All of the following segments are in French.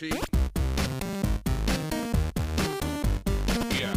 see? Yeah.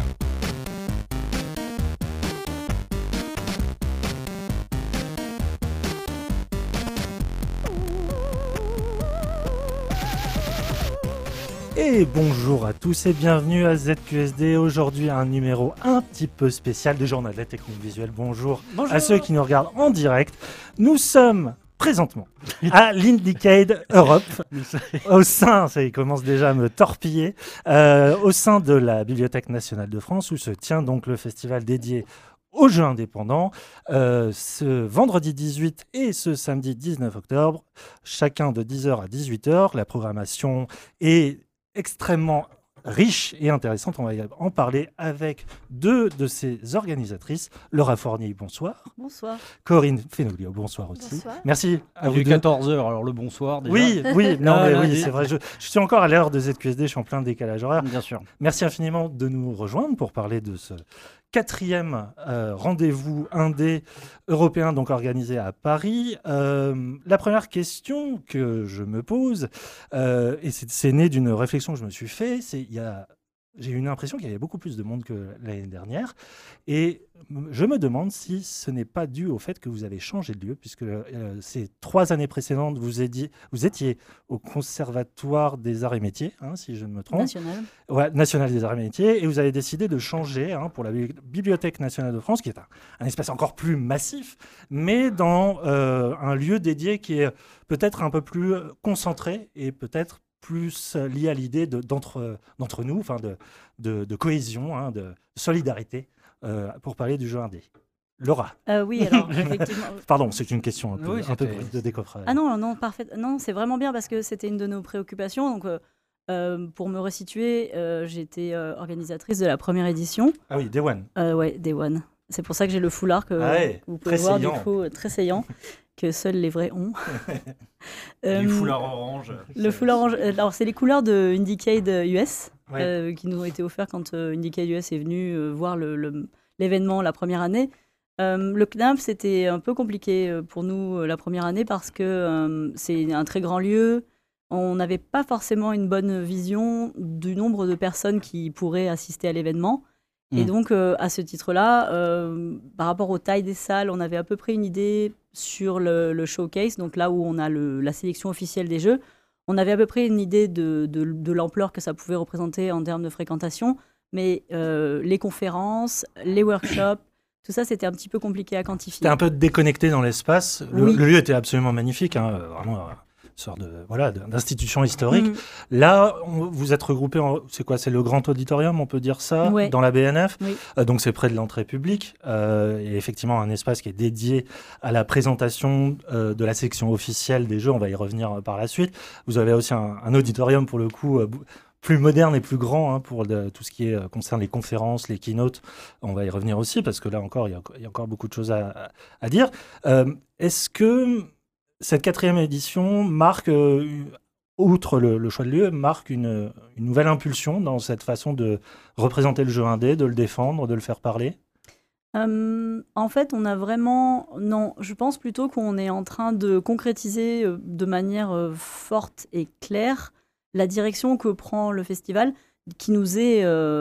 Et bonjour à tous et bienvenue à ZQSD. Aujourd'hui, un numéro un petit peu spécial de Journal de la Technique Visuelle. Bonjour à ceux qui nous regardent en direct. Nous sommes présentement à l'Indiecade Europe, au sein, ça il commence déjà à me torpiller, au sein de la Bibliothèque nationale de France, où se tient donc le festival dédié aux jeux indépendants, ce vendredi 18 et ce samedi 19 octobre, chacun de 10h à 18h. La programmation est extrêmement riche et intéressante. On va en parler avec deux de ses organisatrices. Laura Fournier, bonsoir. Bonsoir. Corinne Fenoglio, bonsoir aussi. Bonsoir. Merci à vous Il est deux. 14h, alors le bonsoir déjà. Oui, non, Ah, mais là, oui, c'est vrai. Je suis encore à l'heure de ZQSD, je suis en plein décalage horaire. Bien sûr. Merci infiniment de nous rejoindre pour parler de ce quatrième rendez-vous indé européen, donc organisé à Paris. La première question que je me pose, et c'est né d'une réflexion que je me suis fait, j'ai eu une impression qu'il y avait beaucoup plus de monde que l'année dernière. Et je me demande si ce n'est pas dû au fait que vous avez changé de lieu, puisque ces 3 années précédentes, vous étiez au Conservatoire des Arts et Métiers, si je ne me trompe. National. Ouais, National des Arts et Métiers. Et vous avez décidé de changer pour la Bibliothèque nationale de France, qui est un espace encore plus massif, mais dans un lieu dédié qui est peut-être un peu plus concentré et peut-être plus lié à l'idée d'entre nous, de cohésion, de solidarité, pour parler du jeu indé. Laura. Oui, alors effectivement. Pardon, c'est une question un peu, Oui, un peu c'était- de décoffrage. Ah non, parfait. Non, c'est vraiment bien parce que c'était une de nos préoccupations. Donc, pour me resituer, j'étais organisatrice de la première édition. Ah oui, Day One. Ouais, Day One. C'est pour ça que j'ai le foulard que vous pouvez très voir saillant. du coup, très saillant, que seuls les vrais ont. Les foulards orange. Le foulard orange. Alors, c'est les couleurs de Indiecade US Ouais. qui nous ont été offerts quand Indiecade US est venu voir l'événement la première année. Le CNAP, c'était un peu compliqué pour nous la première année parce que c'est un très grand lieu. On n'avait pas forcément une bonne vision du nombre de personnes qui pourraient assister à l'événement. Et donc, à ce titre-là, par rapport aux tailles des salles, on avait à peu près une idée sur le showcase, donc là où on a la sélection officielle des jeux. On avait à peu près une idée de l'ampleur que ça pouvait représenter en termes de fréquentation, mais les conférences, les workshops, tout ça, c'était un petit peu compliqué à quantifier. C'était un peu déconnecté dans l'espace. Oui. Le lieu était absolument magnifique, vraiment une sorte d'institution historique. Mhm. Là, vous êtes regroupés, c'est quoi? C'est le grand auditorium, on peut dire ça, Ouais. dans la BNF. Oui. Donc c'est près de l'entrée publique. Et effectivement, un espace qui est dédié à la présentation de la section officielle des jeux. On va y revenir par la suite. Vous avez aussi un auditorium, pour le coup, plus moderne et plus grand pour tout ce qui concerne les conférences, les keynotes. On va y revenir aussi, parce que là encore, il y a encore beaucoup de choses à dire. Est-ce que cette 4e édition marque, outre le choix de lieu, marque une nouvelle impulsion dans cette façon de représenter le jeu indé, de le défendre, de le faire parler? En fait, on a vraiment... Non, je pense plutôt qu'on est en train de concrétiser de manière forte et claire la direction que prend le festival, qui nous est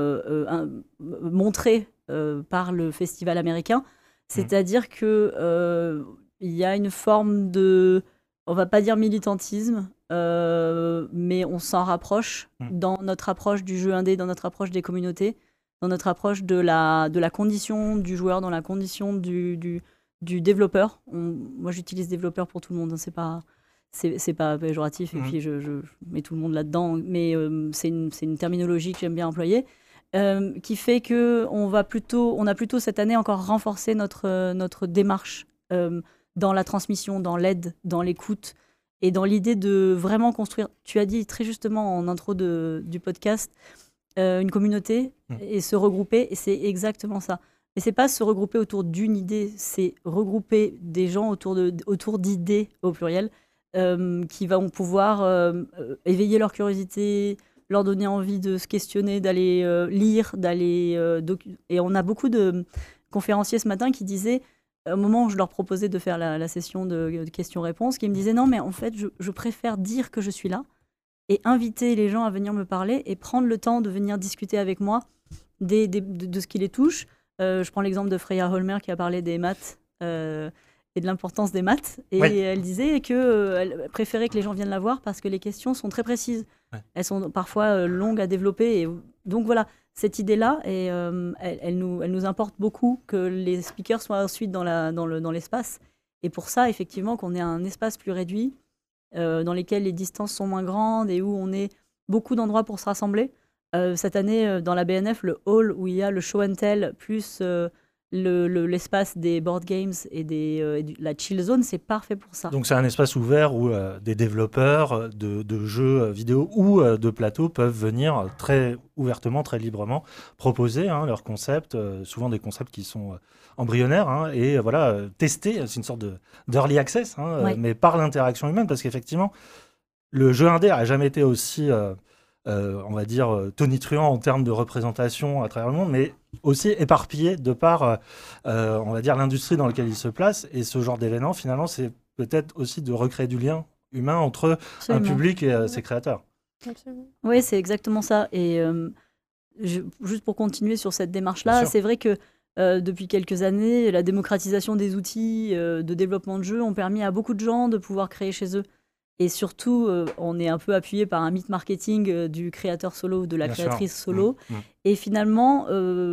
montrée par le festival américain. C'est-à-dire que il y a une forme de... On va pas dire militantisme, mais on s'en rapproche dans notre approche du jeu indé, dans notre approche des communautés, dans notre approche de la condition du joueur, dans la condition du développeur. Moi, j'utilise développeur pour tout le monde, hein, c'est pas péjoratif, et puis je mets tout le monde là-dedans, mais c'est une terminologie que j'aime bien employer, qui fait qu'on a plutôt cette année encore renforcé notre démarche dans la transmission, dans l'aide, dans l'écoute, et dans l'idée de vraiment construire, tu as dit très justement en intro du podcast, une communauté et se regrouper, et c'est exactement ça. Et c'est pas se regrouper autour d'une idée, c'est regrouper des gens autour d'idées au pluriel, qui vont pouvoir éveiller leur curiosité, leur donner envie de se questionner, d'aller lire, et on a beaucoup de conférenciers ce matin qui disaient, au moment où je leur proposais de faire la session de questions-réponses, qui me disaient non, mais en fait, je préfère dire que je suis là et inviter les gens à venir me parler et prendre le temps de venir discuter avec moi de ce qui les touche. Je prends l'exemple de Freya Holmer qui a parlé des maths et de l'importance des maths. Et elle disait qu'elle préférait que les gens viennent la voir parce que les questions sont très précises. Ouais. Elles sont parfois longues à développer. Et donc voilà, cette idée-là, elle nous importe beaucoup que les speakers soient ensuite dans l'espace. Et pour ça, effectivement, qu'on ait un espace plus réduit, dans lesquels les distances sont moins grandes et où on ait beaucoup d'endroits pour se rassembler. Cette année, dans la BNF, le hall où il y a le show and tell, plus l'espace des board games et la chill zone, c'est parfait pour ça. Donc c'est un espace ouvert où des développeurs de jeux vidéo ou de plateaux peuvent venir très ouvertement, très librement proposer leurs concepts, souvent des concepts qui sont embryonnaires, et tester. C'est une sorte d'early access, mais par l'interaction humaine, parce qu'effectivement, le jeu indé n'a jamais été aussi... on va dire, tonitruant en termes de représentation à travers le monde, mais aussi éparpillé de par, on va dire, l'industrie dans laquelle il se place. Et ce genre d'événement, finalement, c'est peut-être aussi de recréer du lien humain entre un public et ses créateurs. Absolument. Oui, c'est exactement ça. Et juste pour continuer sur cette démarche-là, c'est vrai que depuis quelques années, la démocratisation des outils de développement de jeux ont permis à beaucoup de gens de pouvoir créer chez eux. Et surtout, on est un peu appuyé par un mythe marketing du créateur solo ou de la créatrice solo. Et finalement,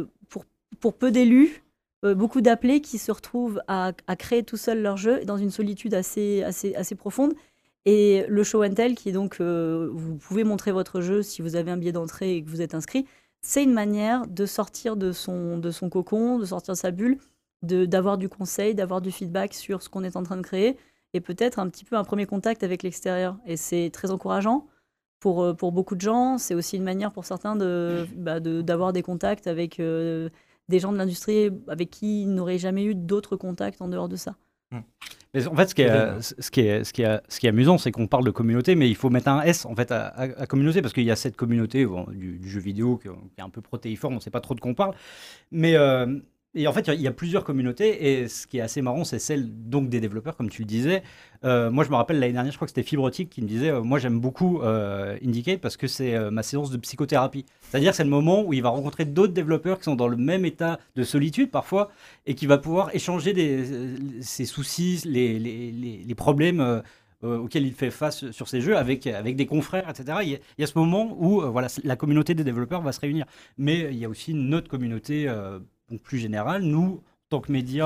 pour peu d'élus, beaucoup d'appelés qui se retrouvent à créer tout seuls leur jeu dans une solitude assez profonde. Et le show and tell, qui est donc, vous pouvez montrer votre jeu si vous avez un billet d'entrée et que vous êtes inscrit, c'est une manière de sortir de son cocon, de sortir de sa bulle, d'avoir du conseil, d'avoir du feedback sur ce qu'on est en train de créer. Et peut-être un petit peu un premier contact avec l'extérieur. Et c'est très encourageant pour beaucoup de gens. C'est aussi une manière pour certains d'avoir des contacts avec des gens de l'industrie avec qui ils n'auraient jamais eu d'autres contacts en dehors de ça. Mais en fait, ce qui est amusant, c'est qu'on parle de communauté, mais il faut mettre un S en fait, à communauté, parce qu'il y a cette communauté du jeu vidéo qui est un peu protéiforme, on ne sait pas trop de quoi on parle. Mais... Et en fait, il y a plusieurs communautés, et ce qui est assez marrant, c'est celle donc des développeurs, comme tu le disais. Moi, je me rappelle l'année dernière, je crois que c'était Fibrotique qui me disait moi, j'aime beaucoup Indicate parce que c'est ma séance de psychothérapie. C'est-à-dire, c'est le moment où il va rencontrer d'autres développeurs qui sont dans le même état de solitude parfois, et qui va pouvoir échanger ses soucis, les problèmes auxquels il fait face sur ses jeux avec des confrères, etc. Il y a ce moment où la communauté des développeurs va se réunir. Mais il y a aussi une autre communauté plus général. Nous, en tant que médias,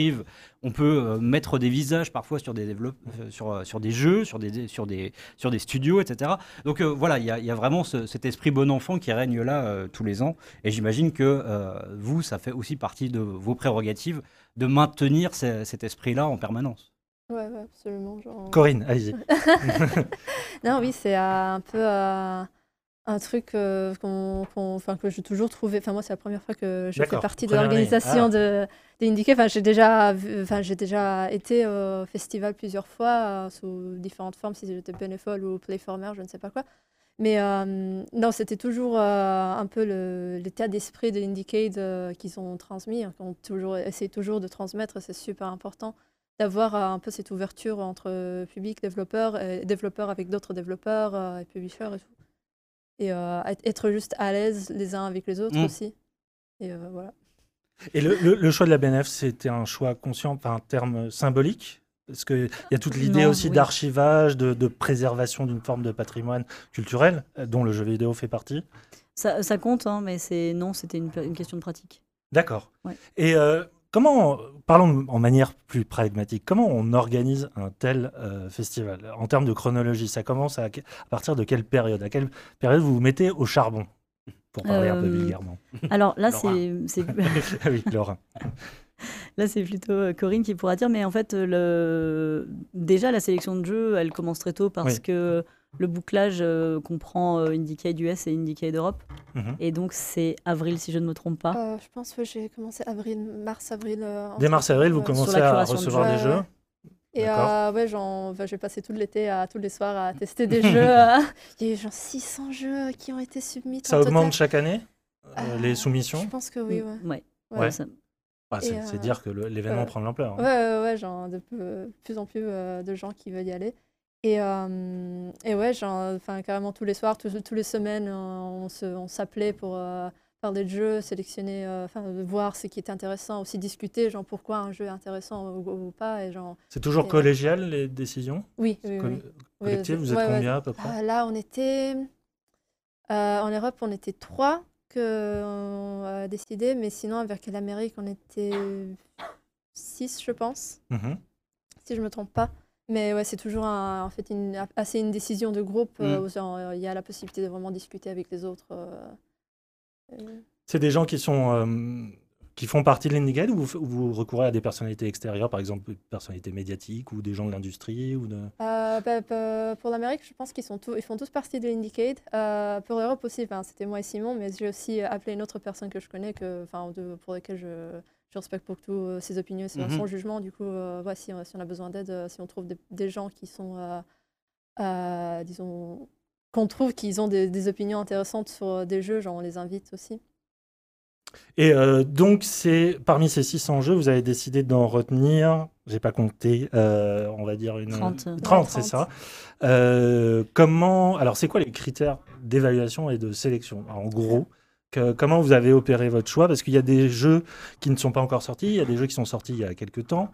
on peut mettre des visages parfois sur des sur des jeux, sur des studios, etc. Donc il y a vraiment cet esprit bon enfant qui règne là tous les ans. Et j'imagine que vous, ça fait aussi partie de vos prérogatives de maintenir cet esprit-là en permanence. Ouais, absolument. Corinne, allez-y. Non, oui, c'est un peu... un truc que j'ai toujours trouvé. Enfin, moi, c'est la première fois que je fais partie de l'organisation de Indicate. Enfin, j'ai déjà été au festival plusieurs fois sous différentes formes, si j'étais bénévole ou playformer, je ne sais pas quoi. Mais non, c'était toujours un peu l'état d'esprit de Indicate qu'ils ont transmis, qu'on essaie toujours de transmettre. C'est super important d'avoir un peu cette ouverture entre public, développeurs avec d'autres développeurs et publishers et tout. Et être juste à l'aise les uns avec les autres aussi. Et voilà. Et le choix de la BNF, c'était un choix conscient par un terme symbolique? Parce qu'il y a toute l'idée aussi d'archivage, de préservation d'une forme de patrimoine culturel, dont le jeu vidéo fait partie. Ça compte, mais c'était une question de pratique. D'accord. Ouais. Et parlons en manière plus pragmatique, comment on organise un tel festival? En termes de chronologie, ça commence à partir de quelle période? À quelle période vous vous mettez au charbon? Pour parler un peu vulgairement. Alors là, c'est... Oui, Laura. Là, c'est plutôt Corinne qui pourra dire, mais en fait, déjà, la sélection de jeux, elle commence très tôt parce que le bouclage comprend Indicate US et Indicate Europe. Et donc, c'est avril, si je ne me trompe pas. Je pense que j'ai commencé mars-avril. Dès mars-avril, vous commencez à recevoir des jeux. Et j'ai passé tout l'été, tous les soirs, à tester des jeux. Il y a eu genre 600 jeux qui ont été submis. Ça augmente chaque année, les soumissions? Je pense que oui, ouais. C'est dire que l'événement prend de l'ampleur. Ouais, genre de plus en plus de gens qui veulent y aller. Et ouais, carrément tous les soirs, tous les semaines, on s'appelait pour parler de jeux, sélectionner, voir ce qui était intéressant, aussi discuter, genre pourquoi un jeu est intéressant ou pas. C'est toujours collégial, les décisions? Oui. Collectif, vous êtes combien à peu près? Là, on était... en Europe, on était 3 qu'on a décidé, mais sinon, avec l'Amérique, on était 6, je pense, si je ne me trompe pas. Mais ouais, c'est toujours en fait une décision de groupe où il y a la possibilité de vraiment discuter avec les autres. C'est des gens qui font partie de l'Indie ou vous recourez à des personnalités extérieures, par exemple des personnalités médiatiques ou des gens de l'industrie pour l'Amérique, je pense ils font tous partie de l'Indicate. Pour l'Europe aussi, c'était moi et Simon, mais j'ai aussi appelé une autre personne que je connais, pour laquelle je respecte beaucoup ses opinions et son jugement. Du coup, si on a besoin d'aide, si on trouve des gens qui sont, disons, qu'on trouve qu'ils ont des opinions intéressantes sur des jeux, on les invite aussi. Et donc, parmi ces 600 jeux, vous avez décidé d'en retenir, j'ai pas compté, on va dire 30, c'est ça. Alors, c'est quoi les critères d'évaluation et de sélection? En gros, comment vous avez opéré votre choix? Parce qu'il y a des jeux qui ne sont pas encore sortis, il y a des jeux qui sont sortis il y a quelques temps.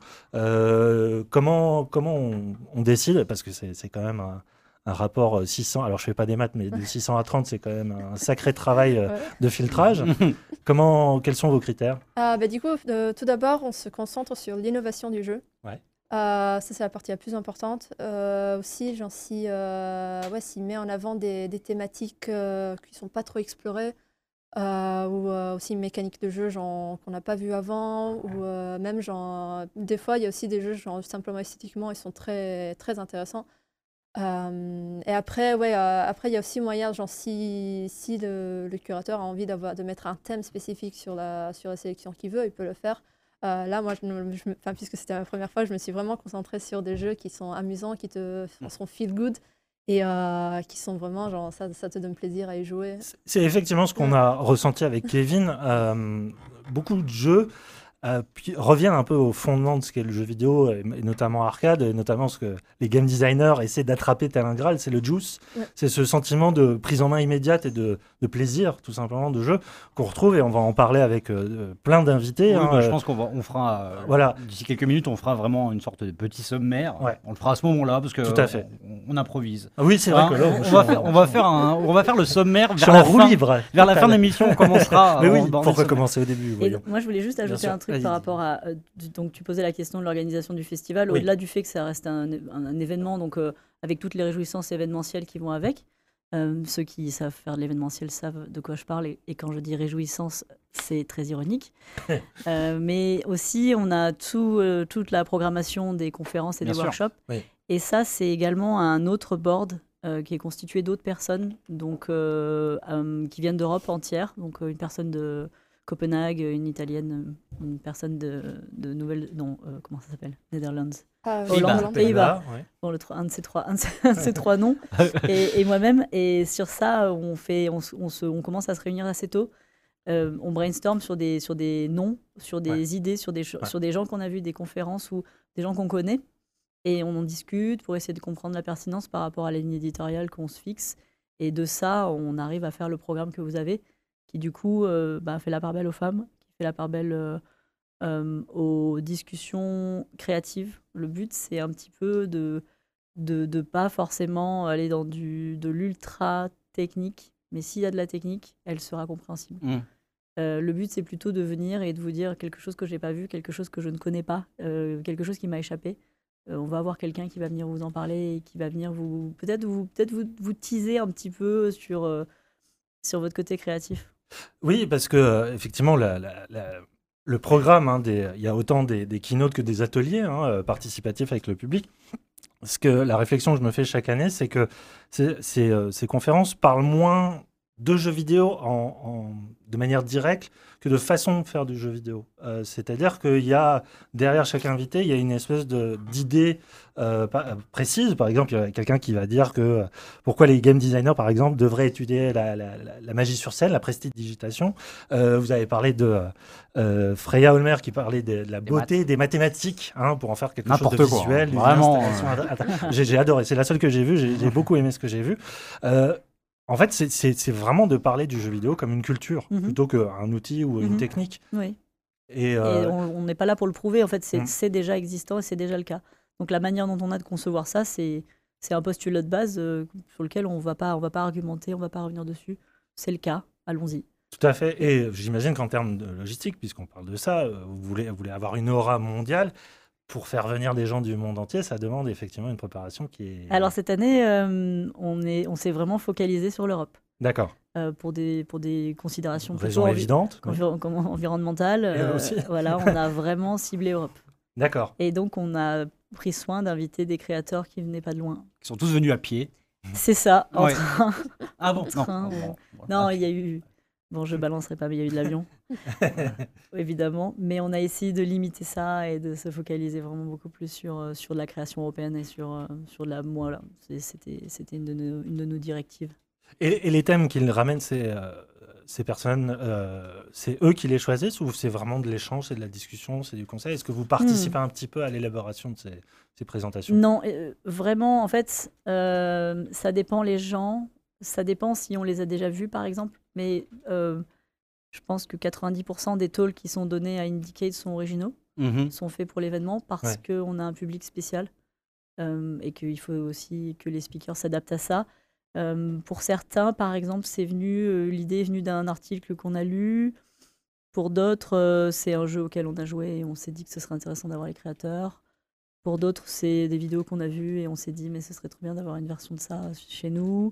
Comment on décide? Parce que c'est quand même un rapport 600, alors je fais pas des maths, mais de 600 à 30, c'est quand même un sacré travail de filtrage. Quels sont vos critères? Du coup, tout d'abord, on se concentre sur l'innovation du jeu. Ouais. Ça, c'est la partie la plus importante. Aussi, s'il met en avant des thématiques qui ne sont pas trop explorées, ou aussi une mécanique de jeu qu'on n'a pas vu avant, ou même, des fois, il y a aussi des jeux, simplement esthétiquement, ils sont très, très intéressants. Et après, il y a aussi moyen, si le curateur a envie de mettre un thème spécifique sur la sélection qu'il veut, il peut le faire. Là, moi, puisque c'était ma première fois, je me suis vraiment concentrée sur des jeux qui sont amusants, qui sont feel good et qui sont vraiment, ça te donne plaisir à y jouer. C'est effectivement ce qu'on a ressenti avec Kevin. Beaucoup de jeux puis reviennent un peu au fondement de ce qu'est le jeu vidéo, et notamment arcade, et notamment ce que les game designers essaient d'attraper tel un Graal, c'est le juice. Ouais. C'est ce sentiment de prise en main immédiate et de plaisir, tout simplement, de jeu, qu'on retrouve, et on va en parler avec plein d'invités. Oui, je pense qu'on fera, d'ici quelques minutes, on fera vraiment une sorte de petit sommaire. Ouais. On le fera à ce moment-là, parce que on improvise. Ah oui, c'est vrai que là, on va faire le sommaire vers la fin. Libre, vers la fin de l'émission, on commencera. Mais oui, pour recommencer au début. Moi, je voulais juste ajouter un truc par rapport à... donc, tu posais la question de l'organisation du festival. Oui. Au-delà du fait que ça reste un événement, donc avec toutes les réjouissances événementielles qui vont avec. Ceux qui savent faire de l'événementiel savent de quoi je parle. Et quand je dis réjouissance, c'est très ironique. Mais aussi, on a toute la programmation des conférences et des workshops. Oui. Et ça, c'est également un autre board qui est constitué d'autres personnes donc, qui viennent d'Europe entière. Donc, une personne de Copenhague, une Italienne, une personne de Nouvelle... Non, comment ça s'appelle? Netherlands. Hollande, Pays-Bas. Ouais. Bon, un de ces trois noms. et moi-même. Et sur ça, on commence à se réunir assez tôt. On brainstorm sur des noms, sur des idées, sur des gens qu'on a vus, des conférences ou des gens qu'on connaît. Et on en discute pour essayer de comprendre la pertinence par rapport à la ligne éditoriale qu'on se fixe. Et de ça, on arrive à faire le programme que vous avez, qui du coup fait la part belle aux femmes, qui fait la part belle aux discussions créatives. Le but, c'est un petit peu de pas forcément aller dans de l'ultra technique, mais s'il y a de la technique, elle sera compréhensible. Le but, c'est plutôt de venir et de vous dire quelque chose que je n'ai pas vu, quelque chose que je ne connais pas, quelque chose qui m'a échappé. On va avoir quelqu'un qui va venir vous en parler et qui va venir peut-être vous teaser un petit peu sur votre côté créatif. Oui, parce que effectivement, le programme, il y a autant des keynotes que des ateliers participatifs avec le public. La réflexion que je me fais chaque année, c'est que ces conférences parlent moins de jeux vidéo de manière directe que de façon de faire du jeu vidéo. C'est-à-dire qu'il y a, derrière chaque invité, il y a une espèce d'idée précise. Par exemple, il y a quelqu'un qui va dire que pourquoi les game designers, par exemple, devraient étudier la magie sur scène, la prestidigitation. Vous avez parlé de Freya Olmer qui parlait de la beauté des mathématiques, pour en faire quelque chose de visuel. Vraiment. J'ai adoré. C'est la seule que j'ai vue. J'ai beaucoup aimé ce que j'ai vu. En fait, c'est vraiment de parler du jeu vidéo comme une culture, plutôt qu'un outil ou une technique. Oui. Et on n'est pas là pour le prouver, en fait, c'est déjà existant et c'est déjà le cas. Donc la manière dont on a de concevoir ça, c'est un postulat de base sur lequel on va pas argumenter, on va pas revenir dessus. C'est le cas, allons-y. Tout à fait. Et j'imagine qu'en termes de logistique, puisqu'on parle de ça, vous voulez avoir une aura mondiale. Pour faire venir des gens du monde entier, ça demande effectivement une préparation qui est... Alors cette année, on s'est vraiment focalisé sur l'Europe. D'accord. Pour des considérations plutôt évidentes, environnementales. Voilà, on a vraiment ciblé Europe. D'accord. Et donc on a pris soin d'inviter des créateurs qui venaient pas de loin. Qui sont tous venus à pied. C'est ça, en Ouais. train. Ah bon Non, il y a eu... Bon, je balancerai pas, mais il y a eu de l'avion, évidemment. Mais on a essayé de limiter ça et de se focaliser vraiment beaucoup plus sur de la création européenne et sur de la... Voilà, c'était une de nos directives. Et les thèmes qu'ils ramènent, ces personnes, c'est eux qui les choisissent ou c'est vraiment de l'échange, c'est de la discussion, c'est du conseil? Est-ce que vous participez un petit peu à l'élaboration de ces présentations? Non, vraiment, en fait, ça dépend les gens. Ça dépend si on les a déjà vus, par exemple. Mais je pense que 90% des talks qui sont donnés à Indicate sont originaux, sont faits pour l'événement parce qu'on a un public spécial et qu'il faut aussi que les speakers s'adaptent à ça. Pour certains, par exemple, l'idée est venue d'un article qu'on a lu. Pour d'autres, c'est un jeu auquel on a joué et on s'est dit que ce serait intéressant d'avoir les créateurs. Pour d'autres, c'est des vidéos qu'on a vues et on s'est dit mais ce serait trop bien d'avoir une version de ça chez nous.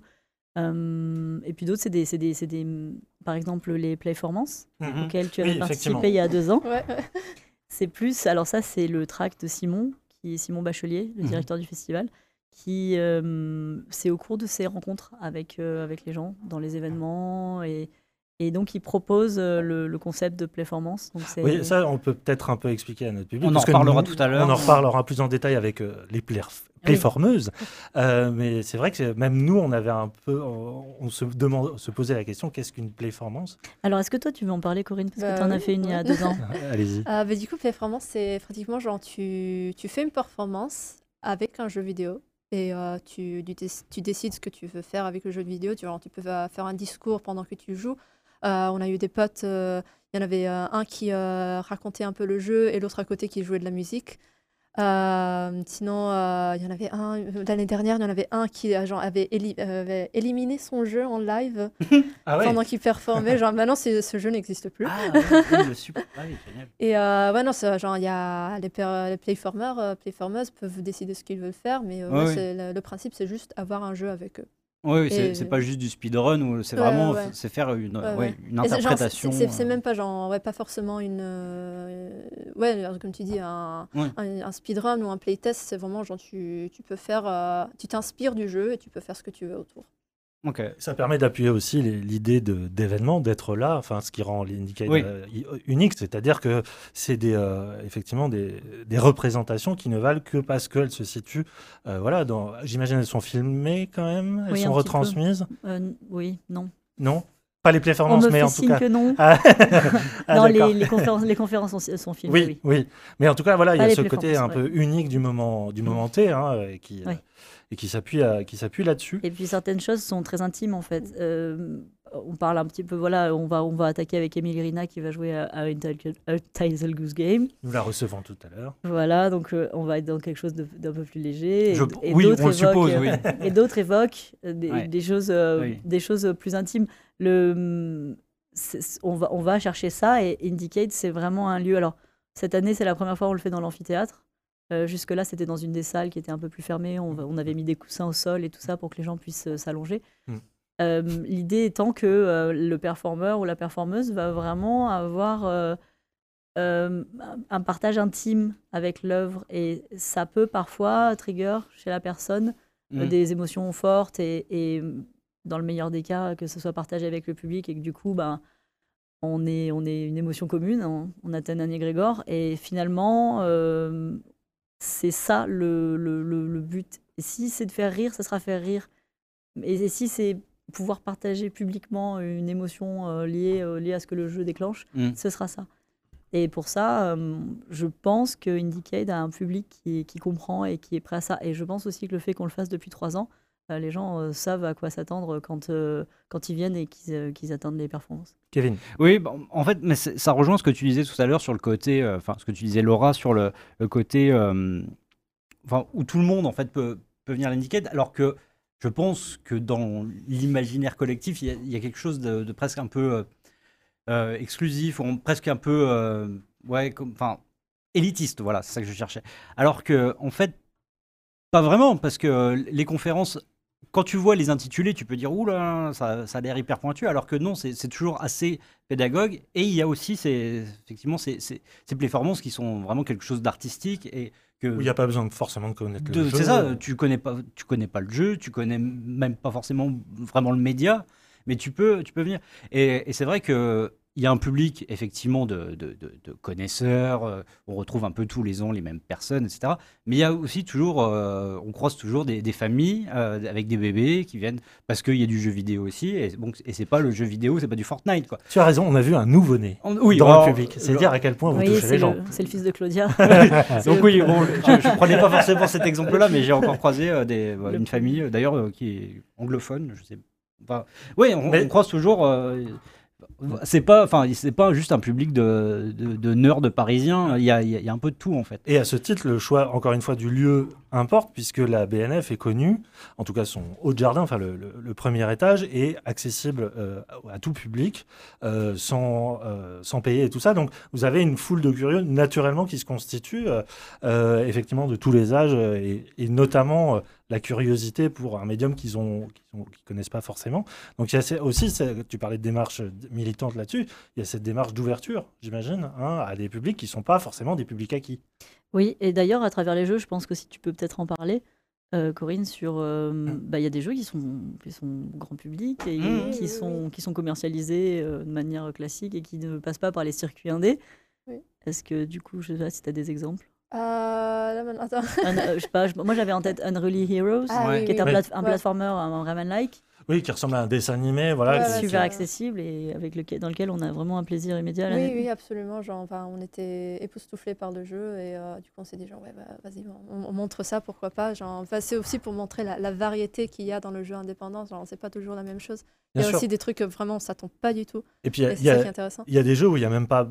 Et puis d'autres, c'est des par exemple les Playformance auxquels tu avais participé il y a 2 ans. Ouais. C'est plus, alors ça c'est le track de Simon Bachelier, le directeur du festival, qui c'est au cours de ses rencontres avec les gens dans les événements et donc il propose le concept de Playformance. Donc oui, ça on peut peut-être un peu expliquer à notre public. On en reparlera tout à l'heure. On en reparlera plus en détail avec les playformeuses. Mais c'est vrai que même nous, on avait un peu, on se posait la question, qu'est-ce qu'une playformance? Alors, est-ce que toi, tu veux en parler, Corinne, parce que tu en as fait une il y a 2 ans. Allez-y. Du coup, playformance, c'est pratiquement genre tu fais une performance avec un jeu vidéo et tu décides ce que tu veux faire avec le jeu de vidéo. Tu peux faire un discours pendant que tu joues. On a eu des potes, il y en avait un qui racontait un peu le jeu et l'autre à côté qui jouait de la musique. Sinon, il y en avait un, l'année dernière, il y en avait un qui avait éliminé son jeu en live pendant qu'il performait. Genre, maintenant, ce jeu n'existe plus. Le super. Génial. Et il y a les playformeuses peuvent décider ce qu'ils veulent faire, mais le principe, c'est juste avoir un jeu avec eux. Oui, c'est pas juste du speedrun, ou c'est vraiment c'est faire une interprétation. C'est même pas pas forcément une comme tu dis un speedrun ou un playtest, c'est vraiment genre tu peux faire tu t'inspires du jeu et tu peux faire ce que tu veux autour. Okay. Ça permet d'appuyer aussi l'idée d'événement, d'être là, enfin, ce qui rend l'Indicate unique, c'est-à-dire que c'est effectivement des représentations qui ne valent que parce qu'elles se situent, j'imagine elles sont filmées quand même, elles sont retransmises. Oui, non. Non, pas les playformances, mais en tout cas. Que non. Non, les conférences sont filmées. Oui. Mais en tout cas, voilà, il y a ce côté un peu unique du moment T, et qui s'appuie là-dessus. Et puis certaines choses sont très intimes en fait. On parle un petit peu, on va attaquer avec Émile Grina qui va jouer à Untitled Goose Game. Nous la recevons tout à l'heure. Voilà, donc on va être dans quelque chose d'un peu plus léger. Et d'autres évoquent des choses plus intimes. On va chercher ça et Indicate, c'est vraiment un lieu. Alors, cette année, c'est la première fois qu'on le fait dans l'amphithéâtre. Jusque-là, c'était dans une des salles qui était un peu plus fermée. On avait mis des coussins au sol et tout ça pour que les gens puissent s'allonger. L'idée étant que le performeur ou la performeuse va vraiment avoir un partage intime avec l'œuvre. Et ça peut parfois trigger chez la personne des émotions fortes et dans le meilleur des cas, que ce soit partagé avec le public et que du coup, on est une émotion commune, on atteint un égrégore. Et finalement, c'est ça le but. Et si c'est de faire rire, ça sera faire rire. Et si c'est pouvoir partager publiquement une émotion liée à ce que le jeu déclenche, ce sera ça. Et pour ça, je pense que Indiecade a un public qui comprend et qui est prêt à ça. Et je pense aussi que le fait qu'on le fasse depuis 3 ans, les gens savent à quoi s'attendre quand ils viennent et qu'ils attendent les performances. Kevin. Oui, en fait, mais ça rejoint ce que tu disais tout à l'heure sur le côté, ce que tu disais Laura, sur le côté où tout le monde en fait peut venir à l'Indiecade, alors que je pense que dans l'imaginaire collectif, il y a quelque chose de presque un peu exclusif, ou presque un peu élitiste, voilà, c'est ça que je cherchais. Alors que, en fait, pas vraiment, parce que les conférences, quand tu vois les intitulés, tu peux dire oula, ça a l'air hyper pointu, alors que non, c'est toujours assez pédagogue. Et il y a aussi effectivement ces performances qui sont vraiment quelque chose d'artistique et où il n'y a pas besoin forcément de connaître le jeu. C'est ça, tu connais pas le jeu, tu connais même pas forcément vraiment le média, mais tu peux venir. Et c'est vrai que il y a un public effectivement de connaisseurs, on retrouve un peu tous les ans les mêmes personnes, etc. Mais il y a aussi toujours, on croise toujours des familles avec des bébés qui viennent parce qu'il y a du jeu vidéo aussi. Et c'est pas le jeu vidéo, c'est pas du Fortnite, quoi. Tu as raison, on a vu un nouveau-né dans le public. C'est dire à quel point vous touchez les gens. C'est le fils de Claudia. Donc oui, bon, je prenais pas forcément cet exemple-là, mais j'ai encore croisé une famille, d'ailleurs, qui est anglophone, je sais pas. Oui, on croise toujours. C'est pas juste un public de nerds parisiens, il y a un peu de tout en fait. Et à ce titre, le choix, encore une fois, du lieu importe, puisque la BNF est connue, en tout cas son haut de jardin, enfin le premier étage, est accessible à tout public, sans payer et tout ça. Donc vous avez une foule de curieux, naturellement, qui se constitue, effectivement, de tous les âges, et notamment la curiosité pour un médium qu'ils connaissent pas forcément. Donc il y a aussi, tu parlais de démarche militante là-dessus, il y a cette démarche d'ouverture, j'imagine, à des publics qui sont pas forcément des publics acquis. Oui, et d'ailleurs, à travers les jeux, je pense que si tu peux peut-être en parler, Corinne, sur y a des jeux qui sont grand public et qui sont commercialisés de manière classique et qui ne passent pas par les circuits indés. Oui. Est-ce que du coup, je sais pas si tu as des exemples? Attends. Je sais pas, moi j'avais en tête Unruly Heroes, qui est un platformer, un Rayman-like. Oui, qui ressemble à un dessin animé, voilà. Super accessible et dans lequel on a vraiment un plaisir immédiat. Oui, absolument. On était époustouflés par le jeu et du coup on s'est dit vas-y, on montre ça, pourquoi pas. C'est aussi pour montrer la variété qu'il y a dans le jeu indépendant. C'est pas toujours la même chose. Il y a aussi des trucs vraiment on s'attend pas du tout. Et puis c'est ça qui est intéressant. Il y a des jeux où il y a même pas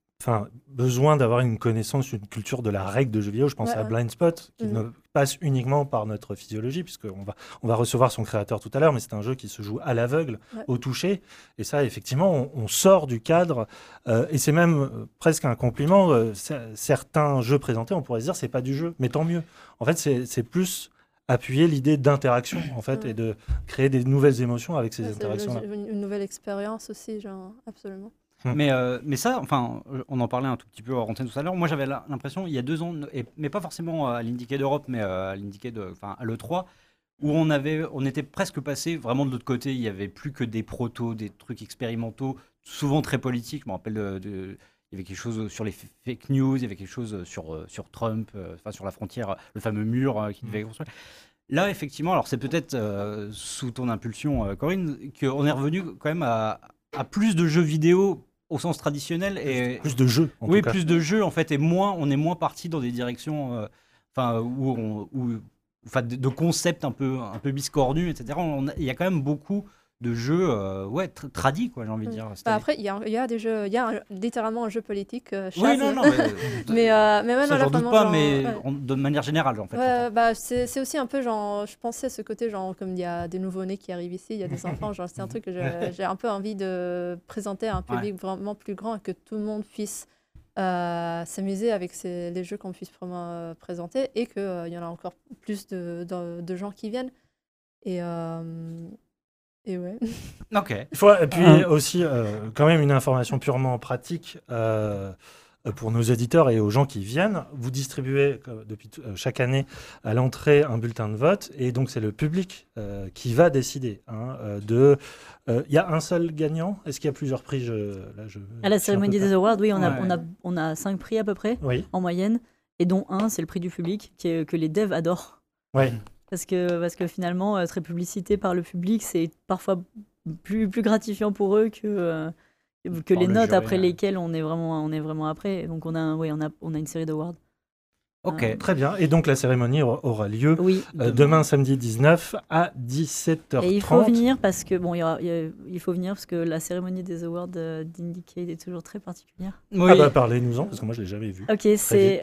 besoin d'avoir une connaissance, une culture de la règle de jeu vidéo. Je pense à Blind Spot, qui ne passe uniquement par notre physiologie, puisqu'on va recevoir son créateur tout à l'heure, mais c'est un jeu qui se joue à l'aveugle, au toucher. Et ça, effectivement, on sort du cadre. Et c'est même presque un compliment. Certains jeux présentés, on pourrait se dire, c'est pas du jeu, mais tant mieux. En fait, c'est plus appuyer l'idée d'interaction, en fait, et de créer des nouvelles émotions avec ces interactions-là. Une nouvelle expérience aussi, absolument. Mais ça, on en parlait un tout petit peu en antenne tout à l'heure. Moi, j'avais l'impression, il y a 2 ans, mais pas forcément à l'Indiecade d'Europe, mais à l'Indiecade, à l'E3, où on était presque passé vraiment de l'autre côté. Il n'y avait plus que des protos, des trucs expérimentaux, souvent très politiques. Je me rappelle, il y avait quelque chose sur les fake news, il y avait quelque chose sur Trump, sur la frontière, le fameux mur qui devait construire. Là, effectivement, alors c'est peut-être sous ton impulsion, Corinne, qu'on est revenu quand même à plus de jeux vidéo au sens traditionnel et plus de jeux. Oui, plus de jeux en fait, et on est moins parti dans des directions, de concepts un peu biscornus, etc. Il y a quand même beaucoup de jeux tradis, quoi, j'ai envie de dire. Après, il y a des jeux, il y a littéralement un jeu politique. Oui, non, mais maintenant, ça, j'en doute pas, mais de manière générale, en fait. C'est aussi un peu je pensais à ce côté, comme il y a des nouveau-nés qui arrivent ici, il y a des enfants, c'est un truc que j'ai un peu envie de présenter à un public vraiment plus grand et que tout le monde puisse s'amuser avec les jeux qu'on puisse présenter et qu'il y en a encore plus de gens qui viennent. Et ouais. Ok. Il faut appuyer aussi quand même une information purement pratique. pour nos auditeurs et aux gens qui viennent, vous distribuez depuis chaque année à l'entrée un bulletin de vote, et donc c'est le public qui va décider. Il y a un seul gagnant? Est-ce qu'il y a plusieurs prix? À la cérémonie des awards, oui, on a 5 prix à peu près, en moyenne, et dont un, c'est le prix du public, que les devs adorent. Oui. Parce que finalement, être publicité par le public, c'est parfois plus gratifiant pour eux que les notes jury, après lesquelles on est vraiment après. Donc on a une série d'awards. Ok, très bien. Et donc la cérémonie aura lieu demain samedi 19 à 17h30. Et il faut venir parce que la cérémonie des awards d'Indiecade est toujours très particulière. Oui. Parlez-nous-en parce que moi je l'ai jamais vu. Ok, c'est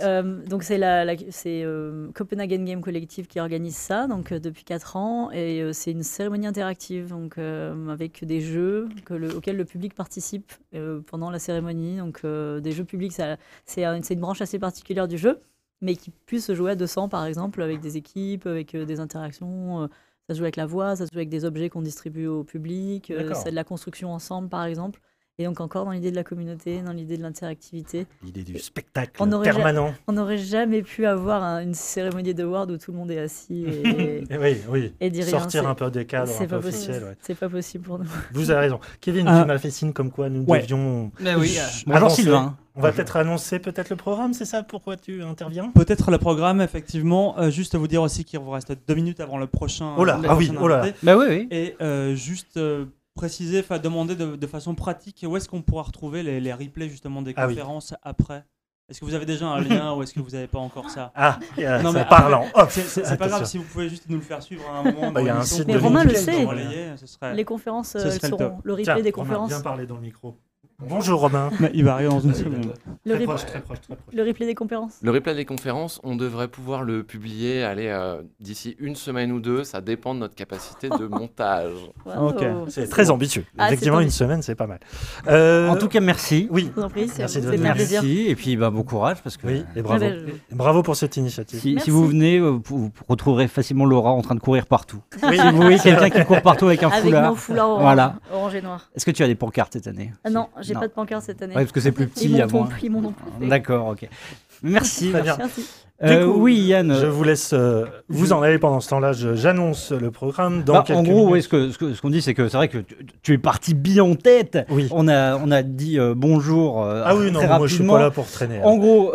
Copenhagen Game Collective qui organise ça donc depuis 4 ans et c'est une cérémonie interactive donc avec des jeux auxquels le public participe pendant la cérémonie. Donc des jeux publics, c'est une branche assez particulière du jeu, mais qui puisse se jouer à 200 par exemple, avec des équipes, avec des interactions. Ça se joue avec la voix, ça se joue avec des objets qu'on distribue au public, c'est de la construction ensemble par exemple. Et donc encore dans l'idée de la communauté, dans l'idée de l'interactivité. L'idée du spectacle permanent. On n'aurait jamais pu avoir une cérémonie d'awards où tout le monde est assis et dit rien. Sortir un peu des cadres un peu officiels. Ouais. C'est pas possible pour nous. Vous avez raison. Kevin, tu m'as fait signe comme quoi nous devions Bonjour Sylvain. On va peut-être annoncer le programme, c'est ça? Pourquoi tu interviens? Peut-être le programme, effectivement. Juste vous dire aussi qu'il vous reste 2 minutes avant le prochain. Oui. Et juste préciser, demander de façon pratique où est-ce qu'on pourra retrouver les replays justement des conférences après. Est-ce que vous avez déjà un lien ou est-ce que vous n'avez pas encore ça? Non, mais parlant. C'est pas grave si vous pouvez juste nous le faire suivre à un moment. Il y a un site mais Romain le sait. Les conférences seront le replay des conférences. Bien parler dans le micro. Bonjour Romain. Il va arriver dans une seconde. Très proche. Le replay des conférences. Le replay des conférences, on devrait pouvoir le publier d'ici 1 semaine ou 2. Ça dépend de notre capacité de montage. Wow. Okay. C'est très ambitieux. Effectivement, 1 semaine, c'est pas mal. En tout cas, merci. Oui. Merci de venir. Merci. Et puis, bon courage parce que. Oui, et bravo. Bravo pour cette initiative. Si vous venez, vous retrouverez facilement Laura en train de courir partout. Oui. Si vous voyez quelqu'un qui court partout avec un foulard. Avec mon foulard orange et noir. Est-ce que tu as des pancartes cette année? Non, j'ai pas de pancarte cette année. Ouais, parce que c'est plus petit, il y a moins. Ils m'ont non plus. D'accord, ok. Merci. Très bien. Merci. Du coup, oui, Yann. Je vous laisse vous en aller pendant ce temps-là. J'annonce le programme dans quelques en gros, minutes. ce qu'on dit, c'est que c'est vrai que tu es parti bien en tête. Oui. On a dit bonjour. Très rapidement. Moi je suis pas là pour traîner. En gros,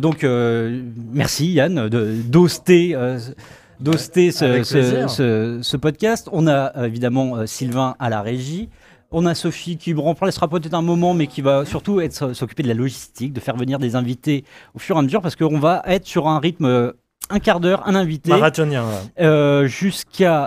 merci Yann d'hoster ce podcast. On a évidemment Sylvain à la régie. On a Sophie qui remplacera peut-être un moment, mais qui va surtout s'occuper de la logistique, de faire venir des invités au fur et à mesure, parce qu'on va être sur un rythme 1 quart d'heure, un invité. Marathonien. Jusqu'à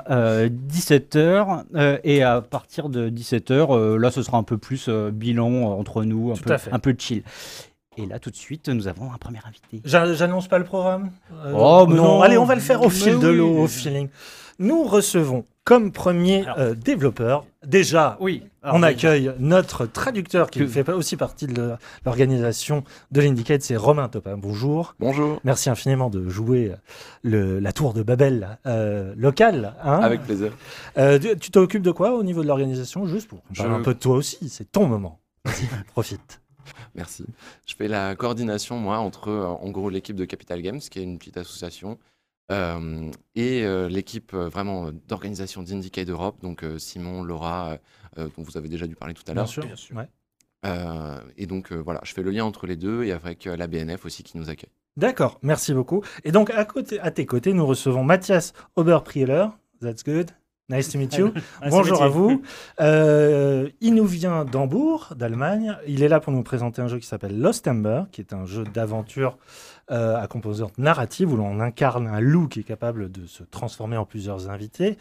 17h. Et à partir de 17h, là, ce sera un peu plus bilan entre nous, un peu chill. Et là, tout de suite, nous avons un premier invité. J'annonce pas le programme non. Allez, on va le faire au fil de l'eau, au feeling. Nous recevons comme premier développeur, déjà, on accueille notre traducteur qui fait aussi partie de l'organisation de l'Indiecade, c'est Romain Topin. Bonjour. Bonjour. Merci infiniment de jouer la tour de Babel locale. Avec plaisir. Tu t'occupes de quoi au niveau de l'organisation? Juste pour parler un peu de toi aussi, c'est ton moment. Vas-y, profite. Merci. Je fais la coordination, moi, entre, en gros, l'équipe de Capital Games, qui est une petite association, et l'équipe vraiment d'organisation d'Indiecade Europe, donc Simon, Laura, dont vous avez déjà dû parler tout à l'heure. Bien sûr. Ouais. Et donc, voilà, je fais le lien entre les deux, et avec la BNF aussi qui nous accueille. D'accord, merci beaucoup. Et donc, à tes côtés, nous recevons Mathias Oberprieler. That's good. Nice to meet you. Bonjour à vous. Il nous vient d'Hambourg, d'Allemagne. Il est là pour nous présenter un jeu qui s'appelle Lost Ember, qui est un jeu d'aventure à composante narrative où l'on incarne un loup qui est capable de se transformer en plusieurs invités.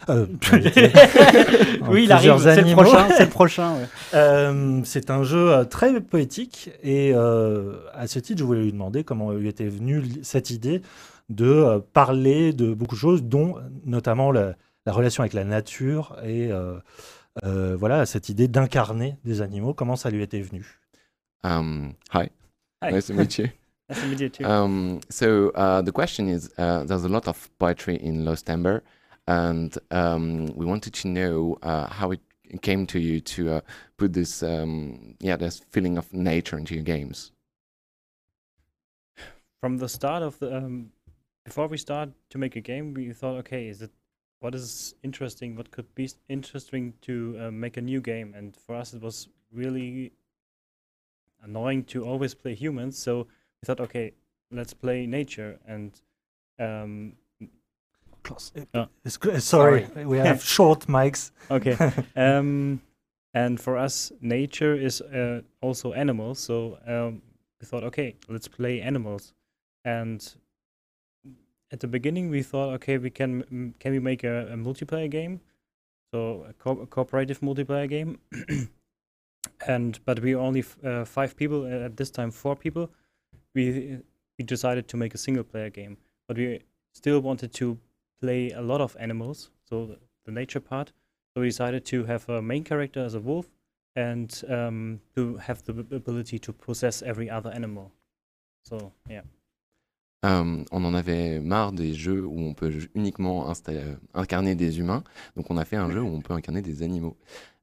Oui, il arrive, c'est le prochain. Ouais. C'est un jeu très poétique et à ce titre, je voulais lui demander comment lui était venue cette idée de parler de beaucoup de choses, dont notamment la relation avec la nature et voilà, cette idée d'incarner des animaux, comment ça lui était venu? Hi. Nice to meet you. Nice to meet you too. So the question is, there's a lot of poetry in Lost Ember, and we wanted to know how it came to you to put this, this feeling of nature into your games. from the start of the before we start to make a game, we thought, okay, what is interesting? What could be interesting to make a new game? And for us, it was really annoying to always play humans. So we thought, okay, let's play nature. And sorry, we have short mics. Okay. And for us, nature is also animals. So we thought, okay, let's play animals. And at the beginning, we thought, okay, can we make a multiplayer game? So a cooperative multiplayer game. But we only 5 people at this time, 4 people. We decided to make a single player game, but we still wanted to play a lot of animals. So the nature part. So we decided to have a main character as a wolf and to have the ability to possess every other animal. So yeah. On en avait marre des jeux où on peut uniquement incarner des humains, donc on a fait un jeu où on peut incarner des animaux.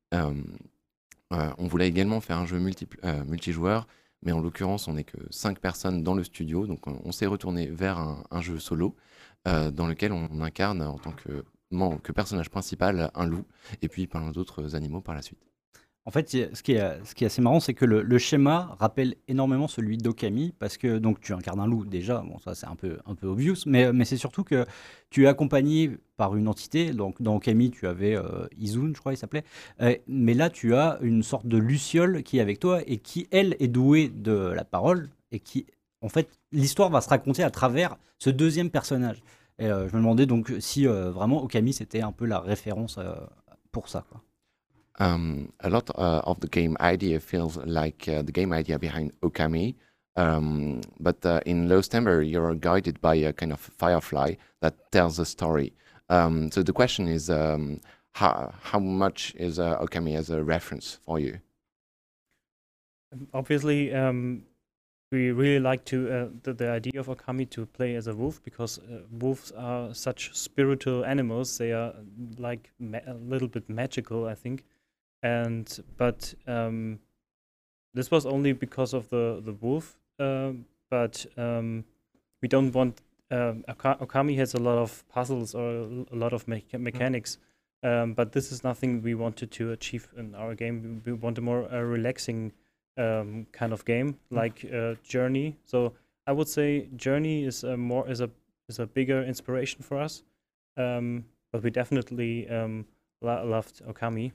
On voulait également faire un jeu multijoueur, mais en l'occurrence on n'est que 5 personnes dans le studio, donc on s'est retourné vers un jeu solo dans lequel on incarne en tant que personnage principal un loup et puis plein d'autres animaux par la suite. En fait, ce qui est assez marrant, c'est que le schéma rappelle énormément celui d'Okami, parce que donc tu incarnes un loup déjà, bon ça c'est un peu obvious, mais c'est surtout que tu es accompagné par une entité. Donc dans Okami tu avais Izun, je crois il s'appelait, mais là tu as une sorte de luciole qui est avec toi et qui elle est douée de la parole et qui en fait l'histoire va se raconter à travers ce deuxième personnage. Et je me demandais donc si vraiment Okami c'était un peu la référence pour ça, quoi. A lot of the game idea feels like the game idea behind Okami, but in Lost Ember you're guided by a kind of firefly that tells a story. So the question is, how much is Okami as a reference for you? Obviously, we really like the idea of Okami to play as a wolf, because wolves are such spiritual animals. They are like a little bit magical, I think. But this was only because of the wolf. But we don't want. Okami has a lot of puzzles or a lot of mechanics. But this is nothing we wanted to achieve in our game. We want a more relaxing kind of game, like Journey. So I would say Journey is a bigger inspiration for us. But we definitely loved Okami.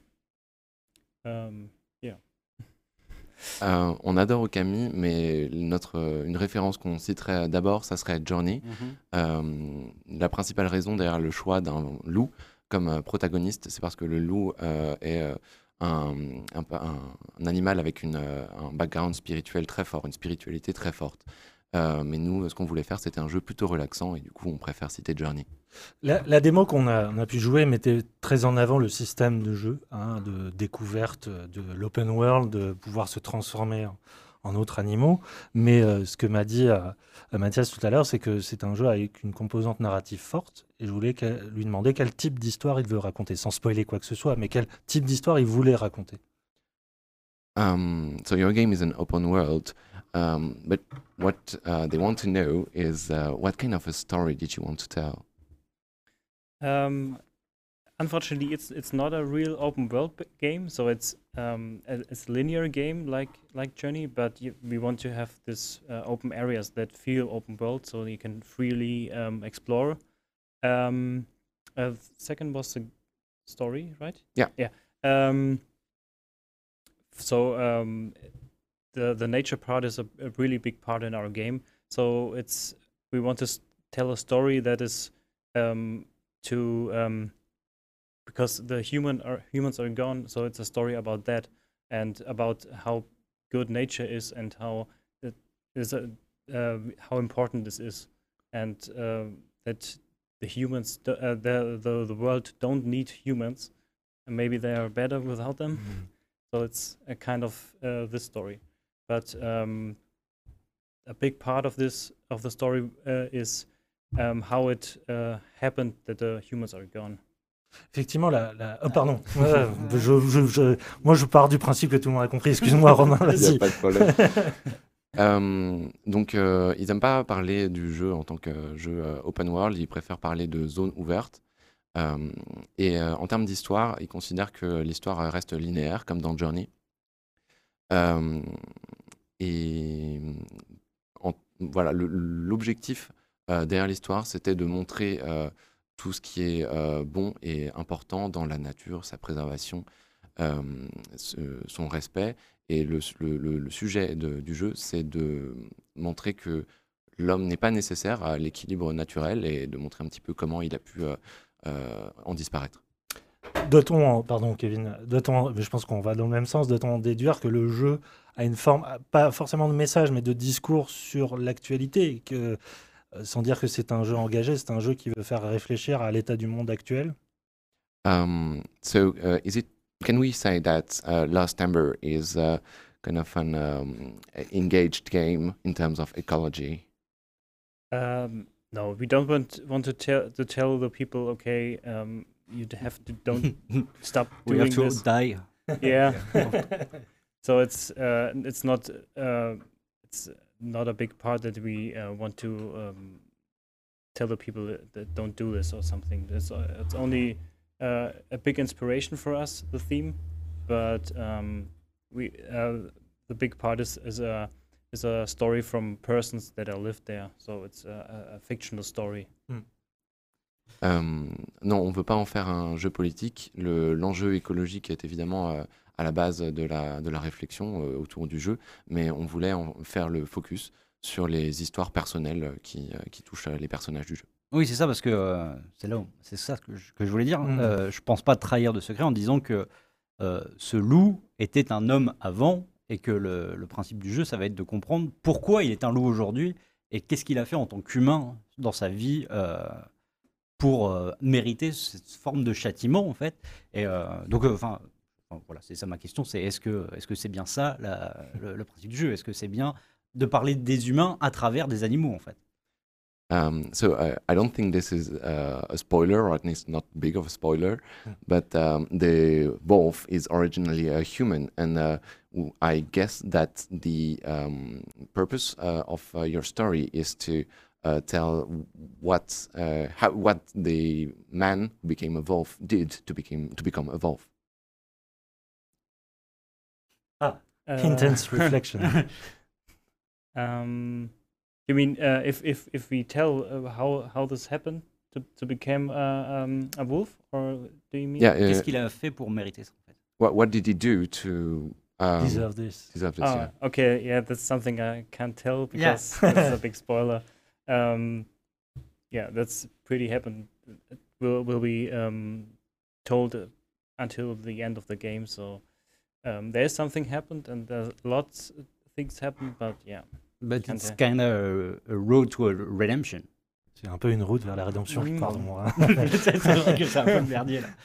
On adore Okami, mais une référence qu'on citerait d'abord, ça serait Journey. La principale raison derrière le choix d'un loup comme protagoniste, c'est parce que le loup est un animal avec un background spirituel très fort, une spiritualité très forte. Mais nous, ce qu'on voulait faire, c'était un jeu plutôt relaxant et du coup, on préfère citer Journey. La démo qu'on a pu jouer mettait très en avant le système de jeu, de découverte de l'open world, de pouvoir se transformer en autres animaux. Mais ce que m'a dit Mathias tout à l'heure, c'est que c'est un jeu avec une composante narrative forte. Et je voulais lui demander quel type d'histoire il veut raconter, sans spoiler quoi que ce soit, mais quel type d'histoire il voulait raconter. So your game is an open world, but what they want to know is what kind of a story did you want to tell? Unfortunately, it's not a real open world game, so it's a linear game like Journey, but we want to have this open areas that feel open world, so you can freely explore. Second was the story, right? Yeah. So the nature part is a really big part in our game. So we want to tell a story that is because the humans are gone. So it's a story about that and about how good nature is and how it is how important this is, and that the humans, the world don't need humans, and maybe they are better without them. Mm-hmm. So it's a kind of this story, but a big part of the story is how it happened that the humans are gone. Effectivement, oh, pardon. Moi, je pars du principe que tout le monde a compris. Excuse-moi, Romain, vas-y. Il n'y a pas de problème. Donc, ils n'aiment pas parler du jeu en tant que jeu open world, ils préfèrent parler de zone ouverte. En termes d'histoire, ils considèrent que l'histoire reste linéaire, comme dans Journey. Euh, et voilà, l'objectif derrière l'histoire, c'était de montrer tout ce qui est bon et important dans la nature, sa préservation, son respect. Et le sujet du jeu, c'est de montrer que l'homme n'est pas nécessaire à l'équilibre naturel et de montrer un petit peu comment il a pu en disparaître. Pardon Kevin, mais je pense qu'on va dans le même sens, doit-on déduire que le jeu a une forme, pas forcément de message, mais de discours sur l'actualité, que, sans dire que c'est un jeu engagé, c'est un jeu qui veut faire réfléchir à l'état du monde actuel? Can we say that Lost Ember is kind of an engaged game in terms of ecology? No, we don't want to tell the people, okay, you have to don't stop doing we have to this. die. Yeah. So it's not a big part that we want to tell the people that don't do this or something. It's only a big inspiration for us, the theme, but the big part is a story from persons that are lived there. So it's a fictional story. Non, on ne veut pas en faire un jeu politique. L'enjeu écologique est évidemment à la base de la réflexion autour du jeu, mais on voulait en faire le focus sur les histoires personnelles qui touchent les personnages du jeu. Oui, c'est ça, parce que c'est ça que je voulais dire. Je pense pas trahir de secret en disant que ce loup était un homme avant, et que le principe du jeu, ça va être de comprendre pourquoi il est un loup aujourd'hui, et qu'est-ce qu'il a fait en tant qu'humain dans sa vie pour mériter cette forme de châtiment, en fait. Et donc, voilà, c'est ça ma question, c'est est-ce que c'est bien ça le principe du jeu? Est-ce que c'est bien de parler des humains à travers des animaux, en fait? I don't think this is a spoiler, or at least not big of a spoiler, but the wolf is originally a human, and I guess that the purpose of your story is to tell what the man who became a wolf did to become a wolf. Intense reflection. You mean if we tell how this happened to become a wolf, or do you mean? Yeah. Qu'est-ce qu'il a fait pour mériter ça, en fait? What did he do to deserve this? Yeah. Okay, yeah, that's something I can't tell because it's a big spoiler. Yeah, that's pretty happened. It will be told until the end of the game. So there's something happened, and there's lots of things happened, but yeah. But it's kind of a road to a redemption. C'est un peu une route vers la rédemption, pardon. C'est vrai que c'est un peu le merdier, là.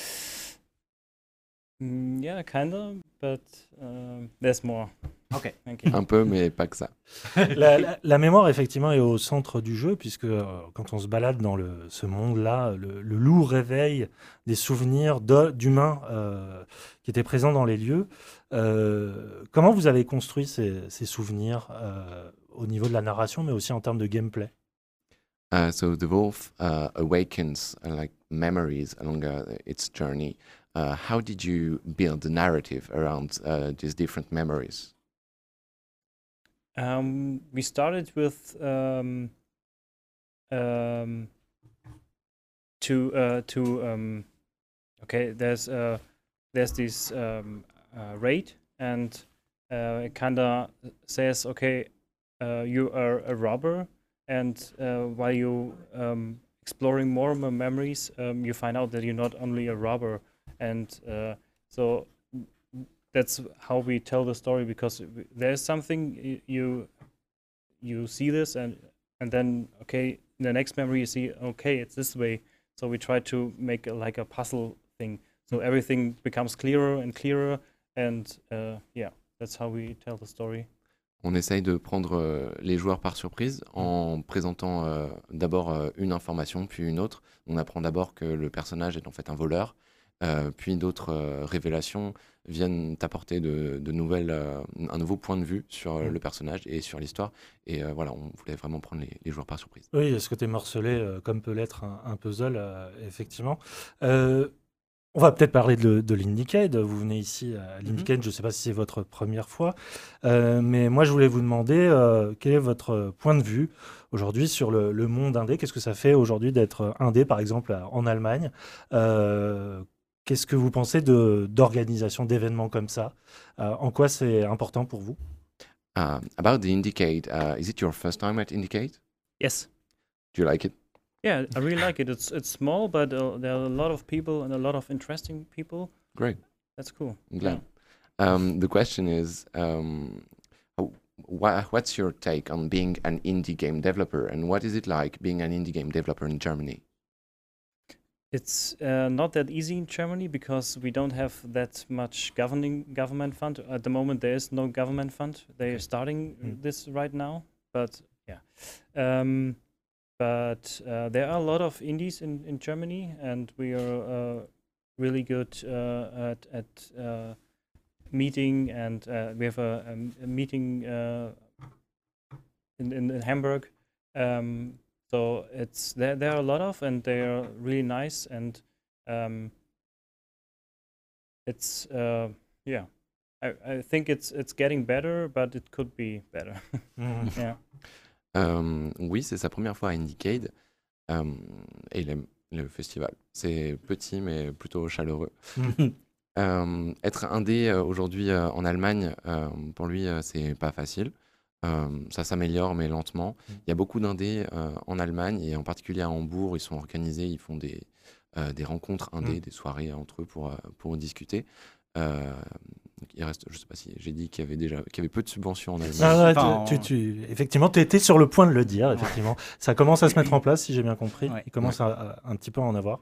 Yeah, kind of, but there's more. Ok. Un peu, mais pas que ça. La mémoire, effectivement, est au centre du jeu, puisque quand on se balade dans ce monde-là, le loup réveille des souvenirs d'humains qui étaient présents dans les lieux. Comment vous avez construit ces souvenirs au niveau de la narration, mais aussi en termes de gameplay? So the wolf awakens like memories along its journey. How did you build the narrative around these different memories? We started with okay, there's this raid, and it kinda says, okay, you are a robber, and while you exploring more memories, you find out that you're not only a robber, and so that's how we tell the story, because there's something you see this, and then, okay, in the next memory you see, okay, it's this way. So we try to make like a puzzle thing, so everything becomes clearer and clearer, and yeah, that's how we tell the story. On essaye de prendre les joueurs par surprise en présentant d'abord une information puis une autre. On apprend d'abord que le personnage est en fait un voleur, puis d'autres révélations viennent t'apporter de nouvelles, un nouveau point de vue sur le personnage et sur l'histoire. Et voilà, on voulait vraiment prendre les joueurs par surprise. Oui, ce côté morcelé, comme peut l'être un puzzle, effectivement. On va peut-être parler de l'Indiecade. Vous venez ici à l'Indiecade, je ne sais pas si c'est votre première fois, mais moi je voulais vous demander quel est votre point de vue aujourd'hui sur le monde indé. Qu'est-ce que ça fait aujourd'hui d'être indé, par exemple, en Allemagne? Qu'est-ce que vous pensez d'organisation d'événements comme ça? En quoi c'est important pour vous? About the Indiecade, is it your first time at Indiecade? Yes. Do you like it? Yeah, I really like it. It's small, but there are a lot of people and a lot of interesting people. Great. That's cool. I'm glad. The question is, what's your take on being an indie game developer, and what is it like being an indie game developer in Germany? It's not that easy in Germany because we don't have that much government fund. At the moment, there is no government fund. They are starting this right now, but yeah. But there are a lot of indies in Germany, and we are really good at meeting. And we have a meeting in Hamburg. So it's there are a lot of, and they are really nice. And it's yeah. I think it's getting better, but it could be better. Yeah. Oui, c'est sa première fois à Indiecade et il aime le festival. C'est petit mais plutôt chaleureux. Être indé aujourd'hui en Allemagne, pour lui, c'est pas facile. Ça s'améliore mais lentement. Il y a beaucoup d'indés en Allemagne et en particulier à Hambourg. Ils sont organisés, ils font des rencontres indés, des soirées entre eux pour discuter. Il reste, je ne sais pas si j'ai dit qu'il y avait peu de subventions en Allemagne. Effectivement, tu étais sur le point de le dire. Effectivement, ça commence à se mettre en place, si j'ai bien compris. Il commence un petit peu à en avoir.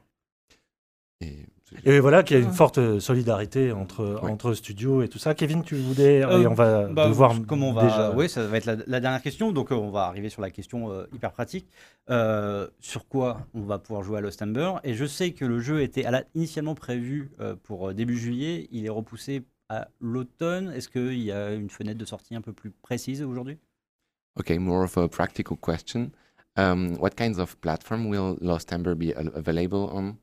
Et voilà qu'il y a une forte solidarité entre studios et tout ça. Kevin, tu voulais... et on va devoir... déjà... Oui, ça va être la dernière question. Donc, on va arriver sur la question hyper pratique. Sur quoi on va pouvoir jouer à Lost Ember. Et je sais que le jeu était initialement prévu pour début juillet. Il est repoussé à l'automne. Est-ce qu'il y a une fenêtre de sortie un peu plus précise aujourd'hui? Okay, more of a practical question. What kinds of platform will Lost Ember be available on?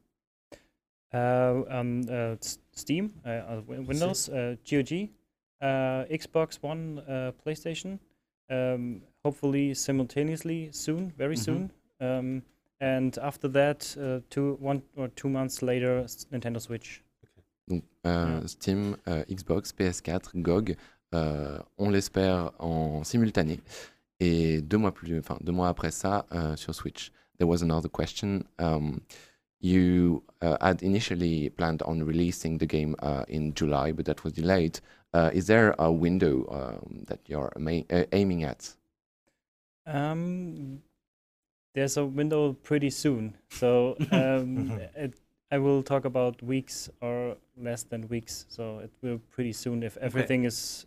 Steam, Windows, GOG, Xbox One, PlayStation, hopefully simultaneously soon, very soon. And after that, 1 or 2 months later, Nintendo Switch. Donc, Steam, Xbox, PS4, GOG, on l'espère en simultané. Et 2 mois après ça, sur Switch. There was another question. You had initially planned on releasing the game in July, but that was delayed. Is there a window that you're aiming at? There's a window pretty soon. So I will talk about weeks or less than weeks. So it will pretty soon if everything is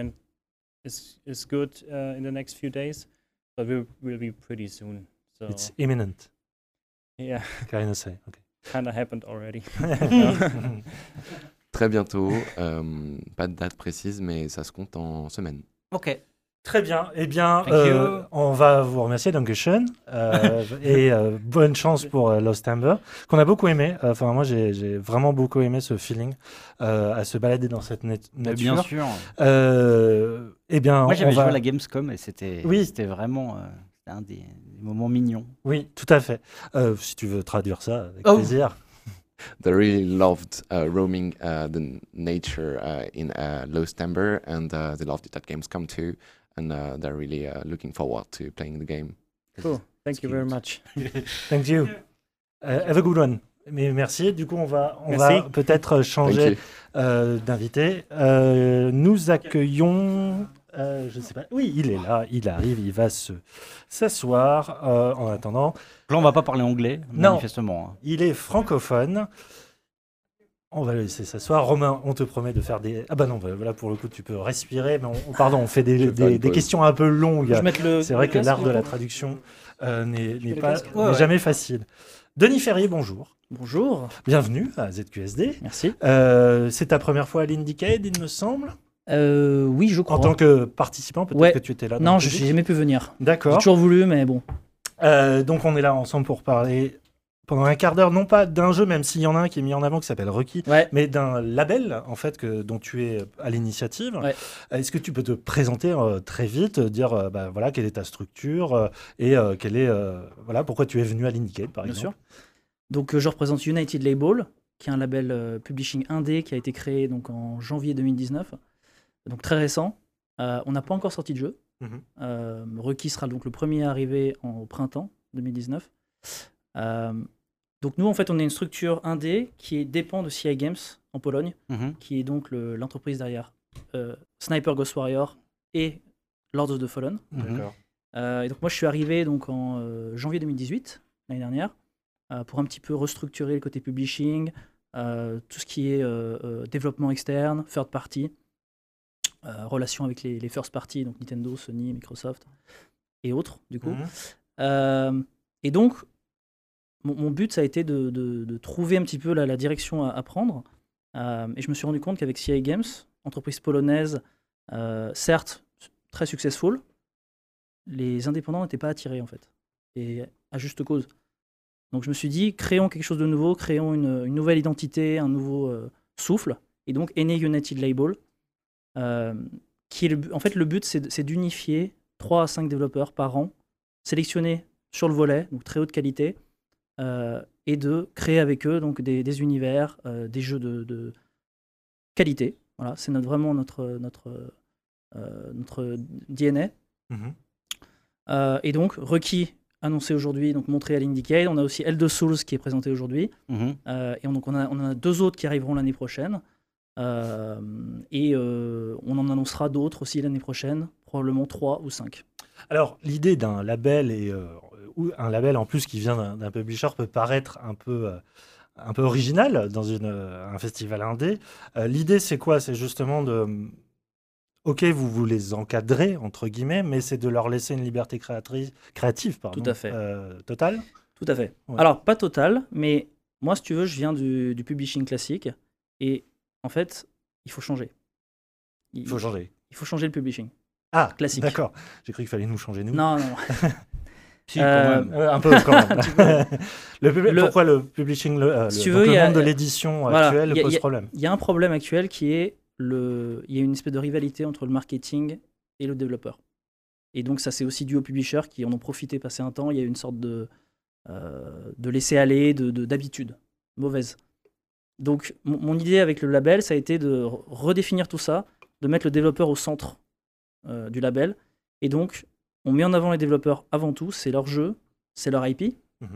good in the next few days. But it will be pretty soon. So it's imminent. Yeah. Kind of say. Okay. Kind of happened already. Très bientôt. Pas de date précise, mais ça se compte en semaines. Ok. Très bien. Eh bien, on va vous remercier, Dankeschön. Et bonne chance pour Lost Ember, qu'on a beaucoup aimé. Enfin, moi, j'ai vraiment beaucoup aimé ce feeling à se balader dans cette nature. Bien sûr. Eh bien, moi, j'avais joué à la Gamescom et c'était vraiment... un des moments mignons. Oui, tout à fait. Si tu veux traduire ça, avec plaisir. They really loved roaming the nature in Lost Ember, and they loved it at Gamescom too, and they're really looking forward to playing the game. Cool. Thank you very much. Thank you. Have a good one. Mais merci. Du coup, on va peut-être changer d'invité. Nous accueillons... je ne sais pas. Oui, il est là, il arrive, il va s'asseoir en attendant. Là, on ne va pas parler anglais, manifestement. Il est francophone. On va le laisser s'asseoir. Romain, on te promet de faire des... Ah bah non, voilà, pour le coup, tu peux respirer, mais on fait des questions un peu longues. C'est vrai que l'art de la traduction n'est jamais facile. Denis Ferrier, bonjour. Bonjour. Bienvenue à ZQSD. Merci. C'est ta première fois à l'Indiecade, il me semble. Oui, je crois. En tant que participant, peut-être que tu étais là. Non, je n'ai jamais pu venir. D'accord. J'ai toujours voulu, mais bon. Donc on est là ensemble pour parler pendant un quart d'heure, non pas d'un jeu, même s'il y en a un qui est mis en avant qui s'appelle Rookie, mais d'un label en fait dont tu es à l'initiative. Ouais. Est-ce que tu peux te présenter très vite, dire voilà quelle est ta structure et quelle est voilà pourquoi tu es venu à l'Indiecade par exemple. Bien sûr. Donc je représente United Label, qui est un label publishing indé qui a été créé donc en janvier 2019, donc très récent. On n'a pas encore sorti de jeu. Rookie sera donc le premier arrivé au printemps 2019. Donc nous en fait on est une structure indé qui dépend de CI Games en Pologne, qui est donc l'entreprise derrière Sniper Ghost Warrior et Lords of the Fallen. Et donc moi je suis arrivé donc en janvier 2018 l'année dernière pour un petit peu restructurer le côté publishing, tout ce qui est développement externe, third party, relations avec les first party, donc Nintendo, Sony, Microsoft et autres du coup. Et donc mon but, ça a été de trouver un petit peu la direction à prendre. Et je me suis rendu compte qu'avec CI Games, entreprise polonaise, certes très successful, les indépendants n'étaient pas attirés en fait. Et à juste cause. Donc je me suis dit, créons quelque chose de nouveau, créons une nouvelle identité, un nouveau souffle. Et donc est né United Label. Qui est en fait, le but, c'est d'unifier 3 à 5 développeurs par an, sélectionnés sur le volet, donc très haute qualité. Et de créer avec eux donc des univers, des jeux de qualité. Voilà, c'est vraiment notre DNA. Et donc, Rookie annoncé aujourd'hui, donc montré à l'Indiecade. On a aussi Elder Souls qui est présenté aujourd'hui. Et donc on a 2 autres qui arriveront l'année prochaine. Et on en annoncera d'autres aussi l'année prochaine, probablement 3 ou 5. Alors, l'idée d'un label ou un label en plus qui vient d'un publisher peut paraître un peu original dans un festival indé. L'idée, c'est quoi? C'est justement ok, vous les encadrez, entre guillemets, mais c'est de leur laisser une liberté créative Tout à fait. Totale? Tout à fait. Ouais. Alors, pas totale, mais moi, si tu veux, je viens du publishing classique, et en fait, il faut changer. Il faut changer le publishing. Ah, classique. D'accord. J'ai cru qu'il fallait nous changer, nous. Non. Si, quand même. Un peu, quand même. Pourquoi le publishing, le monde de l'édition actuelle pose problème? Il y a un problème actuel qui est il y a une espèce de rivalité entre le marketing et le développeur. Et donc ça, c'est aussi dû aux publishers qui en ont profité passer un temps. Il y a une sorte de laisser-aller, d'habitude mauvaise. Donc mon idée avec le label, ça a été de redéfinir tout ça, de mettre le développeur au centre du label. Et donc, on met en avant les développeurs avant tout, c'est leur jeu, c'est leur IP.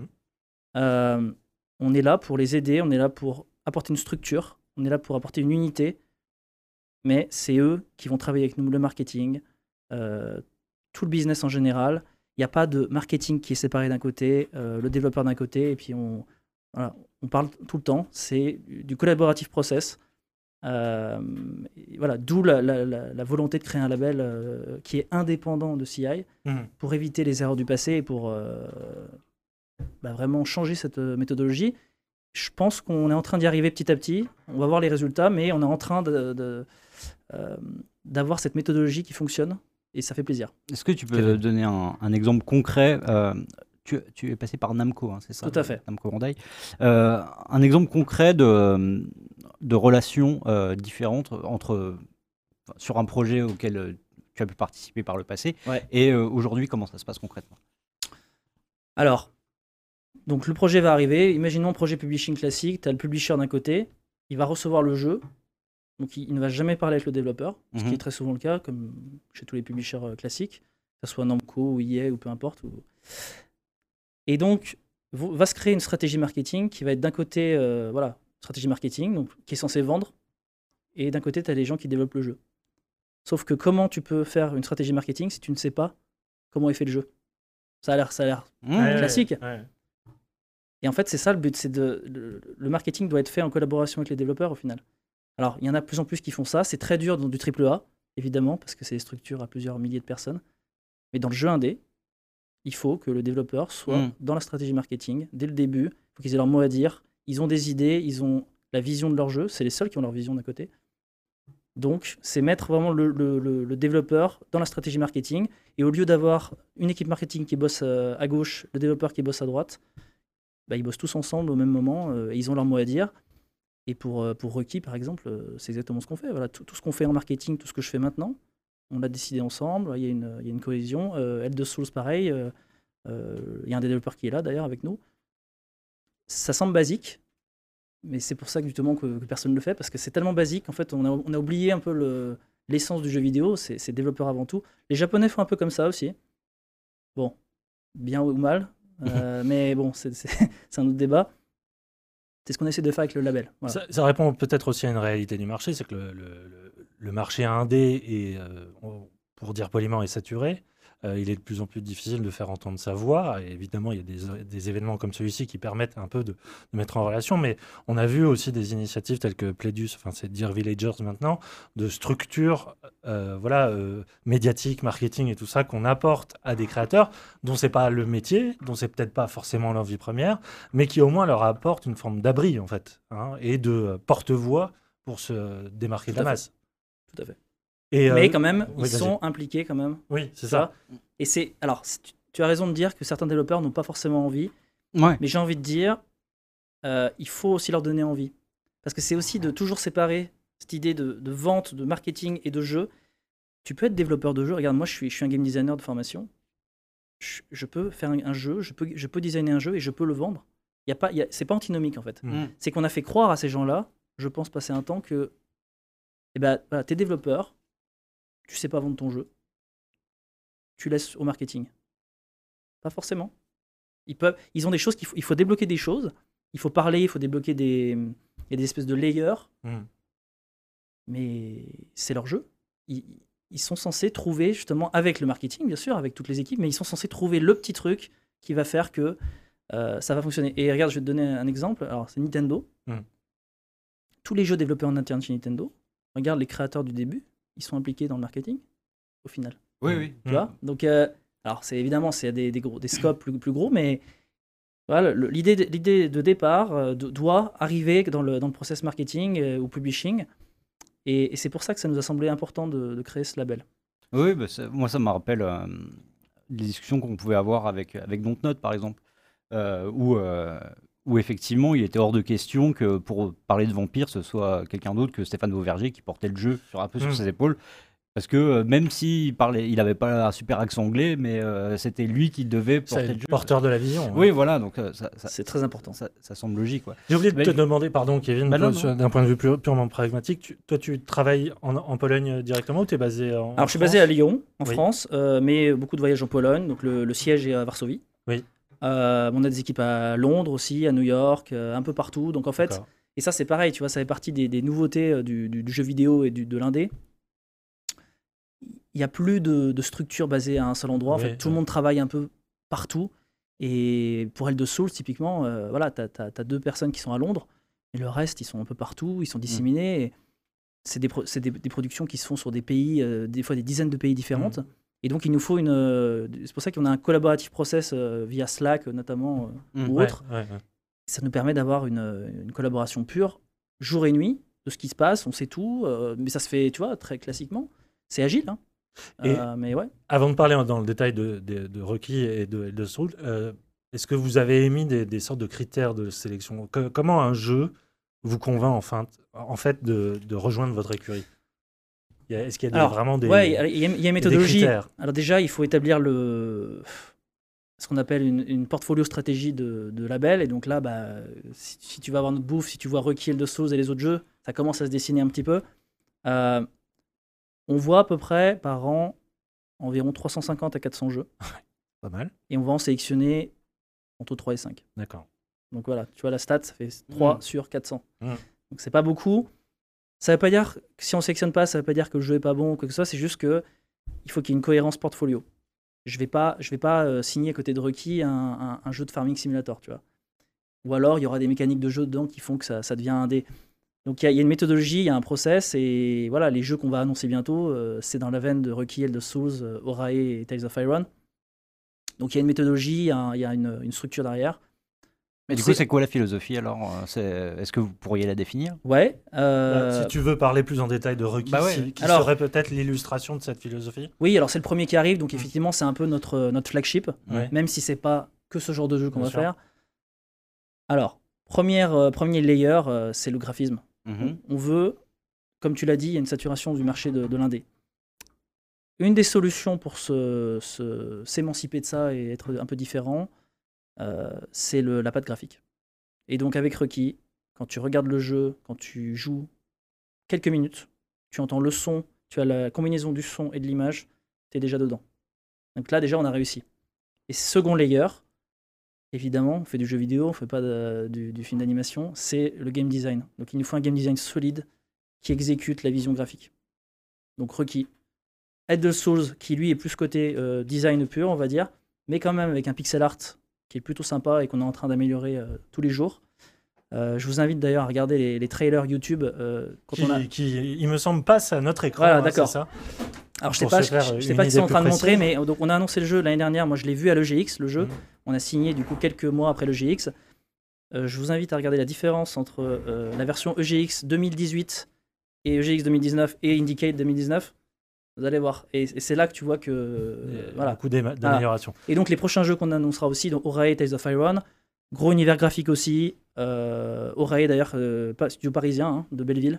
On est là pour les aider, on est là pour apporter une structure, on est là pour apporter une unité, mais c'est eux qui vont travailler avec nous, le marketing, tout le business en général. Il n'y a pas de marketing qui est séparé d'un côté, le développeur d'un côté, et puis on parle tout le temps, c'est du collaborative process. Voilà, d'où la volonté de créer un label qui est indépendant de CI pour éviter les erreurs du passé et pour vraiment changer cette méthodologie. Je pense qu'on est en train d'y arriver petit à petit. On va voir les résultats, mais on est en train d'avoir cette méthodologie qui fonctionne et ça fait plaisir. Est-ce que tu peux donner un exemple concret? Tu es passé par Namco, hein, c'est ça? Tout à fait. Namco Bandai. Un exemple concret de relations différentes sur un projet auquel tu as pu participer par le passé. Et aujourd'hui, comment ça se passe concrètement? Alors, donc le projet va arriver. Imaginons un projet publishing classique. Tu as le publisher d'un côté. Il va recevoir le jeu. Donc il ne va jamais parler avec le développeur, ce qui est très souvent le cas, comme chez tous les publishers classiques, que ce soit Namco ou EA ou peu importe. Et donc, va se créer une stratégie marketing qui va être d'un côté, stratégie marketing, donc, qui est censée vendre, et d'un côté, tu as les gens qui développent le jeu. Sauf que comment tu peux faire une stratégie marketing si tu ne sais pas comment est fait le jeu? Ça a l'air classique. Et en fait, c'est ça le but. Le marketing doit être fait en collaboration avec les développeurs au final. Alors, il y en a de plus en plus qui font ça. C'est très dur dans du AAA, évidemment, parce que c'est des structures à plusieurs milliers de personnes. Mais dans le jeu indé, il faut que le développeur soit dans la stratégie marketing dès le début. Il faut qu'ils aient leur mot à dire. Ils ont des idées, ils ont la vision de leur jeu. C'est les seuls qui ont leur vision d'un côté. Donc, c'est mettre vraiment le développeur dans la stratégie marketing. Et au lieu d'avoir une équipe marketing qui bosse à gauche, le développeur qui bosse à droite, ils bossent tous ensemble au même moment et ils ont leur mot à dire. Et pour Rocky, par exemple, c'est exactement ce qu'on fait. Voilà, tout ce qu'on fait en marketing, tout ce que je fais maintenant, on l'a décidé ensemble. Il y a une cohésion. Elder Souls, pareil. Il y a un des développeurs qui est là, d'ailleurs, avec nous. Ça semble basique, mais c'est pour ça que, justement, que personne ne le fait, parce que c'est tellement basique. En fait, on a oublié un peu l'essence du jeu vidéo. C'est développeur avant tout. Les Japonais font un peu comme ça aussi. Bon, bien ou mal. Mais bon, c'est un autre débat. C'est ce qu'on essaie de faire avec le label. Voilà. Ça répond peut-être aussi à une réalité du marché, c'est que le marché indé est, pour dire poliment, est saturé. Il est de plus en plus difficile de faire entendre sa voix. Et évidemment, il y a des événements comme celui-ci qui permettent un peu de mettre en relation. Mais on a vu aussi des initiatives telles que Pledus, enfin c'est Dear Villagers maintenant, de structures médiatiques, marketing et tout ça qu'on apporte à des créateurs dont c'est pas le métier, dont c'est peut-être pas forcément leur vie première, mais qui au moins leur apportent une forme d'abri en fait, et de porte-voix pour se démarquer de la masse. Tout à fait. Mais quand même, ils sont impliqués quand même. Oui, c'est ça. Et alors, tu as raison de dire que certains développeurs n'ont pas forcément envie. Ouais. Mais j'ai envie de dire, il faut aussi leur donner envie. Parce que c'est aussi de toujours séparer cette idée de vente, de marketing et de jeu. Tu peux être développeur de jeu. Regarde, moi, je suis un game designer de formation. Je peux faire un jeu, je peux designer un jeu et je peux le vendre. C'est pas antinomique, en fait. C'est qu'on a fait croire à ces gens-là, je pense, passer un temps que t'es développeur, tu sais pas vendre ton jeu, tu laisses au marketing. Pas forcément. Ils ont des choses il faut débloquer des choses, il faut parler, il faut débloquer il y a des espèces de layers, mais c'est leur jeu. Ils sont censés trouver, justement, avec le marketing, bien sûr, avec toutes les équipes, mais ils sont censés trouver le petit truc qui va faire que ça va fonctionner. Et regarde, je vais te donner un exemple. Alors, c'est Nintendo. Tous les jeux développés en interne chez Nintendo, regarde les créateurs du début, ils sont impliqués dans le marketing, au final. Oui. Tu vois ? Donc, alors, c'est évidemment, c'est des scopes plus gros, mais voilà, l'idée de départ doit arriver dans le process marketing ou publishing. Et c'est pour ça que ça nous a semblé important de créer ce label. Oui, moi, ça me rappelle les discussions qu'on pouvait avoir avec Dontnod, par exemple, où effectivement, il était hors de question que pour parler de vampire, ce soit quelqu'un d'autre que Stéphane Beauverger qui portait le jeu un peu sur ses épaules. Parce que même s'il n'avait pas un super accent anglais, mais c'était lui qui devait porter le jeu. Porteur de la vision. Oui, voilà, donc c'est très important. Ça semble logique. Ouais. J'ai oublié de te demander, pardon Kevin, d'un point de vue purement pragmatique, toi tu travailles en Pologne directement ou tu es basé en Alors je suis basé à Lyon, en France, mais beaucoup de voyages en Pologne, donc le siège est à Varsovie. Oui. On a des équipes à Londres aussi, à New York, un peu partout. Donc en fait, et ça c'est pareil, tu vois, ça fait partie des nouveautés du jeu vidéo et de l'indé. Il n'y a plus de structure basée à un seul endroit. En fait, tout le monde travaille un peu partout. Et pour Elder Souls, typiquement, voilà, tu as 2 personnes qui sont à Londres, et le reste, ils sont un peu partout, ils sont disséminés. Et c'est des productions qui se font sur des pays, des fois des dizaines de pays différentes. Et donc, il nous faut c'est pour ça qu'on a un collaborative process via Slack, notamment, ou autre. Ça nous permet d'avoir une collaboration pure, jour et nuit, de ce qui se passe. On sait tout, mais ça se fait, tu vois, très classiquement. C'est agile, hein. Mais ouais. Avant de parler dans le détail de Rocky et de Elder Souls, est-ce que vous avez émis des sortes de critères de sélection ? Comment un jeu vous convainc en fait de rejoindre votre écurie ? Est-ce qu'il y a vraiment des il y a une méthodologie. Alors déjà, il faut établir ce qu'on appelle une portfolio stratégie de label. Et donc là, si tu vas avoir notre bouffe, si tu vois Rocky, Elder Souls et les autres jeux, ça commence à se dessiner un petit peu. On voit à peu près par an environ 350 à 400 jeux. Pas mal. Et on va en sélectionner entre 3 et 5. D'accord. Donc voilà, tu vois la stat, ça fait 3 sur 400. Donc c'est pas beaucoup. Ça veut pas dire que si on sélectionne pas, ça veut pas dire que le jeu est pas bon ou quoi que ce soit, c'est juste que il faut qu'il y ait une cohérence portfolio. Je vais pas signer à côté de Rocky un jeu de farming simulator, tu vois. ou alors il y aura des mécaniques de jeu dedans qui font que ça devient indé. Donc il y a une méthodologie, il y a un process, et voilà, les jeux qu'on va annoncer bientôt, c'est dans la veine de Rocky, Elder Souls, Orae et Tales of Iron. Donc il y a une méthodologie, il y a une structure derrière. Mais du coup, c'est quoi la philosophie alors? Est-ce que vous pourriez la définir? Ouais. Si tu veux parler plus en détail de Rocky, qui serait peut-être l'illustration de cette philosophie? Oui, alors c'est le premier qui arrive, donc effectivement c'est un peu notre flagship, même si c'est pas que ce genre de jeu qu'on va faire. Alors, premier layer, c'est le graphisme. On veut, comme tu l'as dit, il y a une saturation du marché de l'indé. Une des solutions pour s'émanciper de ça et être un peu différent, c'est la patte graphique. Et donc avec Rocky, quand tu regardes le jeu, quand tu joues quelques minutes, tu entends le son, tu as la combinaison du son et de l'image, tu es déjà dedans. Donc là déjà on a réussi. Et second layer, évidemment, on fait du jeu vidéo, on fait pas du film d'animation, c'est le game design. Donc il nous faut un game design solide qui exécute la vision graphique. Donc Rocky, Elder Souls qui lui est plus côté design pur, on va dire, mais quand même avec un pixel art qui est plutôt sympa et qu'on est en train d'améliorer tous les jours. Je vous invite d'ailleurs à regarder les trailers YouTube. Qui, il me semble, passent à notre écran. Voilà, d'accord. C'est ça. Alors je sais pas ce qu'ils sont en train de montrer, mais donc on a annoncé le jeu l'année dernière. Moi je l'ai vu à l'EGX, le jeu. On a signé du coup quelques mois après l'EGX. Je vous invite à regarder la différence entre la version EGX 2018 et EGX 2019 et Indicate 2019. Vous allez voir. Et c'est là que tu vois que voilà. Beaucoup d'amélioration. Voilà. Et donc les prochains jeux qu'on annoncera aussi, donc Orae, Tales of Iron, gros univers graphique aussi. Orae d'ailleurs, studio parisien de Belleville,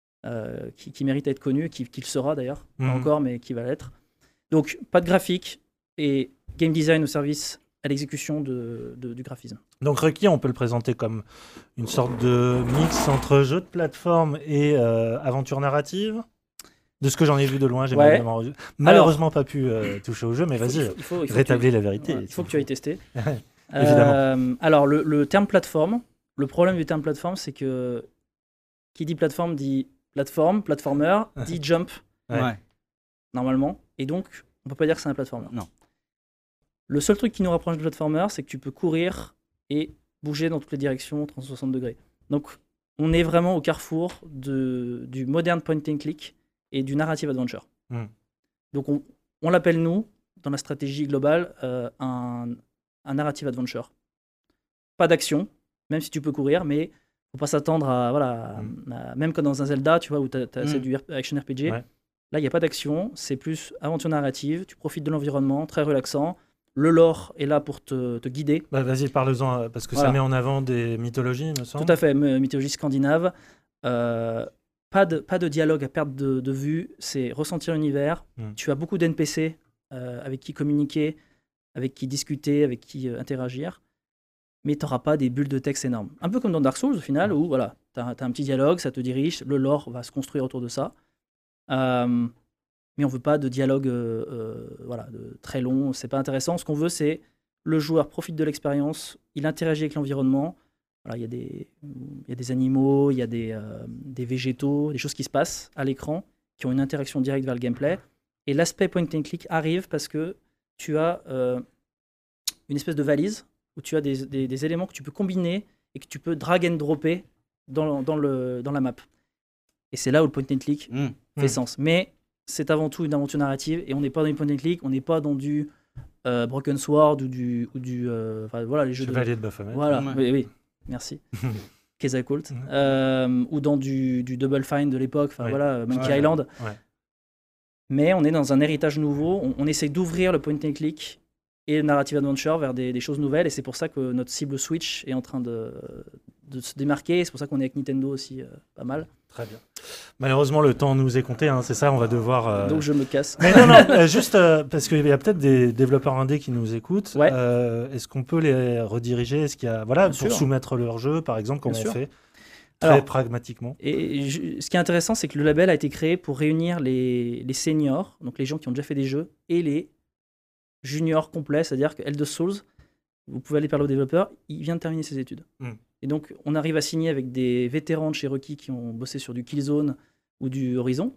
qui mérite d'être connu, qui le sera d'ailleurs, pas encore, mais qui va l'être. Donc pas de graphique et game design au service à l'exécution du graphisme. Donc Rocky, on peut le présenter comme une sorte de mix entre jeu de plateforme et aventure narrative. De ce que j'en ai vu de loin, j'ai malheureusement pas pu toucher au jeu, mais vas-y, rétablis la vérité. Il faut que tu ailles tester. Évidemment. Alors, le terme plateforme, le problème du terme plateforme, c'est que qui dit plateforme dit plateforme, platformer, dit jump, normalement. Et donc, on peut pas dire que c'est un platformer. Non. Le seul truc qui nous rapproche de platformer, c'est que tu peux courir et bouger dans toutes les directions 360 degrés. Donc, on est vraiment au carrefour du modern point and click et du narrative adventure. Donc on l'appelle, nous, dans la stratégie globale, un narrative adventure. Pas d'action, même si tu peux courir, mais faut pas s'attendre à même comme dans un Zelda, tu vois, où c'est du action RPG. Là, il n'y a pas d'action, c'est plus aventure narrative, tu profites de l'environnement, très relaxant. Le lore est là pour te guider. Vas-y, parle-en, parce que ça met en avant des mythologies, il me semble. Tout à fait, mythologie scandinave. Pas de dialogue à perte de vue, c'est ressentir l'univers. Tu as beaucoup d'NPC avec qui communiquer, avec qui discuter, avec qui interagir, mais tu n'auras pas des bulles de texte énormes. Un peu comme dans Dark Souls au final, où voilà, tu as un petit dialogue, ça te dirige, le lore va se construire autour de ça. Mais on ne veut pas de dialogue très long, c'est pas intéressant. Ce qu'on veut, c'est le joueur profite de l'expérience, il interagit avec l'environnement. Il y a des animaux, il y a des végétaux, des choses qui se passent à l'écran, qui ont une interaction directe vers le gameplay. Et l'aspect point and click arrive parce que tu as une espèce de valise où tu as des éléments que tu peux combiner et que tu peux drag and dropper dans la map. Et c'est là où le point and click fait sens. Mais c'est avant tout une aventure narrative et on n'est pas dans une point and click, on n'est pas dans du Broken Sword ou du voilà, les jeux Chevalier de Baphomet. Voilà, oui. Merci. Keza Cult. Ou dans du Double Fine de l'époque, Monkey Island. Mais on est dans un héritage nouveau. On essaie d'ouvrir le point and click et le narrative adventure vers des choses nouvelles. Et c'est pour ça que notre cible Switch est en train de se démarquer. C'est pour ça qu'on est avec Nintendo aussi pas mal. Très bien. Malheureusement, le temps nous est compté, c'est ça, on va devoir... Donc je me casse. Mais non, juste parce qu'il y a peut-être des développeurs indés qui nous écoutent. Est-ce qu'on peut les rediriger? Est-ce qu'il y a, pour soumettre leur jeu, par exemple, comment on fait très pragmatiquement? Et ce qui est intéressant, c'est que le label a été créé pour réunir les seniors, donc les gens qui ont déjà fait des jeux, et les juniors complets, c'est-à-dire que Elder Souls, vous pouvez aller parler aux développeurs, il vient de terminer ses études. Et donc, on arrive à signer avec des vétérans de chez Rocky qui ont bossé sur du Killzone ou du Horizon,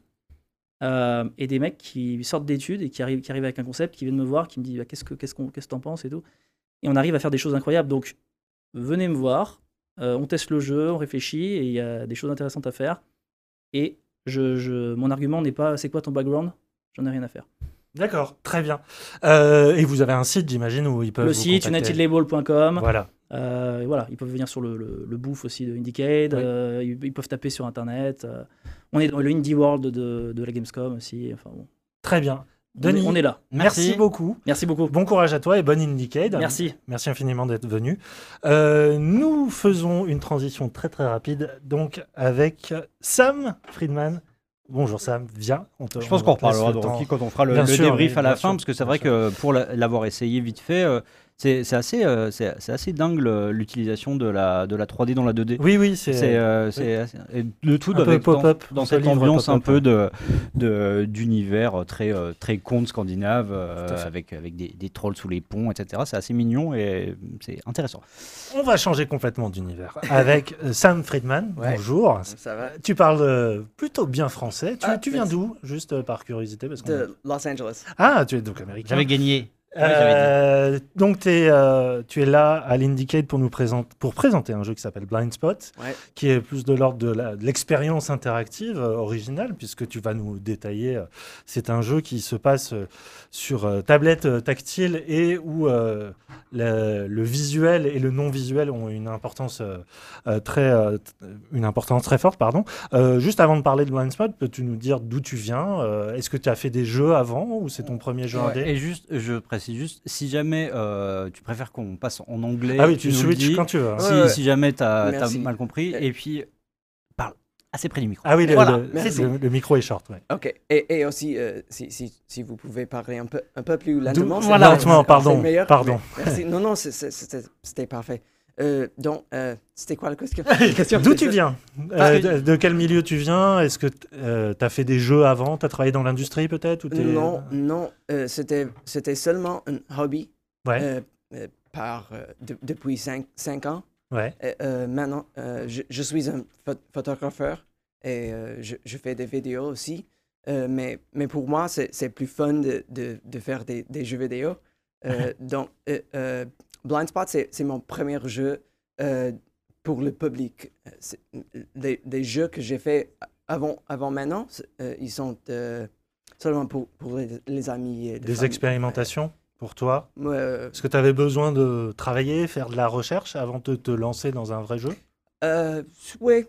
et des mecs qui sortent d'études et qui arrivent avec un concept, qui viennent me voir, qui me disent qu'est-ce que t'en penses et tout. Et on arrive à faire des choses incroyables. Donc, venez me voir, on teste le jeu, on réfléchit, et il y a des choses intéressantes à faire. Et mon argument n'est pas c'est quoi ton background, j'en ai rien à faire. D'accord, très bien. Et vous avez un site, j'imagine, où ils peuvent le vous site contacter. unitedlabel.com. Voilà. Voilà, ils peuvent venir sur le booth aussi de Indiecade, ils peuvent taper sur internet. On est dans le Indie World de la Gamescom aussi. Enfin, bon. Très bien. Denis, on est là. Merci beaucoup. Merci beaucoup. Bon courage à toi et bonne Indiecade. Merci. Merci infiniment d'être venu. Nous faisons une transition très très rapide donc avec Sam Friedman. Bonjour Sam, viens. Je pense qu'on reparlera de Rocky quand on fera le débrief à la fin, parce que c'est vrai que pour l'avoir essayé vite fait, c'est assez dingue l'utilisation de la 3D dans la 2D. Oui, c'est le tout avec dans cette ambiance un peu d'univers très conte scandinave, avec des trolls sous les ponts, etc. C'est assez mignon et c'est intéressant. On va changer complètement d'univers avec Sam Friedman. Ouais. Bonjour. Ça va? Tu parles plutôt bien français. Tu viens merci. d'où, juste par curiosité parce De Los Angeles. Ah, tu es donc américain. J'avais gagné. Donc tu es là à l'Indiecade pour présenter un jeu qui s'appelle Blind Spot, qui est plus de l'ordre de l'expérience interactive originale, puisque tu vas nous détailler. C'est un jeu qui se passe sur tablette tactile et où le visuel et le non visuel ont une importance très forte. Juste avant de parler de Blind Spot, peux-tu nous dire d'où tu viens? Est-ce que tu as fait des jeux avant ou c'est ton premier jeu indé? Et juste, je précise juste, si jamais tu préfères qu'on passe en anglais, ah oui, tu switches quand tu veux. Si jamais tu as mal compris, et puis parle assez près du micro. Ah oui, voilà, le micro est short. Ouais. Ok, et aussi, si vous pouvez parler un peu plus lentement. Lentement, pardon. Merci. Non, c'était parfait. Donc, c'était quoi la question? D'où tu viens? De quel milieu tu viens? Est-ce que tu as fait des jeux avant? Tu as travaillé dans l'industrie peut-être? Non. C'était seulement un hobby depuis 5 ans. Ouais. Maintenant, je suis un photographeur et je fais des vidéos aussi. Mais pour moi, c'est plus fun de faire des jeux vidéo. Donc, Blind Spot, c'est mon premier jeu pour le public. Les jeux que j'ai fait avant maintenant, ils sont seulement pour les amis. Et des expérimentations pour toi? Est-ce que tu avais besoin de travailler, faire de la recherche avant de te lancer dans un vrai jeu? Oui,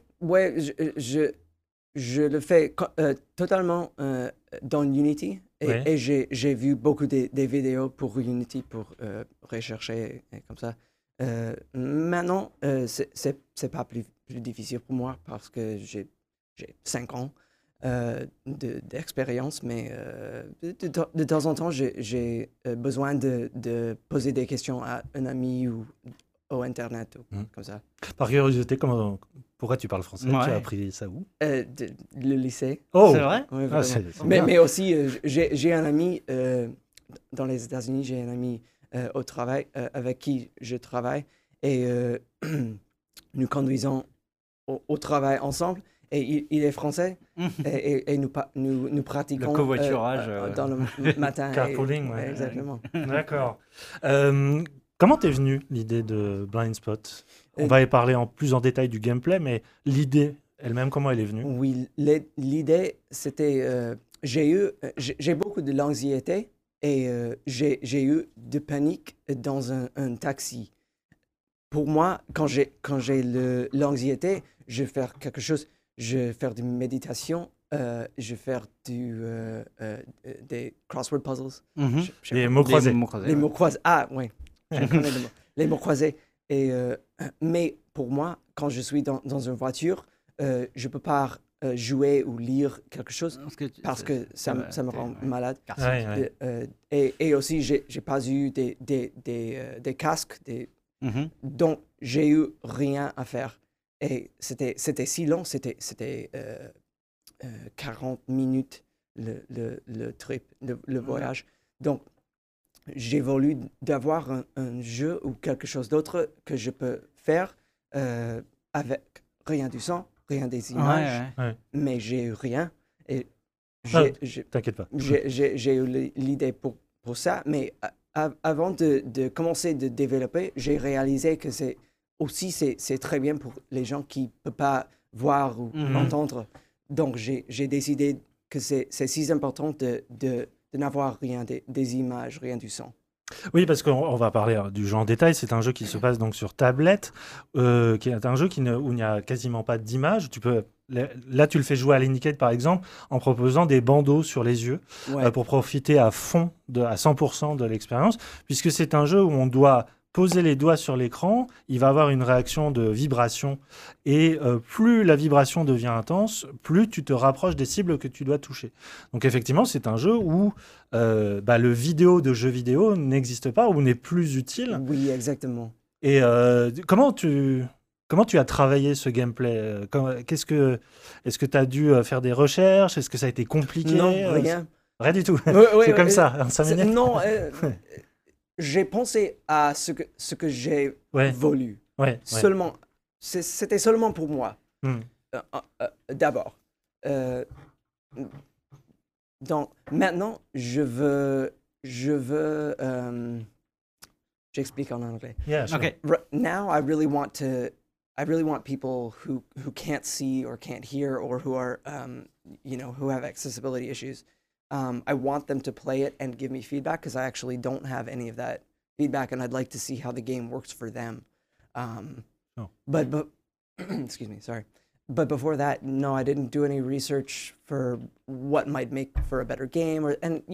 je le fais totalement dans Unity. Et j'ai vu beaucoup des vidéos pour Unity pour rechercher comme ça. Maintenant, c'est pas plus difficile pour moi parce que j'ai 5 ans d'expérience, mais de temps en temps, j'ai besoin de poser des questions à un ami ou au Internet, comme ça. Par curiosité, pourquoi tu parles français? Tu as appris ça où? Le lycée. Oh, c'est vrai? Ouais, mais aussi, j'ai un ami dans les États-Unis, j'ai un ami au travail avec qui je travaille et nous conduisons au travail ensemble. Et il est français et nous pratiquons le covoiturage dans le matin. Carpooling, ouais, exactement. D'accord. Comment t'es venue l'idée de Blind Spot? On va y parler plus en détail du gameplay, mais l'idée elle-même, comment elle est venue? Oui, l'idée, c'était... j'ai beaucoup de l'anxiété et j'ai eu de panique dans un taxi. Pour moi, quand j'ai l'anxiété, je vais faire quelque chose. Je vais faire de méditation, je vais faire des crossword puzzles. Les mots croisés. Les mots croisés. Ah, oui. Je connais les mots croisés. Mais pour moi, quand je suis dans une voiture, je ne peux pas jouer ou lire quelque chose parce que ça me rend malade. Et aussi, je n'ai pas eu des casques, donc j'ai eu rien à faire. Et c'était si long, c'était 40 minutes le trip, le voyage. Donc, j'ai voulu d'avoir un jeu ou quelque chose d'autre que je peux faire avec rien du son, rien des images, mais j'ai eu rien. Et t'inquiète pas. J'ai eu l'idée pour ça, mais avant de commencer de développer, j'ai réalisé que c'est aussi, c'est très bien pour les gens qui ne peuvent pas voir ou entendre. Donc, j'ai décidé que c'est si important de n'avoir rien, des images, rien du son. Oui, parce qu'on va parler du jeu en détail. C'est un jeu qui se passe donc sur tablette, qui est un jeu où il n'y a quasiment pas d'image. Là, tu le fais jouer à l'Indicate, par exemple, en proposant des bandeaux sur les yeux pour profiter à fond, à 100% de l'expérience, puisque c'est un jeu où on doit poser les doigts sur l'écran, il va avoir une réaction de vibration, et plus la vibration devient intense, plus tu te rapproches des cibles que tu dois toucher. Donc effectivement, c'est un jeu où le vidéo de jeu vidéo n'existe pas, ou n'est plus utile. Oui, exactement. Et comment tu as travaillé ce gameplay? Est-ce que tu as dû faire des recherches? Est-ce que ça a été compliqué? Non, rien. Rien du tout. C'est comme ça, en 5 minutes. Non, j'ai pensé à ce que j'ai voulu. Seulement, c'était seulement pour moi. D'abord. Donc, maintenant, j'explique en anglais. Yeah, sure. Okay. Now, I really want people who can't see or can't hear or who are, who have accessibility issues. I want them to play it and give me feedback because I actually don't have any of that feedback, and I'd like to see how the game works for them. But excuse me, sorry. But before that, no, I didn't do any research for what might make for a better game,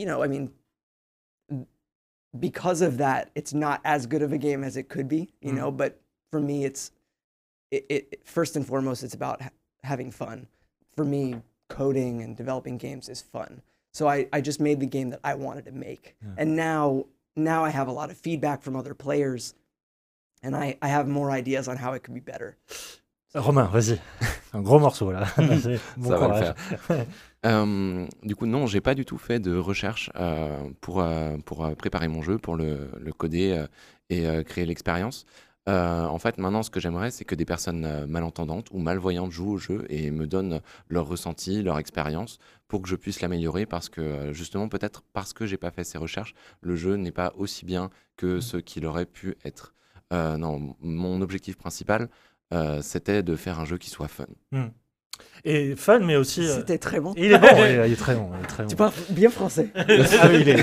because of that, it's not as good of a game as it could be, you know. But for me, it first and foremost, it's about having fun. For me, coding and developing games is fun. So I just made the game that I wanted to make. And now I have a lot of feedback from other players, and I have more ideas on how it could be better. Romain, vas-y. Un gros morceau, là. Bon, ça va le faire. Du coup, non, j'ai pas du tout fait de recherche pour préparer mon jeu, pour le coder et créer l'expérience. En fait, maintenant, ce que j'aimerais, c'est que des personnes malentendantes ou malvoyantes jouent au jeu et me donnent leur ressenti, leur expérience, pour que je puisse l'améliorer, parce que, justement, peut-être parce que j'ai pas fait ces recherches, le jeu n'est pas aussi bien que ce qu'il aurait pu être. Non, mon objectif principal, c'était de faire un jeu qui soit fun. Et fun, mais aussi... C'était très bon. Il est bon, il est très bon. Tu parles bien français. Ah oui, il est...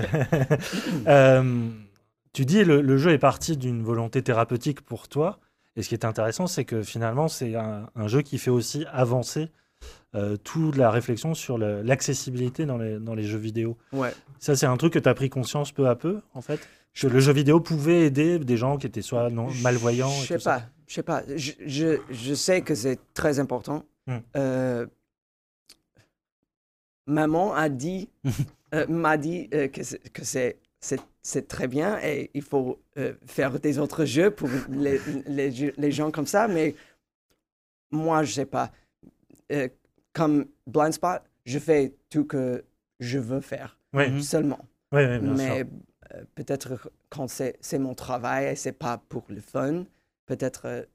Tu dis le jeu est parti d'une volonté thérapeutique pour toi, et ce qui est intéressant, c'est que finalement, c'est un jeu qui fait aussi avancer toute la réflexion sur l'accessibilité dans les jeux vidéo. Ouais. Ça, c'est un truc que tu as pris conscience peu à peu, en fait, que le jeu vidéo pouvait aider des gens qui étaient soit malvoyants. Je sais pas. Je sais que c'est très important. Maman m'a dit que c'est très bien et il faut faire des autres jeux pour les gens comme ça, mais moi, je sais pas. Comme Blind Spot, je fais tout que je veux faire, seulement. Oui, bien sûr. Peut-être quand c'est mon travail et c'est pas pour le fun, peut-être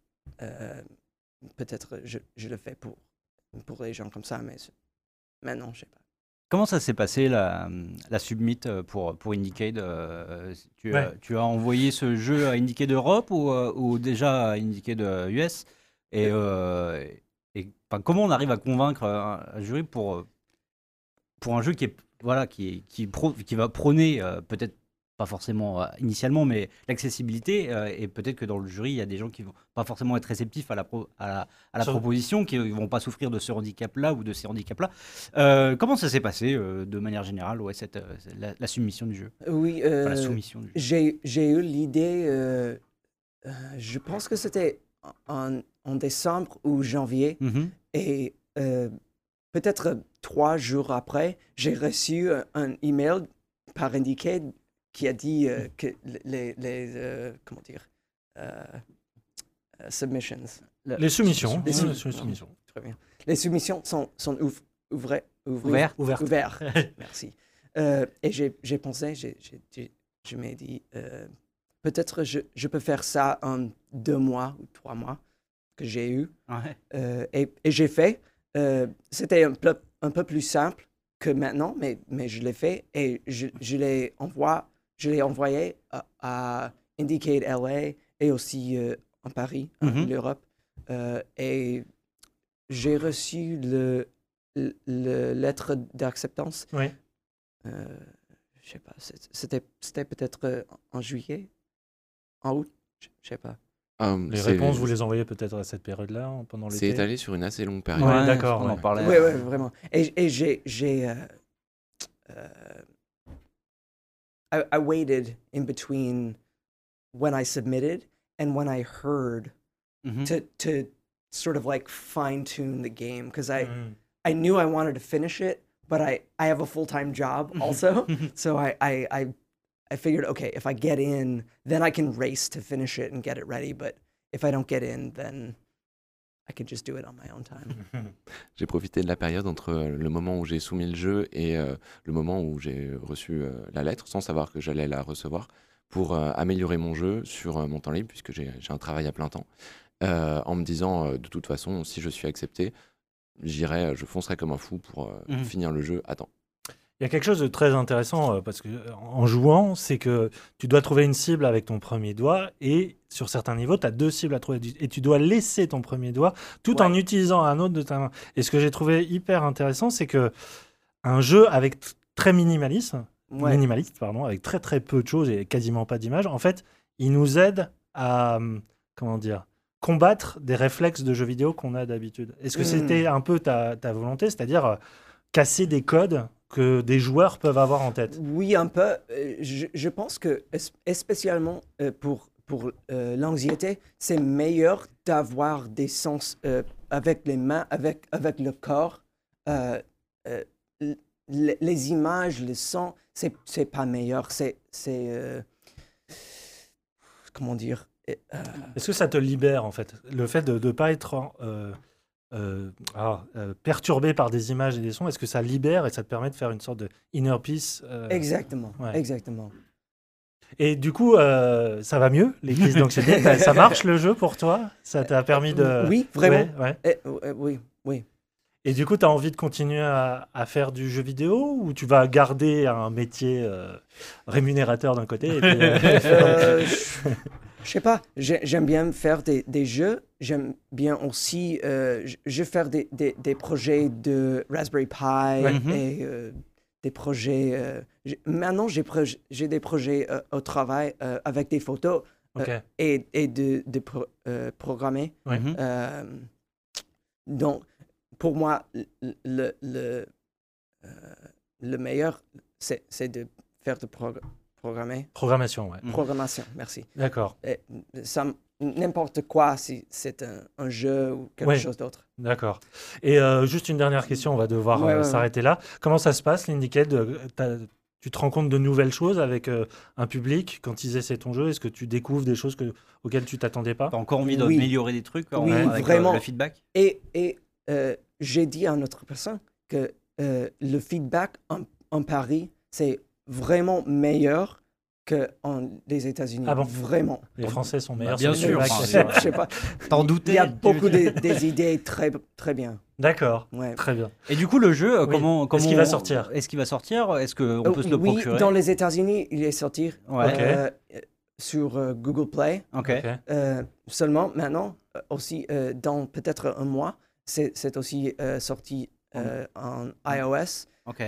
je le fais pour les gens comme ça, mais maintenant, je sais pas. Comment ça s'est passé la submit pour Indicate tu as envoyé ce jeu à Indicate Europe ou déjà à Indicate US et comment on arrive à convaincre un jury pour un jeu qui va prôner peut-être pas forcément initialement, mais l'accessibilité, et peut-être que dans le jury, il y a des gens qui vont pas forcément être réceptifs à la proposition, qui ne vont pas souffrir de ce handicap-là ou de ces handicaps-là. Comment ça s'est passé de manière générale, la soumission du jeu? Oui, la soumission du jeu. J'ai eu l'idée, je pense que c'était en décembre ou janvier, et peut-être 3 jours après, j'ai reçu un email par Indicate qui a dit que les comment dire, submissions. Les soumissions. Très bien. Les soumissions sont ouvertes. Merci. Et j'ai pensé, je m'ai dit, peut-être je peux faire ça en 2 mois ou 3 mois que j'ai eu. Et j'ai fait. C'était un peu plus simple que maintenant, mais je l'ai fait et je l'ai envoyé à Indicate LA et aussi en Paris, en Europe, et j'ai reçu le lettre d'acceptance. Oui. Je sais pas, c'était peut-être en juillet, en août, je sais pas. Les réponses, vous les envoyez peut-être à cette période-là, pendant l'été? C'est étalé sur une assez longue période. Ouais, d'accord. On en parlait. Oui, vraiment. Et j'ai I waited in between when I submitted and when I heard to sort of like fine-tune the game, because I knew I wanted to finish it, but I have a full-time job also. So I figured, okay, if I get in, then I can race to finish it and get it ready. But if I don't get in, then I can just do it on my own time. J'ai profité de la période entre le moment où j'ai soumis le jeu et le moment où j'ai reçu la lettre, sans savoir que j'allais la recevoir, pour améliorer mon jeu sur mon temps libre, puisque j'ai un travail à plein temps, en me disant, de toute façon, si je suis accepté, je foncerai comme un fou pour finir le jeu à temps. Il y a quelque chose de très intéressant parce que en jouant, c'est que tu dois trouver une cible avec ton premier doigt et sur certains niveaux, tu as 2 cibles à trouver et tu dois laisser ton premier doigt tout en utilisant un autre de ta main. Et ce que j'ai trouvé hyper intéressant, c'est que un jeu avec très minimaliste, avec très très peu de choses et quasiment pas d'images, en fait, il nous aide à combattre des réflexes de jeux vidéo qu'on a d'habitude. Est-ce que c'était un peu ta volonté, c'est-à-dire casser des codes que des joueurs peuvent avoir en tête? Oui, un peu. Je pense que, spécialement pour l'anxiété, c'est meilleur d'avoir des sens avec les mains, avec le corps. Les images, le son, c'est pas meilleur. C'est comment dire? Est-ce que ça te libère, en fait? Le fait de ne pas être perturbé par des images et des sons, est-ce que ça libère et ça te permet de faire une sorte de inner peace? Exactement, exactement. Et du coup, ça va mieux, les crises d'anxiété? Ça marche le jeu pour toi? Ça t'a permis de... Oui, vraiment. Oui. Et du coup, tu as envie de continuer à faire du jeu vidéo ou tu vas garder un métier rémunérateur d'un côté et puis, je sais pas, j'aime bien faire des jeux, j'aime bien aussi faire des projets de Raspberry Pi et des projets... maintenant, j'ai des projets au travail avec des photos et de programmer. Donc, pour moi, le meilleur, c'est de faire de programmer. Programmation, ouais. Programmation, merci. D'accord. N'importe quoi, si c'est un jeu ou quelque chose d'autre. D'accord. Et juste une dernière question, on va devoir s'arrêter là. Comment ça se passe, l'Indicate? Tu te rends compte de nouvelles choses avec un public quand ils essaient ton jeu? Est-ce que tu découvres des choses auxquelles tu t'attendais pas? T'as encore envie d'améliorer des trucs avec vraiment. Le feedback? Et j'ai dit à une autre personne que le feedback en Paris, c'est vraiment meilleur qu'en les États-Unis. Ah bon? Vraiment. Les Français sont meilleurs. Bien sûr. Je sais pas. T'en doutais? Il y a beaucoup des idées très, très bien. D'accord. Très bien. Et du coup, le jeu, comment est-ce qu'il va sortir? Est-ce qu'il va sortir? Est-ce qu'on peut se le procurer? Oui, dans les États-Unis, il est sorti sur Google Play. Seulement, maintenant, aussi, dans peut-être un mois, c'est aussi sorti en iOS.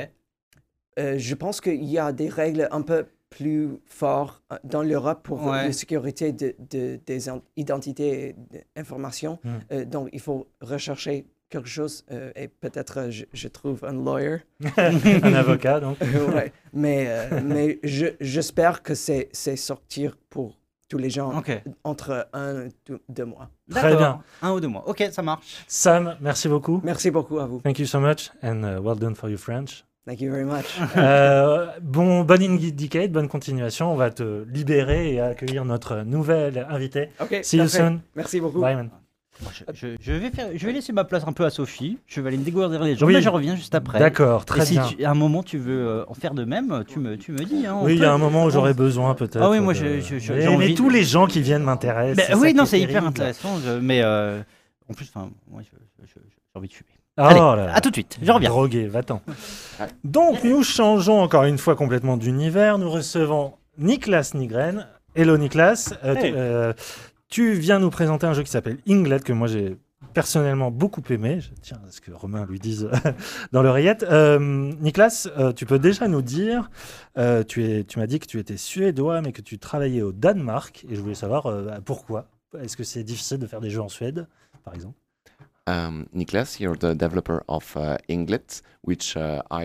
Je pense qu'il y a des règles un peu plus fortes dans l'Europe pour la sécurité des identités et des informations. Donc, il faut rechercher quelque chose et peut-être je trouve un lawyer. Un avocat, donc. Mais j'espère que c'est sortir pour tous les gens entre 1 et 2 mois. Très bien. 1 ou 2 mois. Ok, ça marche. Sam, merci beaucoup. Merci beaucoup à vous. Thank you so much and well done for your French. Thank you very much. Bon Indicate, bonne continuation. On va te libérer et accueillir notre nouvelle invitée. See you soon. Merci beaucoup. Bye, man. Je vais laisser ma place un peu à Sophie. Je vais aller me découvrir les gens. Là, je reviens juste après. D'accord, très bien. Si à un moment tu veux en faire de même, tu me dis. Hein, oui, il y a un moment où j'aurais besoin peut-être. Ah oui, moi mais tous les gens qui viennent m'intéressent. Oui, non, c'est hyper intéressant. Mais en plus, moi, j'ai envie de fumer. Allez, à tout de suite, je reviens. Drogué, va-t'en. Donc, nous changeons encore une fois complètement d'univers. Nous recevons Niklas Nygren. Hello Niklas. Tu viens nous présenter un jeu qui s'appelle Inglet, que moi j'ai personnellement beaucoup aimé. Je tiens à ce que Romain lui dise dans l'oreillette. Nicolas, tu peux déjà nous dire, tu m'as dit que tu étais suédois, mais que tu travaillais au Danemark, et je voulais savoir pourquoi. Est-ce que c'est difficile de faire des jeux en Suède, par exemple? Niklas, you're the developer of Inglet, which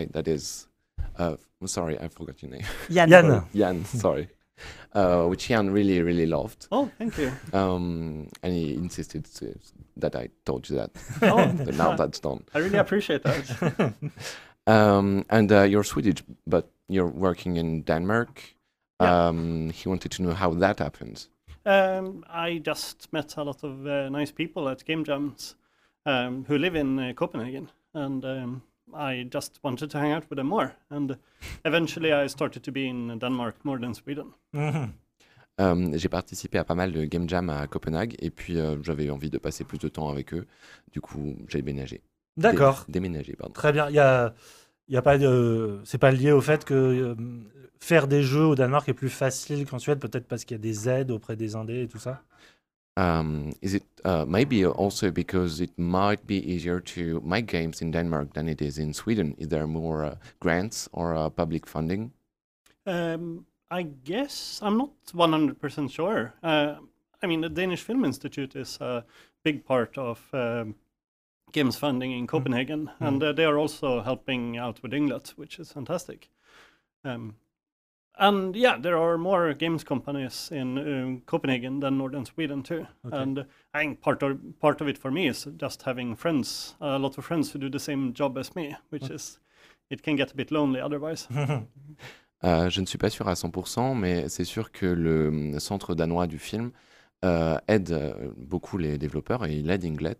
sorry, I forgot your name. Jan, sorry. Which Jan really, really loved. Oh, thank you. And he insisted that I told you that. But now that's done. I really appreciate that. And you're Swedish, but you're working in Denmark. Yeah. He wanted to know how that happened. I just met a lot of nice people at game jams who live in Copenhagen, and I just wanted to hang out with them more. And eventually I started to be in Denmark more than Sweden. J'ai participé à pas mal de game jam à Copenhague et puis j'avais envie de passer plus de temps avec eux. Du coup, j'ai déménagé. D'accord. Déménagé, pardon. Très bien. Il y a pas de, c'est pas lié au fait que faire des jeux au Danemark est plus facile qu'en Suède, peut-être parce qu'il y a des aides auprès des indés et tout ça. Is it maybe also because it might be easier to make games in Denmark than it is in Sweden? Is there more grants or public funding? I guess I'm not 100% sure. I mean, the Danish Film Institute is a big part of games funding in Copenhagen, and they are also helping out with Inglet, which is fantastic. And yeah, there are more games companies in Copenhagen than northern Sweden too. Okay. And I think part of it for me is just having friends, a lot of friends who do the same job as me, which is, it can get a bit lonely otherwise. Je ne suis pas sûr à 100%, mais c'est sûr que le centre danois du film aide beaucoup les développeurs et il aide Inglet.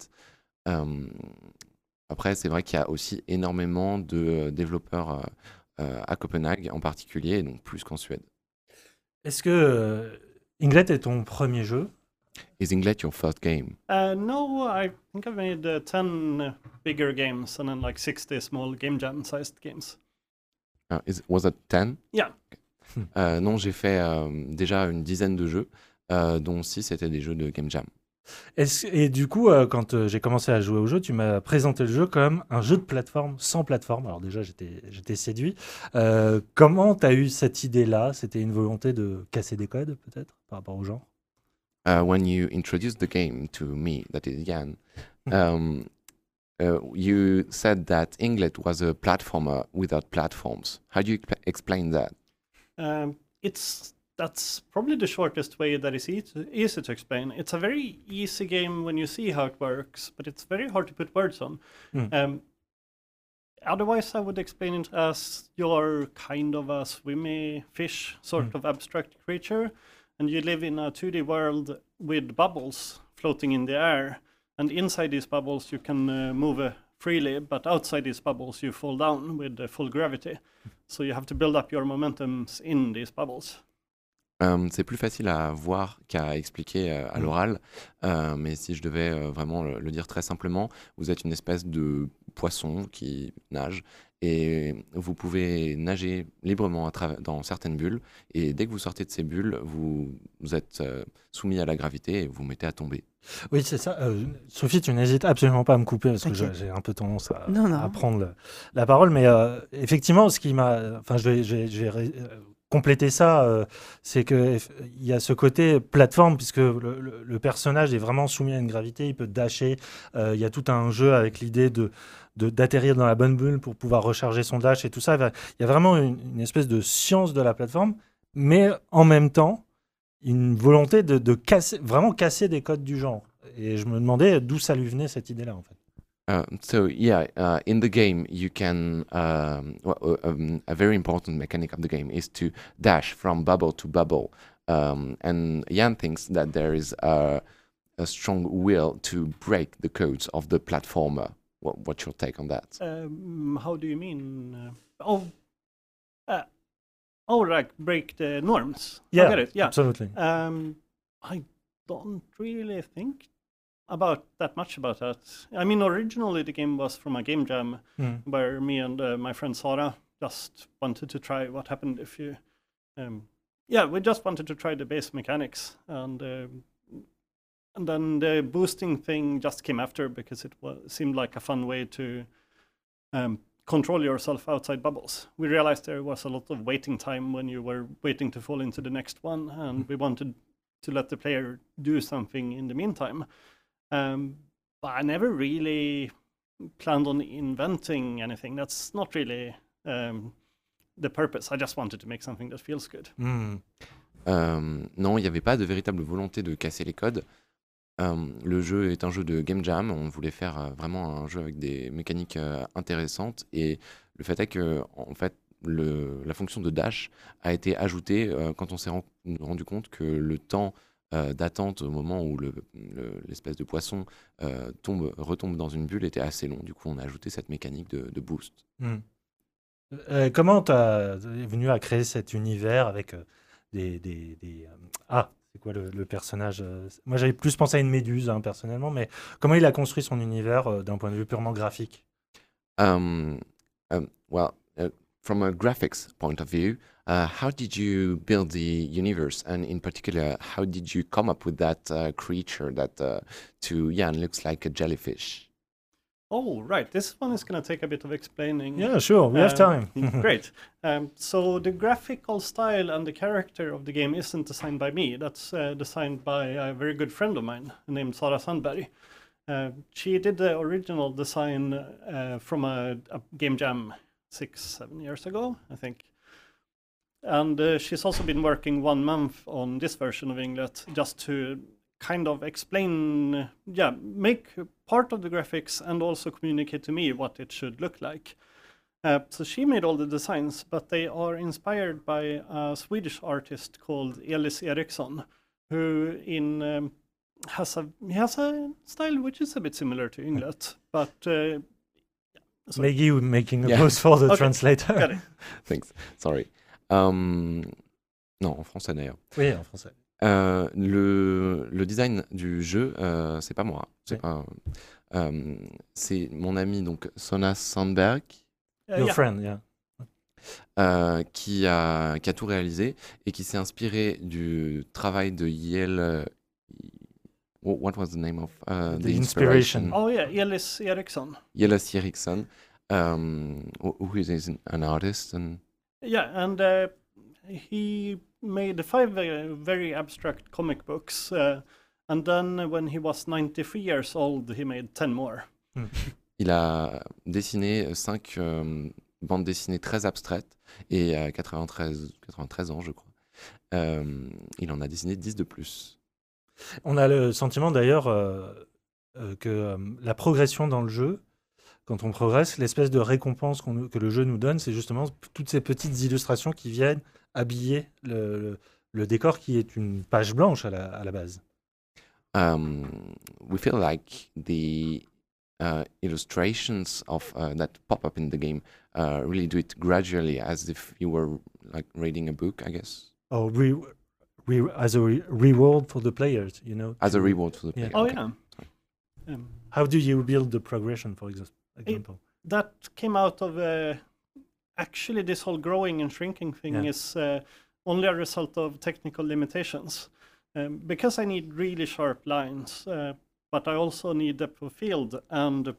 Après, c'est vrai qu'il y a aussi énormément de développeurs à Copenhague en particulier, et donc plus qu'en Suède. Est-ce que Inglet est ton premier jeu? Is Inglet your first game? No, I think I've made 10 bigger games and then like 60 small game jam-sized games. Was it 10? Yeah. Non, j'ai fait déjà une dizaine de jeux, dont 6 c'était des jeux de game jam. Et du coup, quand j'ai commencé à jouer au jeu, tu m'as présenté le jeu comme un jeu de plateforme sans plateforme. Alors déjà, j'étais séduit. Comment tu as eu cette idée-là? C'était une volonté de casser des codes, peut-être, par rapport au genre? When you introduced the game to me, that is Jan, you said that Inglet was a platformer without platforms. How do you explain that? That's probably the shortest way that is easy to explain. It's a very easy game when you see how it works, but it's very hard to put words on. Otherwise, I would explain it as you're kind of a swimmy fish, sort of abstract creature, and you live in a 2D world with bubbles floating in the air. And inside these bubbles, you can move freely, but outside these bubbles, you fall down with full gravity. So you have to build up your momentums in these bubbles. C'est plus facile à voir qu'à expliquer à l'oral, mais si je devais vraiment le dire très simplement, vous êtes une espèce de poisson qui nage et vous pouvez nager librement dans certaines bulles et dès que vous sortez de ces bulles, vous êtes soumis à la gravité et vous mettez à tomber. Oui, c'est ça. Sophie, tu n'hésites absolument pas à me couper parce que j'ai un peu tendance à prendre la parole, mais effectivement, ce qui m'a... Enfin, j'ai compléter ça, c'est qu'il y a ce côté plateforme, puisque le personnage est vraiment soumis à une gravité, il peut dasher, il y a tout un jeu avec l'idée d'atterrir dans la bonne bulle pour pouvoir recharger son dash et tout ça. Il y a vraiment une espèce de science de la plateforme, mais en même temps, une volonté de vraiment casser des codes du genre. Et je me demandais d'où ça lui venait, cette idée-là, en fait. So yeah, in the game you can a very important mechanic of the game is to dash from bubble to bubble, and Jan thinks that there is a strong will to break the codes of the platformer. What's your take on that? How do you mean? Like break the norms. Yeah, I get it. Yeah, absolutely. I don't really think much about that. I mean, originally the game was from a game jam where me and my friend Sara just wanted to try what happened if you... we just wanted to try the base mechanics, and And then the boosting thing just came after because it seemed like a fun way to control yourself outside bubbles. We realized there was a lot of waiting time when you were waiting to fall into the next one, and we wanted to let the player do something in the meantime. But I never really planned on inventing anything. That's not really the purpose. I just wanted to make something that feels good. Non, il n'y avait pas de véritable volonté de casser les codes. Le jeu est un jeu de game jam. On voulait faire vraiment un jeu avec des mécaniques intéressantes. Et le fait est que, en fait, la fonction de dash a été ajoutée quand on s'est rendu compte que le temps d'attente au moment où l'espèce de poisson retombe dans une bulle était assez long. Du coup, on a ajouté cette mécanique de boost. Comment tu es venu à créer cet univers avec c'est quoi le personnage Moi, j'avais plus pensé à une méduse, personnellement, mais comment il a construit son univers d'un point de vue purement graphique? Well, from a graphics point of view, how did you build the universe? And in particular, how did you come up with that creature that looks like a jellyfish? Oh, right. This one is going to take a bit of explaining. Yeah, sure. We have time. Great. So the graphical style and the character of the game isn't designed by me. That's designed by a very good friend of mine named Sara Sandberg. She did the original design from a game jam 6-7 years ago, I think. And she's also been working 1 month on this version of Inglet just to kind of explain, make part of the graphics and also communicate to me what it should look like. So she made all the designs, but they are inspired by a Swedish artist called Elis Eriksson, who has a style which is a bit similar to Inglet, but... Maggie making a pose for the translator. Got it. Thanks. Sorry. Non, en français d'ailleurs. Oui, en français. Le design du jeu, c'est pas moi. C'est mon ami donc Sona Sandberg. Your friend, yeah. Qui a tout réalisé et qui s'est inspiré du travail de Yale. What was the name of the inspiration? Oh yeah, Elis Eriksson. Elis Eriksson, who is an artist and. Yeah, and he made 5 very abstract comic books, and then when he was 93 years old, he made 10 more. Il a dessiné 5 bandes dessinées très abstraites et à 93 ans, je crois. Il en a dessiné 10 de plus. On a le sentiment d'ailleurs que la progression dans le jeu, quand on progresse, l'espèce de récompense que le jeu nous donne, c'est justement toutes ces petites illustrations qui viennent habiller le décor qui est une page blanche à la base. We feel like the illustrations of that pop up in the game really do it gradually, as if you were like reading a book, I guess. Oh, as a reward for the players, you know. As a reward for the players. Oh, okay. yeah. How do you build the progression, for example? That came out of actually this whole growing and shrinking thing is only a result of technical limitations. Because I need really sharp lines, but I also need depth of field and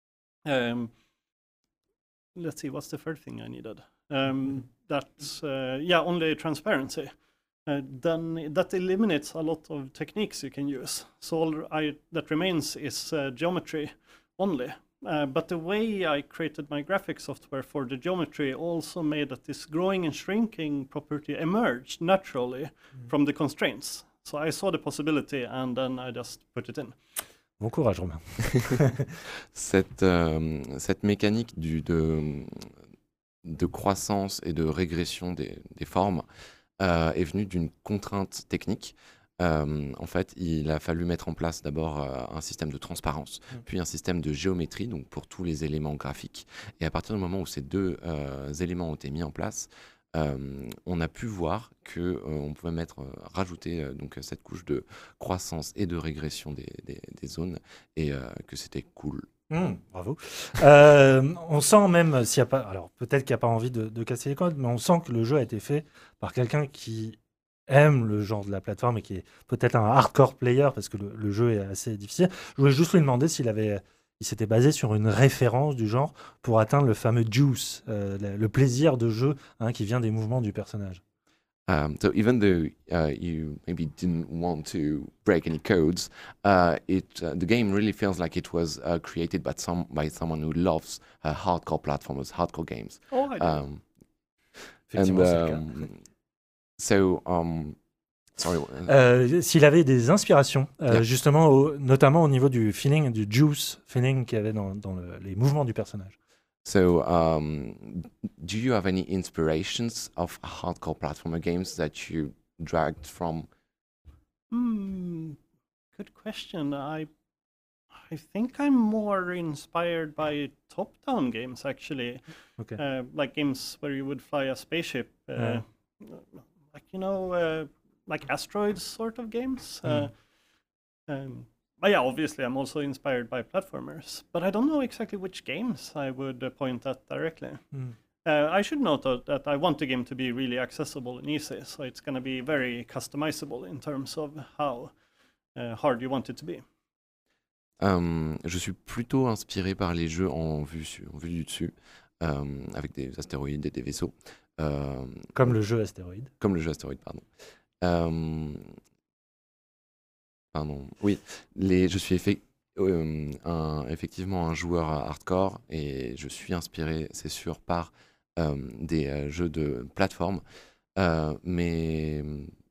let's see, what's the third thing I needed? That's only transparency. Then that eliminates a lot of techniques you can use. So all that remains is geometry only. But the way I created my graphic software for the geometry also made that this growing and shrinking property emerged naturally from the constraints. So I saw the possibility and then I just put it in. Bon courage, Romain. Cette mécanique de croissance et de régression des formes est venue d'une contrainte technique. En fait, il a fallu mettre en place d'abord un système de transparence, puis un système de géométrie, donc pour tous les éléments graphiques. Et à partir du moment où ces 2 éléments ont été mis en place, on a pu voir qu'on pouvait rajouter donc cette couche de croissance et de régression des zones, et que c'était cool. Bravo. On sent même, s'il y a pas, alors peut-être qu'il n'y a pas envie de casser les codes, mais on sent que le jeu a été fait par quelqu'un qui aime le genre de la plateforme et qui est peut-être un hardcore player parce que le jeu est assez difficile, je voulais juste lui demander il s'était basé sur une référence du genre pour atteindre le fameux juice, le plaisir de jeu qui vient des mouvements du personnage. So even though you maybe didn't want to break any codes, the game really feels like it was created by someone who loves hardcore platformers, hardcore games. Oh, I do. S'il avait des inspirations, justement, notamment au niveau du feeling, du juice feeling qu'il y avait dans les mouvements du personnage. So, do you have any inspirations of hardcore platformer games that you dragged from? Good question. I think I'm more inspired by top-down games, actually. Okay. Like games where you would fly a spaceship, like asteroids sort of games. But yeah, obviously I'm also inspired by platformers, but I don't know exactly which games I would point at directly. I should note that I want the game to be really accessible and easy, so it's going to be very customizable in terms of how hard you want it to be. Je suis plutôt inspiré par les jeux en vue du dessus, avec des astéroïdes et des vaisseaux. Comme le jeu Astéroïde. Comme le jeu Astéroïde, pardon. Oui, je suis effectivement un joueur hardcore et je suis inspiré, c'est sûr, par des jeux de plateforme, mais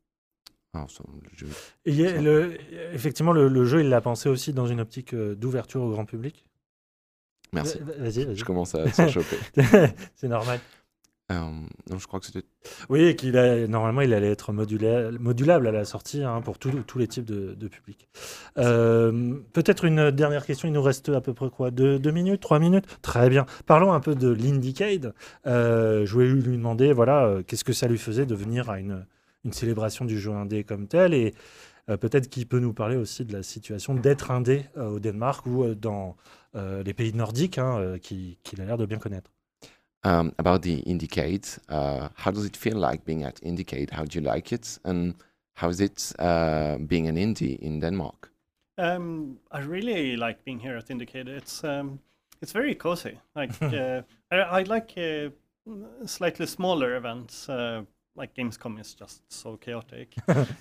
effectivement, le jeu, il l'a pensé aussi dans une optique d'ouverture au grand public. Merci. Vas-y. Je commence à s'en choper. C'est normal. Non, je crois que c'était... Oui, et normalement, il allait être modulable à la sortie pour tous les types de publics. Peut-être une dernière question, il nous reste à peu près quoi, 2 minutes, 3 minutes? Très bien. Parlons un peu de l'Indiecade. Je voulais lui demander, qu'est-ce que ça lui faisait de venir à une célébration du jeu indé comme tel, et peut-être qu'il peut nous parler aussi de la situation d'être indé au Danemark ou dans les pays nordiques qu'il a l'air de bien connaître. About the Indiecade, how does it feel like being at Indiecade? How do you like it? And how is it being an indie in Denmark? I really like being here at Indiecade. It's very cozy. Like I like slightly smaller events. Like Gamescom is just so chaotic.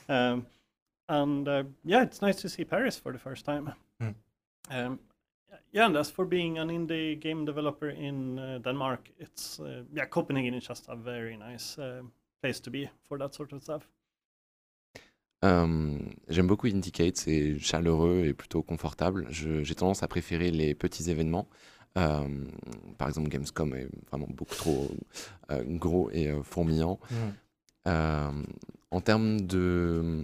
Yeah, it's nice to see Paris for the first time. Yeah, and as for being an indie game developer in Denmark, it's Copenhagen is just a very nice place to be for that sort of stuff. J'aime beaucoup Indiecade, c'est chaleureux et plutôt confortable. J'ai tendance à préférer les petits événements. Par exemple, Gamescom est vraiment beaucoup trop gros et fourmillant. En termes de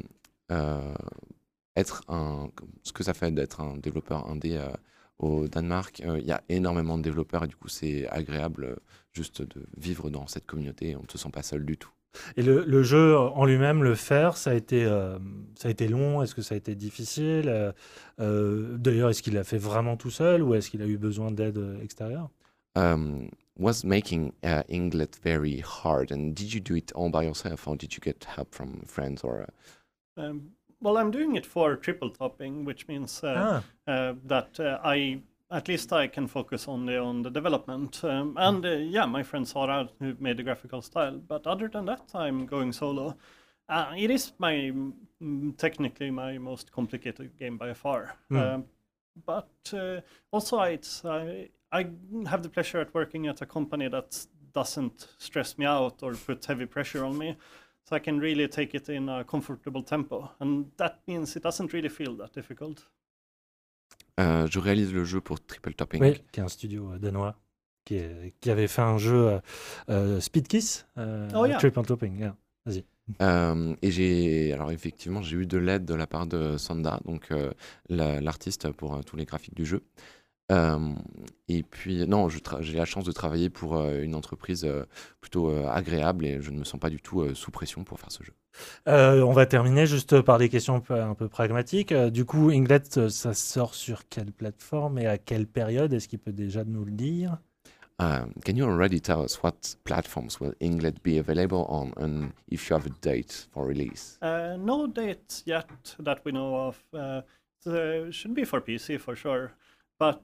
ce que ça fait d'être un développeur indé au Danemark, il y a énormément de développeurs et du coup c'est agréable juste de vivre dans cette communauté, on ne se sent pas seul du tout. Et le jeu en lui-même, le faire, ça a été long? Est-ce que ça a été difficile? D'ailleurs, est-ce qu'il l'a fait vraiment tout seul ou est-ce qu'il a eu besoin d'aide extérieure? Was making Inglet very hard, and did you do it all by yourself or did you get help from friends or? Well, I'm doing it for triple topping, which means that I can focus only on the development. My friend Sara, who made the graphical style. But other than that, I'm going solo. It is technically my most complicated game by far. But also, I have the pleasure at working at a company that doesn't stress me out or put heavy pressure on me. So I can really take it in a comfortable tempo. And that means it doesn't really feel that difficult. Je réalise le jeu pour Triple Topping. Oui, qui est un studio danois qui avait fait un jeu Speed Kiss, Triple Topping. Yeah. Vas-y. Et effectivement, j'ai eu de l'aide de la part de Sanda, donc l'artiste pour tous les graphiques du jeu. Et puis, j'ai la chance de travailler pour une entreprise plutôt agréable et je ne me sens pas du tout sous pression pour faire ce jeu. On va terminer juste par des questions un peu pragmatiques. Du coup, Inglet, ça sort sur quelle plateforme et à quelle période? Est-ce qu'il peut déjà nous le dire? Can you already tell us what platforms will Inglet be available on, and if you have a date for release? No date yet that we know of. It should be for PC for sure, but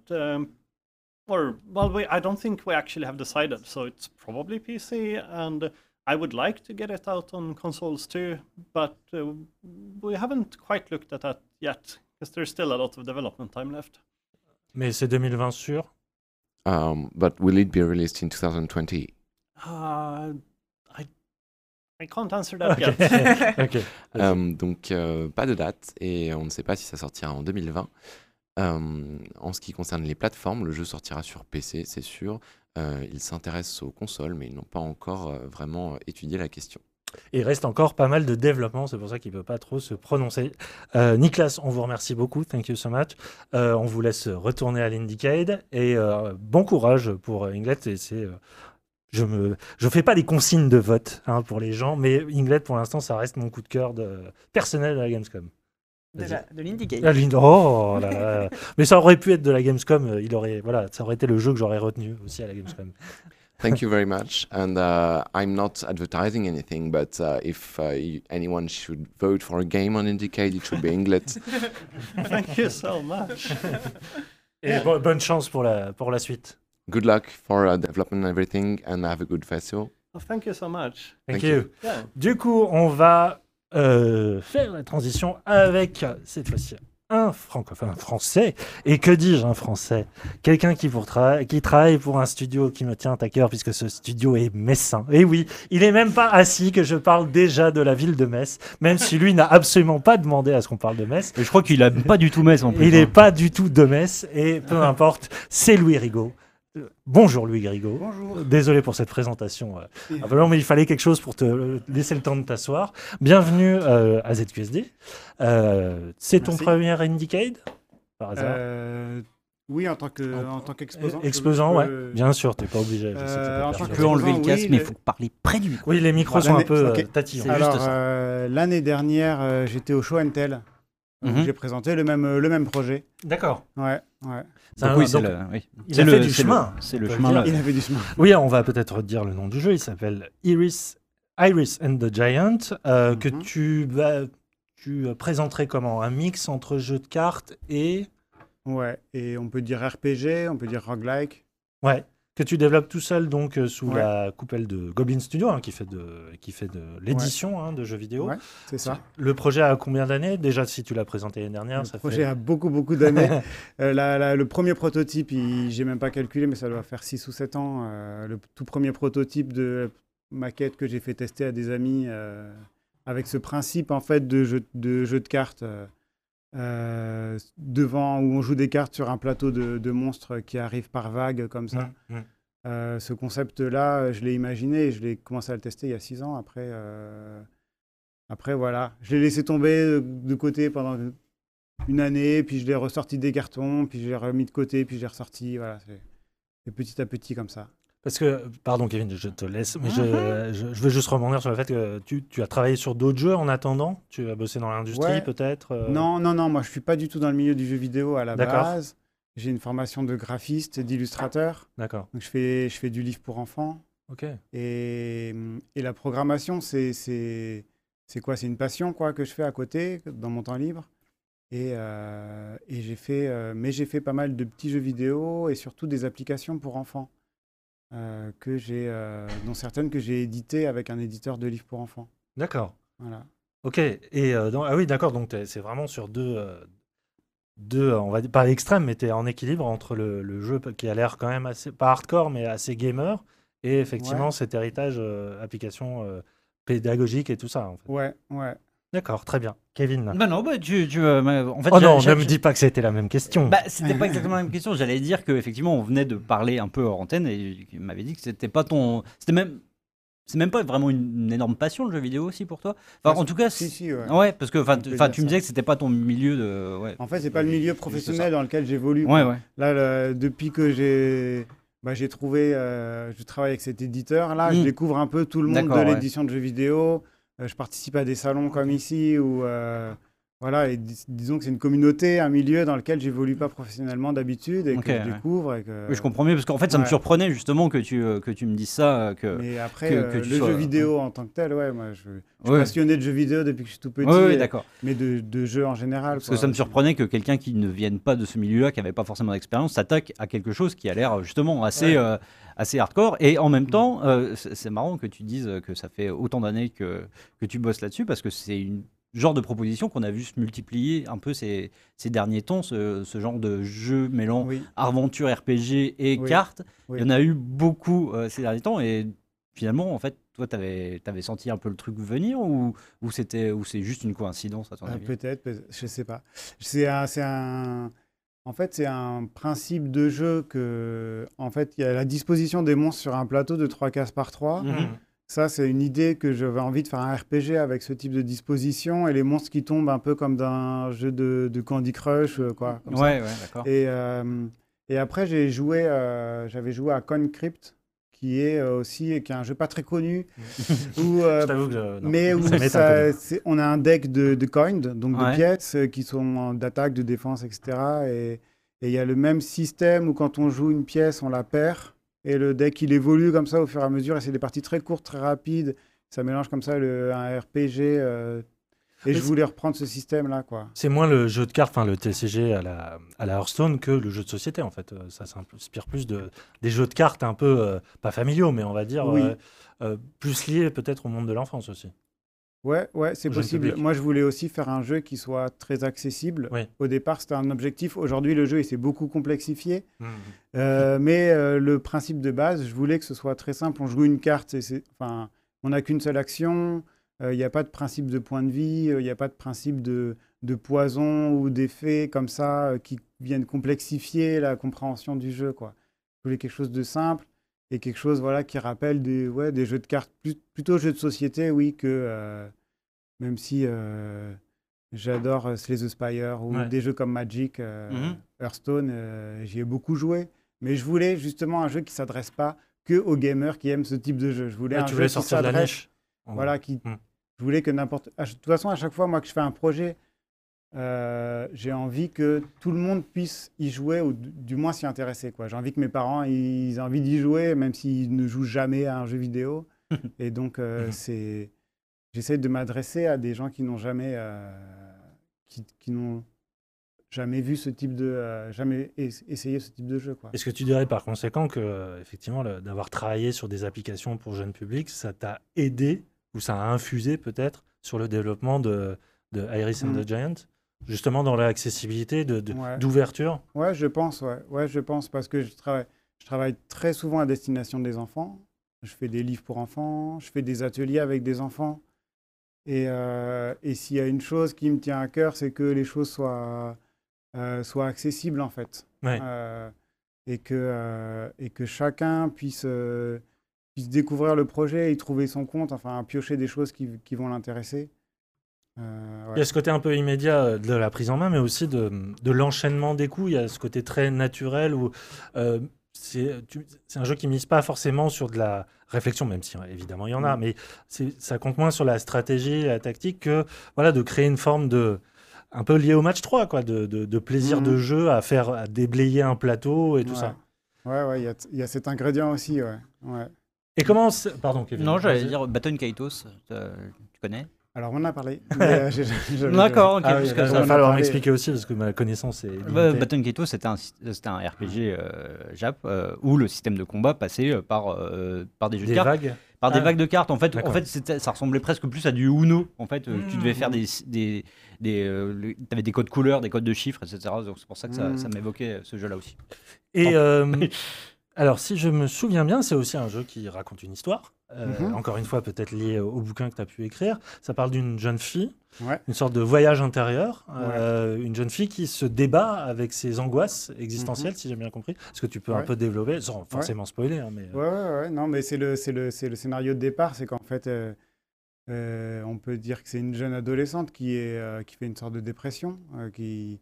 I don't think we actually have decided. So it's probably PC, and I would like to get it out on consoles too, but we haven't quite looked at that yet because there's still a lot of development time left. Mais c'est 2020 sûr. But will it be released in 2020? I can't answer that yet. Okay. Donc, pas de date et on ne sait pas si ça sortira en 2020. En ce qui concerne les plateformes, le jeu sortira sur PC, c'est sûr. Ils s'intéressent aux consoles, mais ils n'ont pas encore vraiment étudié la question. Il reste encore pas mal de développement, c'est pour ça qu'il ne peut pas trop se prononcer. Nicolas, on vous remercie beaucoup, thank you so much. On vous laisse retourner à l'Indiecade et bon courage pour Inglet. Je fais pas des consignes de vote pour les gens, mais Inglet pour l'instant ça reste mon coup de cœur personnel de la Gamescom. De l'Indiecade. Oh là là. Mais ça aurait pu être de la Gamescom, ça aurait été le jeu que j'aurais retenu aussi à la Gamescom. Thank you very much. And I'm not advertising anything, but if anyone should vote for a game on Indiecade, it should be Inglet. Thank you so much. Et bonne chance pour la suite. Good luck for development and everything, and have a good festival. Oh, thank you so much. Thank you. Yeah. Du coup, on va faire la transition avec, cette fois-ci, un français. Et que dis-je, un français? Quelqu'un qui travaille pour un studio qui me tient à cœur, puisque ce studio est messin. Et oui, il n'est même pas assis que je parle déjà de la ville de Metz, même si lui n'a absolument pas demandé à ce qu'on parle de Metz. Et je crois qu'il n'a pas du tout Metz en plus. Il n'est pas du tout de Metz, et peu importe, c'est Louis Rigaud. Bonjour Louis Rigaud. Bonjour. Désolé pour cette présentation. Mais il fallait quelque chose pour te laisser le temps de t'asseoir. Bienvenue à ZQSD. C'est ton premier Indiecade par hasard? Oui, en tant qu'exposant. Exposant, ouais. Bien sûr, t'es pas obligé. Tu peux enlever le casque, mais il faut parler près du micro. Oui, les micros sont un peu tatillons. Alors, l'année dernière, j'étais au Show and Tell. J'ai présenté le même projet. D'accord. Ouais. Il a fait du chemin. C'est le chemin là. Il a fait du chemin. Oui, on va peut-être dire le nom du jeu. Il s'appelle Iris and the Giant, que tu présenterais comment? Un mix entre jeu de cartes et... Ouais, et on peut dire RPG, on peut dire roguelike. Ouais, que tu développes tout seul donc sous la coupelle de Goblin Studio, qui fait de l'édition de jeux vidéo. Ouais, c'est ça. Le projet a combien d'années? Déjà, si tu l'as présenté l'année dernière, le projet a beaucoup d'années. Le premier prototype, j'ai même pas calculé, mais ça doit faire 6 ou 7 ans. Le tout premier prototype de maquette que j'ai fait tester à des amis avec ce principe en fait de jeu de cartes. Devant où on joue des cartes sur un plateau de monstres qui arrivent par vagues comme ça. Ce concept-là, je l'ai imaginé et je l'ai commencé à le tester il y a 6 ans. Après voilà, je l'ai laissé tomber de côté pendant une année, puis je l'ai ressorti des cartons, puis je l'ai remis de côté, puis je l'ai ressorti. Voilà, c'est petit à petit comme ça. Parce que, pardon Kevin, je te laisse, mais je veux juste rebondir sur le fait que tu as travaillé sur d'autres jeux en attendant. Tu as bossé dans l'industrie peut-être Non, moi je suis pas du tout dans le milieu du jeu vidéo à la base. J'ai une formation de graphiste et d'illustrateur. D'accord. Donc je fais du livre pour enfants. Ok. Et la programmation, c'est quoi? C'est une passion que je fais à côté, dans mon temps libre. Et j'ai fait pas mal de petits jeux vidéo et surtout des applications pour enfants. Dont certaines que j'ai éditées avec un éditeur de livres pour enfants. D'accord. Voilà. Ok. Et ah oui, d'accord. Donc c'est vraiment sur deux, on va dire pas extrêmes, mais tu es en équilibre entre le jeu qui a l'air quand même assez pas hardcore, mais assez gamer, et effectivement cet héritage application pédagogique et tout ça. En fait. Ouais. D'accord, très bien. Kevin. Bah non, en fait, ne me dis pas que c'était la même question. Bah, c'était pas exactement la même question. J'allais dire qu'effectivement, on venait de parler un peu hors antenne et il m'avait dit que c'était pas ton. C'est même pas vraiment une énorme passion, le jeu vidéo aussi pour toi. Enfin, en tout cas, si, ouais, parce que tu me disais que c'était pas ton milieu de. Ouais. En fait, c'est pas le milieu professionnel dans lequel j'évolue. Ouais. Là, depuis que j'ai trouvé, je travaille avec cet éditeur. Là, je découvre un peu tout le monde de l'édition de jeux vidéo. Je participe à des salons comme ici où Voilà, et disons que c'est une communauté, un milieu dans lequel j'évolue pas professionnellement d'habitude et que je découvre. Et que... Oui, je comprends mieux, parce qu'en fait, ça me surprenait justement que tu me dises ça. Mais après, le jeu vidéo en tant que tel, moi, je suis passionné de jeux vidéo depuis que je suis tout petit, d'accord. Mais de jeux en général. Parce que ça me surprenait que quelqu'un qui ne vienne pas de ce milieu-là, qui n'avait pas forcément d'expérience, s'attaque à quelque chose qui a l'air justement assez hardcore. Et en même temps, c'est marrant que tu dises que ça fait autant d'années que tu bosses là-dessus, parce que c'est une genre de proposition qu'on a vu se multiplier un peu ces derniers temps, ce genre de jeu mêlant aventure, RPG et cartes. Il y en a eu beaucoup ces derniers temps, et finalement, en fait, toi, t'avais senti un peu le truc venir, ou c'est juste une coïncidence à ton avis? Peut-être, je sais pas. En fait, c'est un principe de jeu que, en fait, il y a la disposition des monstres sur un plateau de 3 cases par 3. Ça, c'est une idée que j'avais envie de faire un RPG avec ce type de disposition, et les monstres qui tombent un peu comme dans un jeu de Candy Crush, quoi. D'accord. Et après, j'avais joué à Concrypt, qui est un jeu pas très connu, Je t'avoue que mais où on a un deck de coins, donc de pièces qui sont d'attaque, de défense, etc. Et il y a le même système où quand on joue une pièce, on la perd. Et le deck, il évolue comme ça au fur et à mesure. Et c'est des parties très courtes, très rapides. Ça mélange comme ça un RPG. Et je voulais reprendre ce système-là, quoi. C'est moins le jeu de cartes, enfin le TCG à la Hearthstone, que le jeu de société, en fait. Ça s'inspire plus des jeux de cartes un peu, pas familiaux, mais on va dire plus liés peut-être au monde de l'enfance aussi. Ouais, c'est possible. Moi, je voulais aussi faire un jeu qui soit très accessible. Au départ, c'était un objectif. Aujourd'hui, le jeu, il s'est beaucoup complexifié. Mais le principe de base, je voulais que ce soit très simple. On joue une carte, on n'a qu'une seule action. Il n'y a pas de principe de point de vie. Il n'y a pas de principe de poison ou d'effet comme ça qui viennent complexifier la compréhension du jeu, quoi. Je voulais quelque chose de simple. Et quelque chose qui rappelle des jeux de cartes, plutôt jeux de société, que même si j'adore Slay the Spire ou des jeux comme Magic, Hearthstone, j'y ai beaucoup joué. Mais je voulais justement un jeu qui ne s'adresse pas que aux gamers qui aiment ce type de jeu. Je voulais un jeu qui s'adresse. Je voulais que n'importe. De toute façon, à chaque fois, moi, que je fais un projet, j'ai envie que tout le monde puisse y jouer, ou du moins s'y intéresser, quoi. J'ai envie que mes parents ils aient envie d'y jouer, même s'ils ne jouent jamais à un jeu vidéo. Et donc, j'essaie de m'adresser à des gens qui n'ont jamais, qui n'ont jamais vu ce type de, jamais essayé ce type de jeu, quoi. Est-ce que tu dirais par conséquent que, effectivement, d'avoir travaillé sur des applications pour jeunes publics, ça t'a aidé, ou ça a infusé peut-être sur le développement de Iris and the Giant? Justement dans l'accessibilité, d'ouverture? Ouais, je pense, je pense, parce que je travaille très souvent à destination des enfants. Je fais des livres pour enfants, je fais des ateliers avec des enfants. Et s'il y a une chose qui me tient à cœur, c'est que les choses soient accessibles, en fait. Et que chacun puisse découvrir le projet, y trouver son compte, enfin piocher des choses qui vont l'intéresser. Il y a ce côté un peu immédiat de la prise en main, mais aussi de l'enchaînement des coups. Il y a ce côté très naturel où c'est un jeu qui mise pas forcément sur de la réflexion, même si évidemment il y en a, mais ça compte moins sur la stratégie, la tactique, que de créer une forme un peu liée au match 3, quoi, de plaisir de jeu à déblayer un plateau et tout ça. Ouais, il y a cet ingrédient aussi, ouais. Et comment... Pardon, Kevin. Non, j'allais dire Baton Kaitos, tu connais? Alors, on en a parlé. D'accord, ok. Il va falloir m'expliquer aussi, parce que ma connaissance est limitée. Baton Kaitos, c'était un RPG Jap où le système de combat passait par des jeux de cartes. Par des vagues de cartes. En fait, ça ressemblait presque plus à du Uno. En fait, tu devais faire t'avais des codes couleurs, des codes de chiffres, etc. Donc, c'est pour ça que ça m'évoquait ce jeu-là aussi. Et alors, si je me souviens bien, c'est aussi un jeu qui raconte une histoire. Encore une fois, peut-être lié au bouquin que tu as pu écrire. Ça parle d'une jeune fille, une sorte de voyage intérieur, une jeune fille qui se débat avec ses angoisses existentielles, si j'ai bien compris. Est-ce que tu peux un peu développer, sans forcément spoiler, mais... Non, mais c'est le scénario de départ, c'est qu'en fait, on peut dire que c'est une jeune adolescente qui fait une sorte de dépression, qui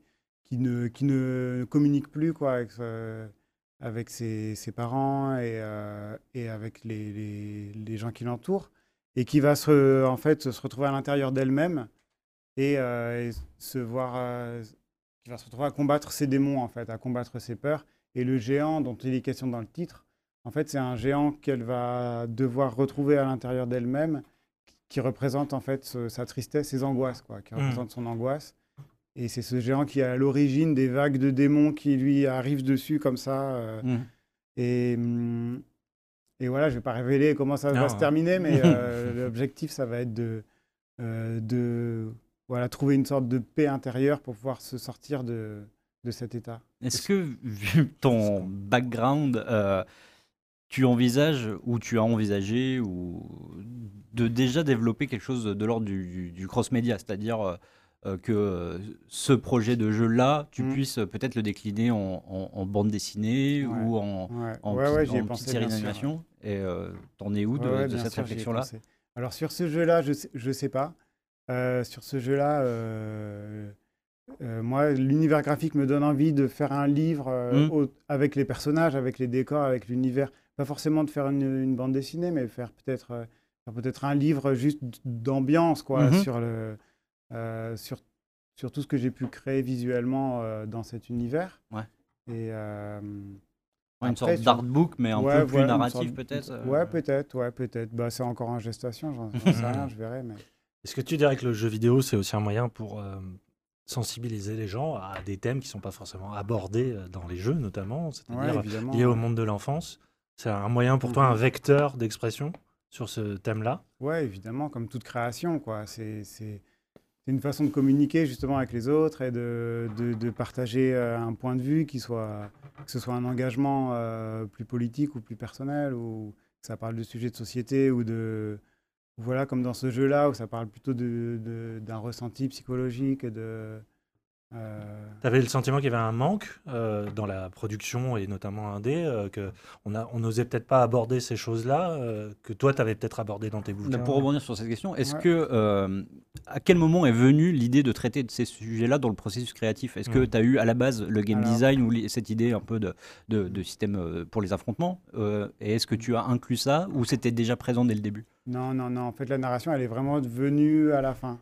ne communique plus, quoi, avec ses parents et avec les gens qui l'entourent, et qui va se retrouver à l'intérieur d'elle-même et se voir, qui va se retrouver à combattre ses démons, en fait, à combattre ses peurs. Et le géant dont il est question dans le titre, en fait, c'est un géant qu'elle va devoir retrouver à l'intérieur d'elle-même, qui représente en fait sa tristesse, ses angoisses, quoi, qui représente son angoisse. Et c'est ce géant qui est à l'origine des vagues de démons qui lui arrivent dessus comme ça. Et voilà, je ne vais pas révéler comment ça va se terminer, mais l'objectif, ça va être de voilà, trouver une sorte de paix intérieure pour pouvoir se sortir de cet état. Est-ce que, vu ton background, tu envisages ou tu as envisagé ou de déjà développer quelque chose de l'ordre du cross-média, c'est-à-dire que ce projet de jeu-là, tu puisses peut-être le décliner en bande dessinée ou en petite série d'animation. Et t'en es où de cette réflexion-là? Alors sur ce jeu-là, je sais pas. Sur ce jeu-là, moi, l'univers graphique me donne envie de faire un livre avec les personnages, avec les décors, avec l'univers. Pas forcément de faire une bande dessinée, mais faire peut-être un livre juste d'ambiance, quoi, sur tout ce que j'ai pu créer visuellement dans cet univers. Et une sorte d'artbook, mais un peu plus narratif, peut-être. Peut-être. Bah, c'est encore en gestation, j'en sais rien, je verrai. Mais... Est-ce que tu dirais que le jeu vidéo, c'est aussi un moyen pour sensibiliser les gens à des thèmes qui ne sont pas forcément abordés dans les jeux, notamment, c'est-à-dire liés au monde de l'enfance? C'est un moyen pour toi, un vecteur d'expression sur ce thème-là? Oui, évidemment, comme toute création, quoi. C'est une façon de communiquer justement avec les autres et de partager un point de vue que ce soit un engagement plus politique ou plus personnel, ou que ça parle de sujets de société ou de... Voilà, comme dans ce jeu-là, où ça parle plutôt d'un ressenti psychologique. Tu avais le sentiment qu'il y avait un manque dans la production, et notamment indé, qu'on n'osait peut-être pas aborder ces choses-là, que toi, tu avais peut-être abordé dans tes bouquins. Pour rebondir sur cette question, est-ce que, à quel moment est venue l'idée de traiter de ces sujets-là dans le processus créatif? Est-ce que tu as eu à la base le game design ou cette idée un peu de système pour les affrontements et est-ce que tu as inclus ça ou c'était déjà présent dès le début? Non. En fait, la narration, elle est vraiment venue à la fin.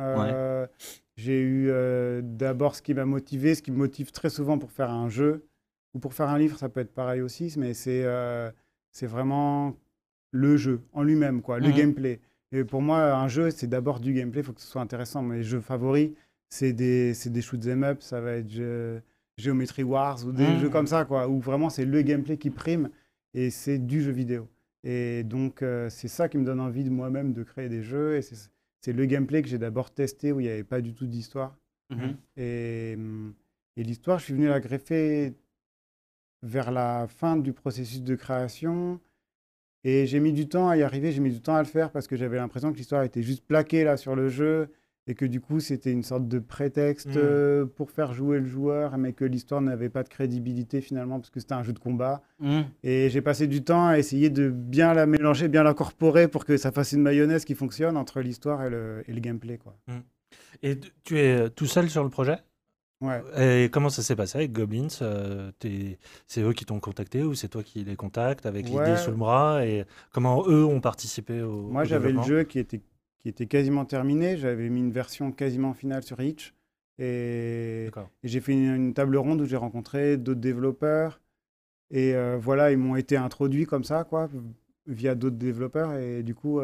J'ai eu d'abord ce qui m'a motivé, ce qui me motive très souvent pour faire un jeu ou pour faire un livre, ça peut être pareil aussi, mais c'est vraiment le jeu en lui-même, quoi, le gameplay. Et pour moi, un jeu, c'est d'abord du gameplay, il faut que ce soit intéressant. Mes jeux favoris, c'est des shoot 'em up, ça va être Geometry Wars ou des jeux comme ça, quoi, où vraiment c'est le gameplay qui prime et c'est du jeu vidéo. Et donc, c'est ça qui me donne envie de moi-même de créer des jeux. Et c'est le gameplay que j'ai d'abord testé où il n'y avait pas du tout d'histoire. Et l'histoire, je suis venu la greffer vers la fin du processus de création. Et j'ai mis du temps à y arriver, j'ai mis du temps à le faire parce que j'avais l'impression que l'histoire était juste plaquée là sur le jeu. Et que du coup, c'était une sorte de prétexte pour faire jouer le joueur, mais que l'histoire n'avait pas de crédibilité finalement, parce que c'était un jeu de combat. Et j'ai passé du temps à essayer de bien la mélanger, bien l'incorporer pour que ça fasse une mayonnaise qui fonctionne entre l'histoire et le gameplay, quoi. Et tu es tout seul sur le projet? Ouais. Et comment ça s'est passé avec Goblins? C'est eux qui t'ont contacté ou c'est toi qui les contactes avec l'idée sous le bras? Et comment eux ont participé au Moi, j'avais le jeu qui était quasiment terminé. J'avais mis une version quasiment finale sur Itch. Et j'ai fait une table ronde où j'ai rencontré d'autres développeurs. Et voilà, ils m'ont été introduits comme ça, quoi, via d'autres développeurs. Et du coup,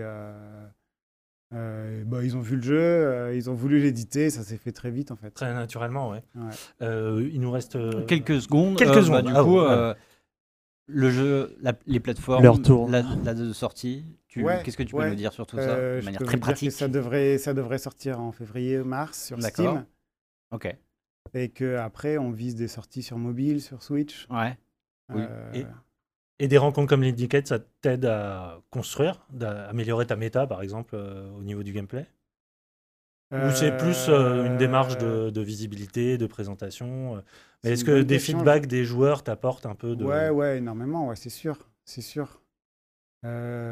ils ont vu le jeu, ils ont voulu l'éditer. Ça s'est fait très vite, en fait. Très naturellement, ouais. Il nous reste quelques secondes. Du coup, le jeu, les plateformes, la date de sortie. Qu'est-ce que tu peux nous dire sur tout ça de manière très pratique? Ça devrait sortir en février-mars sur Steam. Ok. Et qu'après, on vise des sorties sur mobile, sur Switch. Ouais. Oui. Et des rencontres comme l'Indicate, ça t'aide à construire, à améliorer ta méta, par exemple, au niveau du gameplay? Ou c'est plus une démarche de visibilité, de présentation? Mais est-ce que des feedbacks des joueurs t'apportent un peu de... Ouais, énormément, ouais, c'est sûr. Ouais.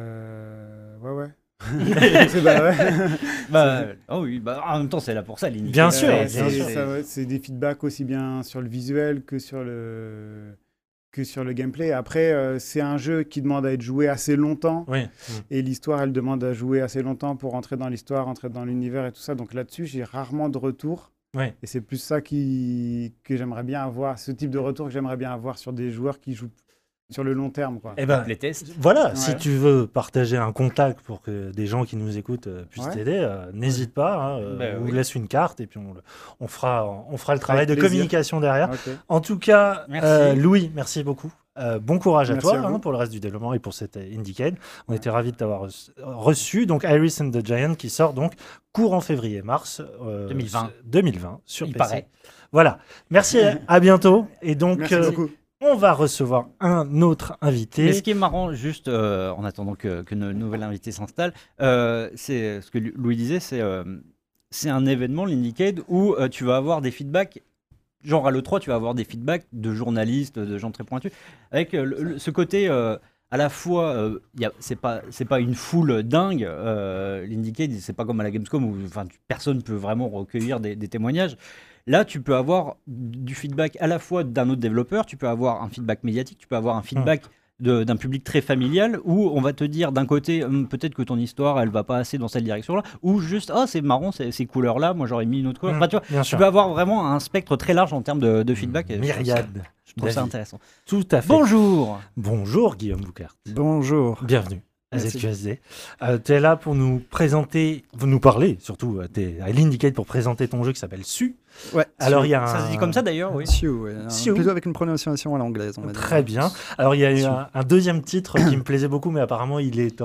En même temps, c'est là pour ça, l'Indicate. Bien sûr. C'est des feedbacks aussi bien sur le visuel que sur le que sur le gameplay. Après, c'est un jeu qui demande à être joué assez longtemps. Oui. Et l'histoire, elle demande à jouer assez longtemps pour entrer dans l'histoire, entrer dans l'univers et tout ça. Donc là-dessus, j'ai rarement de retour. Ouais. Et c'est plus ça que j'aimerais bien avoir, ce type de retour que j'aimerais bien avoir sur des joueurs qui jouent sur le long terme, quoi. Eh ben, les tests. Voilà, si tu veux partager un contact pour que des gens qui nous écoutent puissent t'aider, n'hésite pas, on vous laisse une carte et puis on fera le travail de communication derrière. Okay. En tout cas, Louis, merci beaucoup. Bon courage à toi pour le reste du développement et pour cette Indiecade. On était ravis de t'avoir reçu. Donc Iris and the Giant qui sort donc courant février-mars 2020 sur PC. Paraît. Voilà. Merci, à bientôt. Et donc, merci beaucoup. On va recevoir un autre invité. Mais ce qui est marrant, juste en attendant que notre nouvel invité s'installe, c'est ce que Louis disait, c'est un événement, l'Indiecade, où tu vas avoir des feedbacks. Genre à l'E3, tu vas avoir des feedbacks de journalistes, de gens très pointus, avec ce côté à la fois, c'est pas une foule dingue. L'Indiecade, c'est pas comme à la Gamescom où personne ne peut vraiment recueillir des témoignages. Là, tu peux avoir du feedback à la fois d'un autre développeur, tu peux avoir un feedback médiatique, tu peux avoir un feedback d'un public très familial où on va te dire d'un côté peut-être que ton histoire elle va pas assez dans cette direction-là, ou juste c'est marrant ces couleurs-là, moi j'aurais mis une autre couleur. Tu peux avoir vraiment un spectre très large en termes de feedback. Myriade. Je trouve ça intéressant. Tout à fait. Bonjour Guillaume Bouckaert. Bonjour. Bienvenue. ZQSD. Tu es là pour nous parler, surtout, tu es à l'Indiecade pour présenter ton jeu qui s'appelle Su. Ouais. Alors, il y a ça se dit comme ça d'ailleurs, oui. Su, ouais. Plutôt avec une prononciation à l'anglaise. Très bien. Alors, il y a eu un deuxième titre qui me plaisait beaucoup, mais apparemment, il est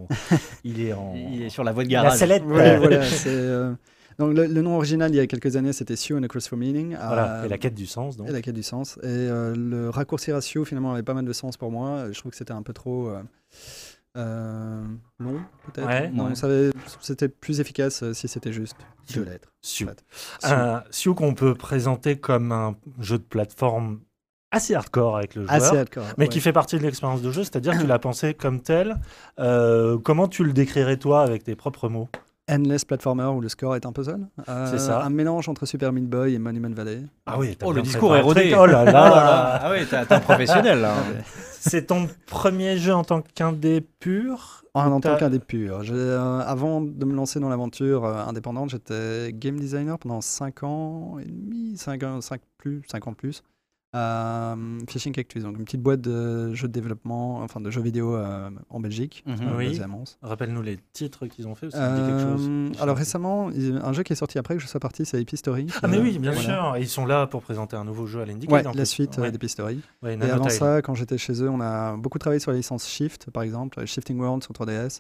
sur la voie de garage. La sellette. Ouais, voilà, donc, le nom original, il y a quelques années, c'était Su and a Quest for Meaning. Voilà, et la quête du sens. Donc. Et la quête du sens. Et le raccourci ratio, finalement, avait pas mal de sens pour moi. Je trouve que c'était un peu trop... long, peut-être. Ouais, non, c'était plus efficace si c'était juste deux lettres. Su. Su qu'on peut présenter comme un jeu de plateforme assez hardcore avec le joueur, mais qui fait partie de l'expérience de jeu, c'est-à-dire que tu l'as pensé comme tel. Comment tu le décrirais toi avec tes propres mots? Endless platformer où le score est un puzzle. C'est ça. Un mélange entre Super Meat Boy et Monument Valley. Ah oui, le discours est rodé. Oh là là. Ah oui, t'es un professionnel là. C'est ton premier jeu en tant qu'indé pur? En tant qu'indé pur. Avant de me lancer dans l'aventure indépendante, j'étais game designer pendant 5 ans et demi, 5 ans de plus. Fishing Cactus, donc une petite boîte de jeux de développement, enfin de jeux vidéo en Belgique. Oui. Rappelle-nous les titres qu'ils ont fait. Ça me dit quelque chose. Alors récemment, un jeu qui est sorti après que je sois parti, c'est Epistory. Ah mais oui, bien sûr. Ils sont là pour présenter un nouveau jeu à l'Indiecade. Ouais, la suite d'Epistory. Ouais, et avant ça, quand j'étais chez eux, on a beaucoup travaillé sur la licence Shift, par exemple, Shifting World sur 3DS,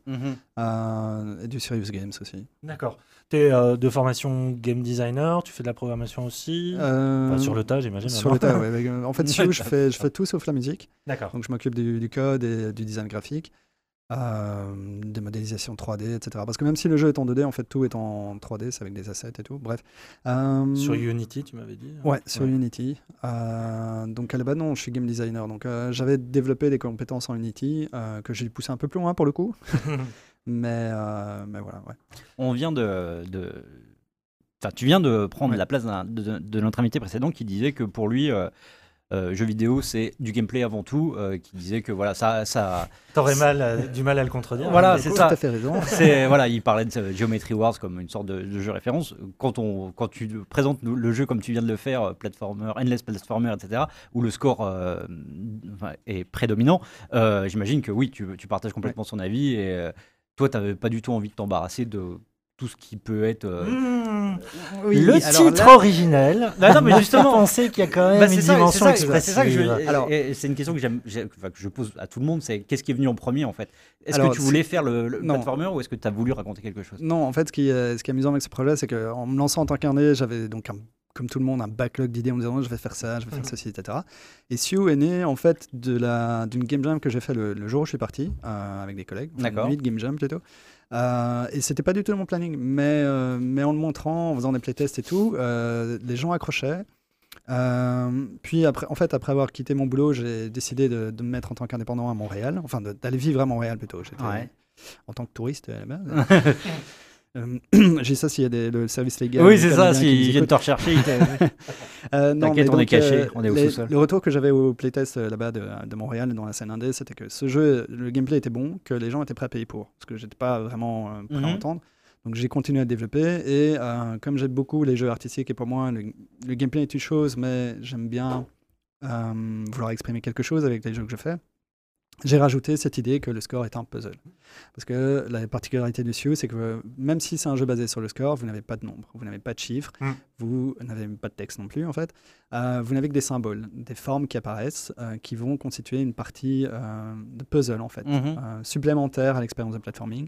et du Serious Games aussi. D'accord. Tu es de formation game designer, tu fais de la programmation aussi sur le tas, j'imagine. Sur le tas, oui. En fait, je fais tout sauf la musique. D'accord. Donc, je m'occupe du code et du design graphique, des modélisations 3D, etc. Parce que même si le jeu est en 2D, en fait, tout est en 3D, c'est avec des assets et tout. Bref. Sur Unity, tu m'avais dit? Ouais, sur Unity. Donc, à la base, non, je suis game designer. Donc, j'avais développé des compétences en Unity que j'ai poussé un peu plus loin pour le coup. mais voilà, ouais. On vient tu viens de prendre la place de notre invité précédent qui disait que pour lui, jeu vidéo, c'est du gameplay avant tout, qui disait que voilà, ça... T'aurais du mal à le contredire. Voilà, c'est ça. Tout à fait raison. Voilà, il parlait de Geometry Wars comme une sorte de jeu référence. Quand tu présentes le jeu comme tu viens de le faire, platformer, endless platformer, etc., où le score est prédominant, j'imagine que oui, tu partages complètement son avis et toi, t'avais pas du tout envie de t'embarrasser de tout ce qui peut être... Oui, le titre originel. Non, mais justement, penser qu'il y a quand même une dimension expressive. C'est ça que c'est une question que je pose à tout le monde, c'est qu'est-ce qui est venu en premier en fait? Est-ce que tu voulais faire le platformer ou est-ce que tu as voulu raconter quelque chose? Non, en fait, ce qui est amusant avec ce projet, c'est qu'en me lançant en tant qu'indé, j'avais donc comme tout le monde, un backlog d'idées en me disant je vais faire ça, je vais faire ceci, etc. Et Su est né en fait d'une game jam que j'ai fait le jour où je suis parti avec des collègues, une nuit de game jam plutôt. Et c'était pas du tout mon planning, mais en le montrant, en faisant des playtests et tout, les gens accrochaient. Puis après avoir quitté mon boulot, j'ai décidé de me mettre en tant qu'indépendant à Montréal, enfin d'aller vivre à Montréal plutôt. J'étais en tant que touriste à la base. J'ai ça s'il y a le service légal. Oui, c'est ça, s'ils viennent te rechercher. T'inquiète, on est caché, on est au sous-sol. Le retour que j'avais au playtest là-bas de Montréal, dans la scène indé, c'était que ce jeu, le gameplay était bon, que les gens étaient prêts à payer pour. Parce que j'étais pas vraiment prêt à entendre. Donc j'ai continué à développer. Et comme j'aime beaucoup les jeux artistiques, et pour moi, le gameplay est une chose, mais j'aime bien vouloir exprimer quelque chose avec les jeux que je fais. J'ai rajouté cette idée que le score est un puzzle. Parce que la particularité de Sue, c'est que même si c'est un jeu basé sur le score, vous n'avez pas de nombre, vous n'avez pas de chiffres, vous n'avez pas de texte non plus, en fait. Vous n'avez que des symboles, des formes qui apparaissent, qui vont constituer une partie de puzzle, en fait, supplémentaire à l'expérience de platforming.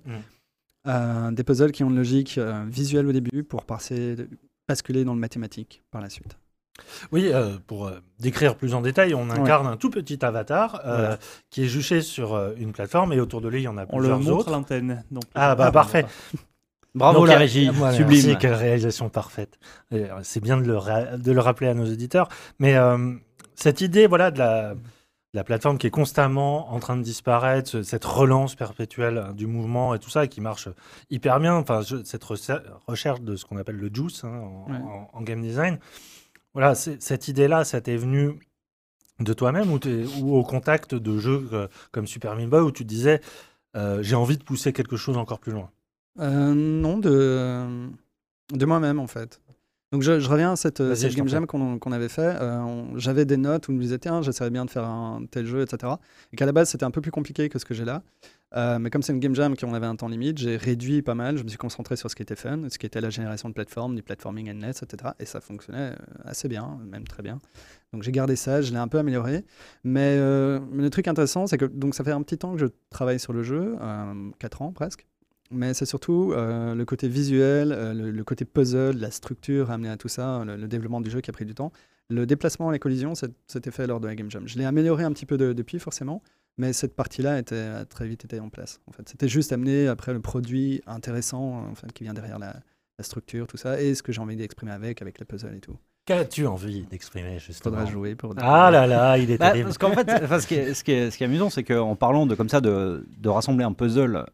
Des puzzles qui ont une logique visuelle au début pour basculer dans le mathématique par la suite. Oui, pour décrire plus en détail, on incarne un tout petit avatar qui est juché sur une plateforme et autour de lui, il y en a plusieurs autres. On le montre à l'antenne. Parfait. Bravo donc, la régie, sublime. Merci, quelle réalisation parfaite. C'est bien de le rappeler à nos auditeurs. Mais cette idée de la plateforme qui est constamment en train de disparaître, cette relance perpétuelle du mouvement et tout ça, qui marche hyper bien, cette recherche de ce qu'on appelle le juice en game design. Voilà, cette idée-là, ça t'est venu de toi-même ou au contact de jeux comme Super Meat Boy où tu te disais j'ai envie de pousser quelque chose encore plus loin? Non, de moi-même en fait. Donc je reviens à cette game jam qu'on avait fait. J'avais des notes où je me disais tiens, j'essaierais bien de faire un tel jeu, etc. Et qu'à la base c'était un peu plus compliqué que ce que j'ai là. Mais comme c'est une game jam qu'on avait un temps limite, j'ai réduit pas mal. Je me suis concentré sur ce qui était fun, ce qui était la génération de plateformes, du platforming endless, etc. Et ça fonctionnait assez bien, même très bien. Donc j'ai gardé ça, je l'ai un peu amélioré. Mais le truc intéressant, c'est que donc ça fait un petit temps que je travaille sur le jeu, 4 ans presque. Mais c'est surtout le côté visuel, le côté puzzle, la structure amenée à tout ça, le développement du jeu qui a pris du temps. Le déplacement et les collisions, c'était fait lors de la Game Jam. Je l'ai amélioré un petit peu depuis, forcément, mais cette partie-là a très vite été en place. En fait. C'était juste amener après le produit intéressant qui vient derrière la structure, tout ça, et ce que j'ai envie d'exprimer avec les puzzles et tout. Qu'as-tu envie d'exprimer, justement? Faudra jouer pour... Ah là là, il est terrible. Parce qu'en fait, ce qui est amusant, c'est qu'en parlant de rassembler un puzzle...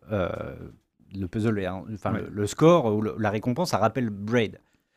le puzzle, le score ou la récompense, ça rappelle Braid.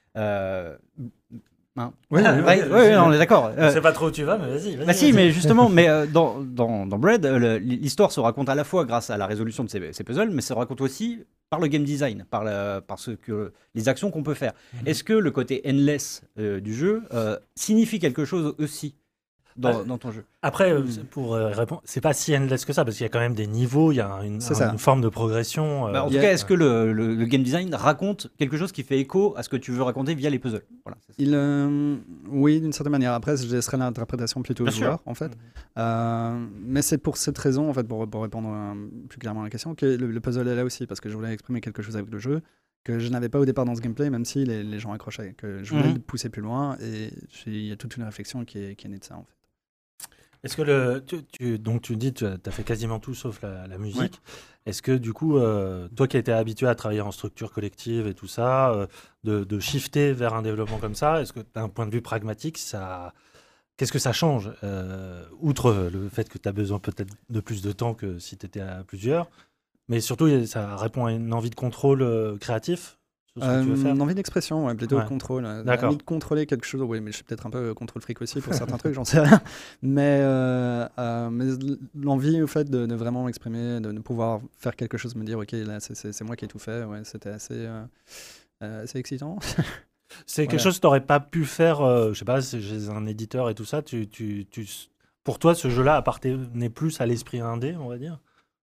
Oui, on est d'accord. Je ne sais pas trop où tu vas, mais vas-y. Si, mais justement, dans Braid, l'histoire se raconte à la fois grâce à la résolution de ces puzzles, mais se raconte aussi par le game design, par les actions qu'on peut faire. Est-ce que le côté endless du jeu signifie quelque chose aussi dans ton jeu? Après, pour répondre, c'est pas si endless que ça, parce qu'il y a quand même des niveaux, il y a une forme de progression. En tout cas, est-ce que le game design raconte quelque chose qui fait écho à ce que tu veux raconter via les puzzles? Voilà, oui, d'une certaine manière. Après, je laisserai l'interprétation plutôt au joueur, en fait. Mais c'est pour cette raison, en fait, pour répondre plus clairement à la question, que le puzzle est là aussi, parce que je voulais exprimer quelque chose avec le jeu que je n'avais pas au départ dans ce gameplay, même si les gens accrochaient, que je voulais le pousser plus loin, et il y a toute une réflexion qui est née de ça, en fait. Est-ce que donc tu dis que tu as fait quasiment tout sauf la musique. Ouais. Est-ce que du coup, toi qui as été habitué à travailler en structure collective et tout ça, de shifter vers un développement comme ça, est-ce que d'un point de vue pragmatique, qu'est-ce que ça change outre le fait que tu as besoin peut-être de plus de temps que si tu étais à plusieurs, mais surtout ça répond à une envie de contrôle créatif? Une envie d'expression, plutôt de contrôle. Envie de contrôler quelque chose, mais je suis peut-être un peu contrôle fric aussi pour certains trucs, j'en sais rien. Mais l'envie au fait de vraiment m'exprimer, de pouvoir faire quelque chose, me dire ok, là c'est moi qui ai tout fait, c'était assez excitant. C'est quelque chose que tu n'aurais pas pu faire, je sais pas, chez un éditeur et tout ça. Pour toi, ce jeu-là appartenait plus à l'esprit indé, on va dire?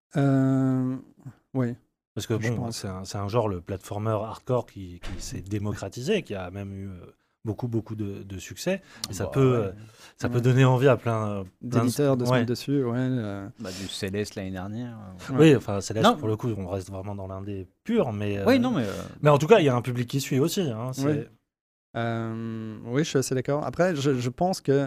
Oui. Parce que bon, c'est un genre, le platformer hardcore qui s'est démocratisé, qui a même eu beaucoup de succès. Et ça peut donner envie à plein d'éditeurs de se mettre dessus. Du Céleste l'année dernière. Oui, enfin Céleste, pour le coup, on reste vraiment dans l'indé pur. Mais en tout cas, il y a un public qui suit aussi. Hein, oui, je suis assez d'accord. Après, je pense que...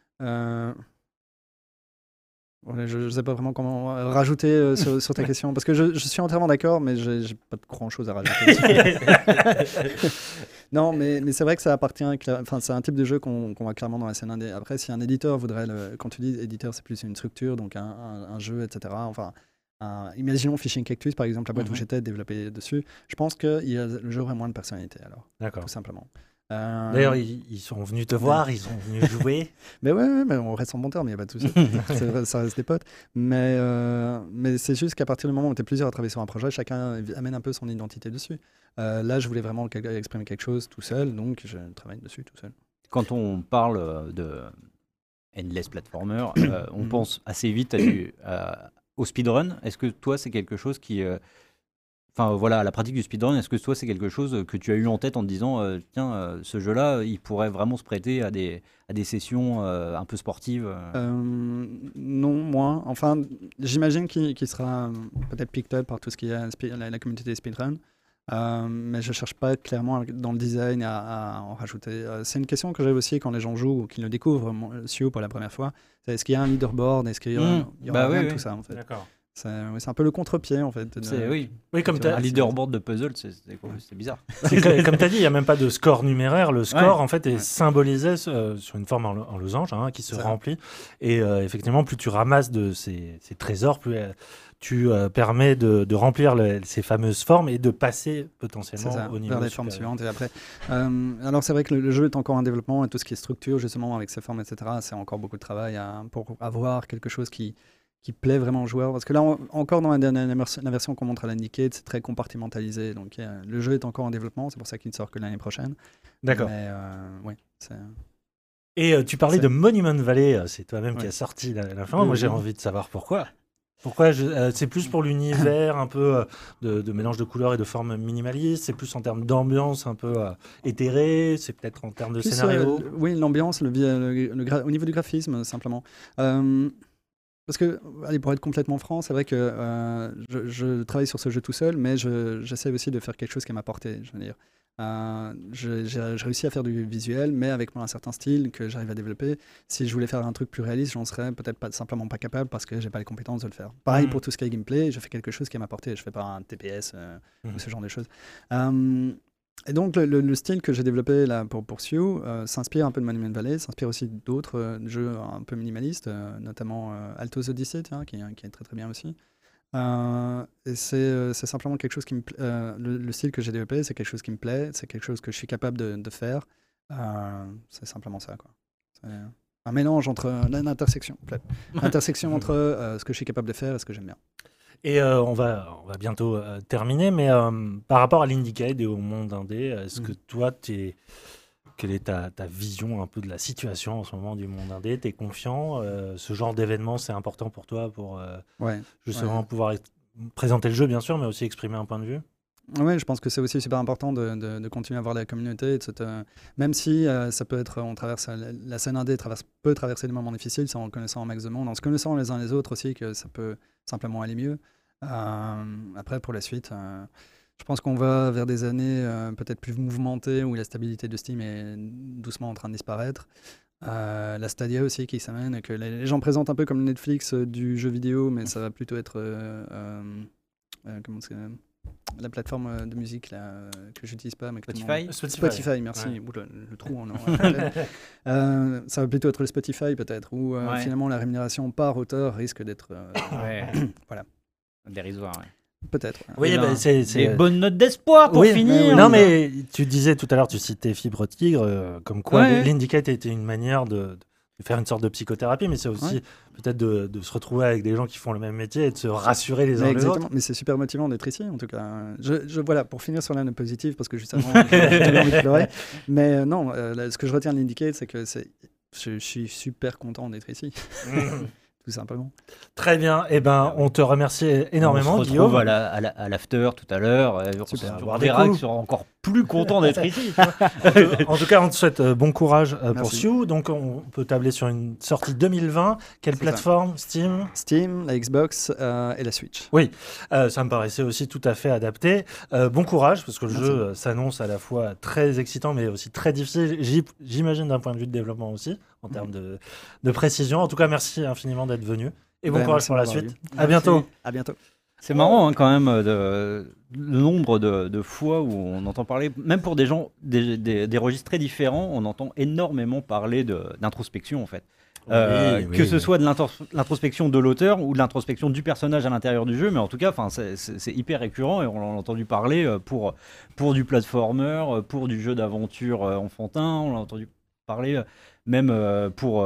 je ne sais pas vraiment comment rajouter sur ta question, parce que je suis entièrement d'accord, mais j'ai pas grand-chose à rajouter. Non, mais c'est vrai que ça appartient, c'est un type de jeu qu'on voit clairement dans la scène indé. Après, si un éditeur voudrait, quand tu dis éditeur, c'est plus une structure, donc un jeu, etc. Enfin, imaginons Fishing Cactus, par exemple, la boîte où j'étais développée dessus. Je pense que le jeu aurait moins de personnalité, alors. D'accord. Tout simplement. D'ailleurs, ils sont venus te voir, ils sont venus jouer. Mais ouais, mais on reste en bon terme, il n'y a pas de souci. Ça reste des potes. Mais c'est juste qu'à partir du moment où tu es plusieurs à travailler sur un projet, chacun amène un peu son identité dessus. Là, je voulais vraiment exprimer quelque chose tout seul, donc je travaille dessus tout seul. Quand on parle de endless platformer, on pense assez vite au speedrun. Est-ce que toi, c'est quelque chose qui... Enfin voilà, la pratique du speedrun, est-ce que toi c'est quelque chose que tu as eu en tête en te disant tiens, ce jeu-là, il pourrait vraiment se prêter à des sessions un peu sportives Non, moins. Enfin, j'imagine qu'il sera peut-être picked up par tout ce qui est la communauté speedrun. Mais je ne cherche pas clairement dans le design à en rajouter. C'est une question que j'ai aussi quand les gens jouent ou qu'ils le découvrent, Sio pour la première fois. Est-ce qu'il y a un leaderboard? Est-ce qu'il y aura rien de tout ça en fait? D'accord. C'est un peu le contre-pied en fait. Oui, comme un leaderboard de puzzle, c'est bizarre. Comme tu as dit, il n'y a même pas de score numéraire. Le score en fait est symbolisé sur une forme en losange qui se remplit. Et effectivement, plus tu ramasses de ces trésors, plus tu permets de remplir ces fameuses formes et de passer potentiellement au niveau vers les formes suivantes. Et après, alors c'est vrai que le jeu est encore en développement et tout ce qui est structure justement avec ses formes, etc. C'est encore beaucoup de travail pour avoir quelque chose qui plaît vraiment aux joueurs. Parce que là, encore dans la version qu'on montre à l'Indicate, c'est très compartimentalisé. Donc le jeu est encore en développement, c'est pour ça qu'il ne sort que l'année prochaine. D'accord. Mais oui, Et tu parlais de Monument Valley, c'est toi-même qui as sorti la fin. Moi, j'ai envie de savoir pourquoi. Pourquoi c'est plus pour l'univers, un peu de mélange de couleurs et de formes minimalistes. C'est plus en termes d'ambiance un peu éthérée. C'est peut-être en termes de scénario. Oui, l'ambiance, au niveau du graphisme, simplement. Parce que, pour être complètement franc, c'est vrai que je travaille sur ce jeu tout seul, mais j'essaie aussi de faire quelque chose qui m'a porté. Je veux dire, j'ai réussi à faire du visuel, mais avec un certain style que j'arrive à développer. Si je voulais faire un truc plus réaliste, j'en serais peut-être simplement pas capable parce que j'ai pas les compétences de le faire. Pareil pour tout ce qui est gameplay, je fais quelque chose qui m'a porté. Je fais pas un TPS ou ce genre de choses. Et donc le style que j'ai développé là pour Sio s'inspire un peu de Monument Valley, s'inspire aussi d'autres jeux un peu minimalistes, notamment Alto's Odyssey, qui est très très bien aussi. Et c'est simplement quelque chose qui me le style que j'ai développé, c'est quelque chose qui me plaît, c'est quelque chose que je suis capable de faire. C'est simplement ça, quoi. C'est un mélange entre une intersection entre ce que je suis capable de faire et ce que j'aime bien. Et on va bientôt terminer, mais par rapport à l'Indicate et au monde indé, est-ce que toi, quelle est ta vision un peu de la situation en ce moment du monde indé? Tu es confiant? Ce genre d'événement, c'est important pour toi pour justement pouvoir présenter le jeu, bien sûr, mais aussi exprimer un point de vue? Oui, je pense que c'est aussi super important de continuer à voir la communauté. Même si ça peut être, la scène indé peut traverser des moments difficiles, c'est en connaissant un max de monde, en se connaissant les uns les autres aussi, que ça peut simplement aller mieux. Après, pour la suite, je pense qu'on va vers des années peut-être plus mouvementées où la stabilité de Steam est doucement en train de disparaître. La Stadia aussi qui s'amène, que les gens présentent un peu comme le Netflix du jeu vidéo, mais ça va plutôt être la plateforme de musique là, que j'utilise pas. Mais Spotify, merci. Ouais. Oula, le trou en or. Ça va plutôt être le Spotify peut-être, où finalement la rémunération par auteur risque d'être... voilà. Dérisoire, peut-être. Oui, c'est des bonnes notes d'espoir pour finir. Non, mais tu disais tout à l'heure, tu citais Fibre Tigre, comme quoi l'Indicate était une manière de faire une sorte de psychothérapie, mais c'est aussi peut-être de se retrouver avec des gens qui font le même métier et de se rassurer les uns les autres. Mais c'est super motivant d'être ici, en tout cas. Voilà, pour finir sur la note positive, parce que juste avant, j'avais envie de pleurer. Mais non, ce que je retiens de l'Indicate, c'est que je suis super content d'être ici. Tout simplement. Très bien. Eh ben, on te remercie énormément, Guillaume. On se retrouve à l'after tout à l'heure. On verra qu'ils seront encore plus contents d'être ici. En tout cas, on te souhaite bon courage pour Sio. Donc, on peut tabler sur une sortie 2020. Quelle plateforme? Steam, la Xbox et la Switch. Oui, ça me paraissait aussi tout à fait adapté. Bon courage, parce que le jeu s'annonce à la fois très excitant, mais aussi très difficile. J'imagine d'un point de vue de développement aussi, en termes de précision. En tout cas, merci infiniment d'être venu. Et bon courage pour la suite. À bientôt. À bientôt. C'est marrant quand même le nombre de fois où on entend parler, même pour des gens, des registres très différents, on entend énormément parler d'introspection en fait. que ce soit de l'introspection de l'auteur ou de l'introspection du personnage à l'intérieur du jeu, mais en tout cas, c'est hyper récurrent et on l'a entendu parler pour du platformer, pour du jeu d'aventure enfantin, on l'a entendu parler même pour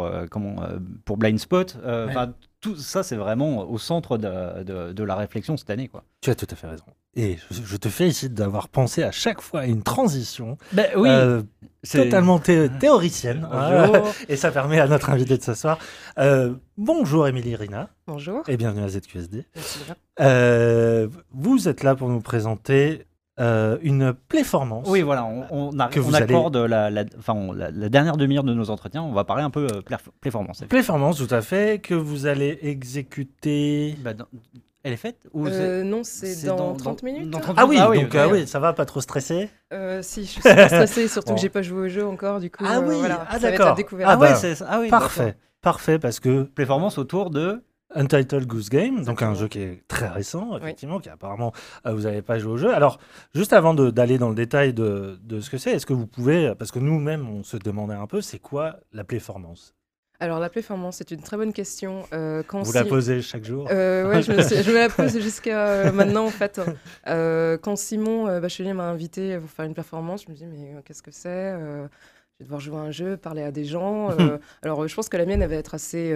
Blind Spot. Tout ça, c'est vraiment au centre de la réflexion cette année, quoi. Tu as tout à fait raison. Et je te félicite d'avoir pensé à chaque fois à une transition totalement théoricienne. Et ça permet à notre invité de s'asseoir. Bonjour Émilie Rina. Bonjour. Et bienvenue à ZQSD. Merci. Vous êtes là pour nous présenter une playformance. Oui, voilà, on accorde la dernière demi-heure de nos entretiens, on va parler un peu playformance. Playformance, tout à fait, que vous allez exécuter... Elle est faite non, c'est dans 30 minutes. Dans 30 minutes. Donc ça va, pas trop stressé? Si, je suis pas stressé, surtout que j'ai pas joué au jeu encore, du coup. Voilà, ça va être la découverte. Parfait, parce que... Playformance autour de... Untitled Goose Game, donc un jeu qui est très récent, effectivement, qui apparemment vous n'avez pas joué au jeu. Alors, juste avant d'aller dans le détail de ce que c'est, est-ce que vous pouvez, parce que nous-mêmes on se demandait un peu, c'est quoi la playformance? Alors la playformance, c'est une très bonne question. Vous la posez chaque jour? Ouais, je me la pose jusqu'à maintenant en fait. Quand Simon Bachelier m'a invité pour faire une performance, je me dis mais qu'est-ce que c'est? Je vais devoir jouer à un jeu, parler à des gens. Alors je pense que la mienne elle va être assez...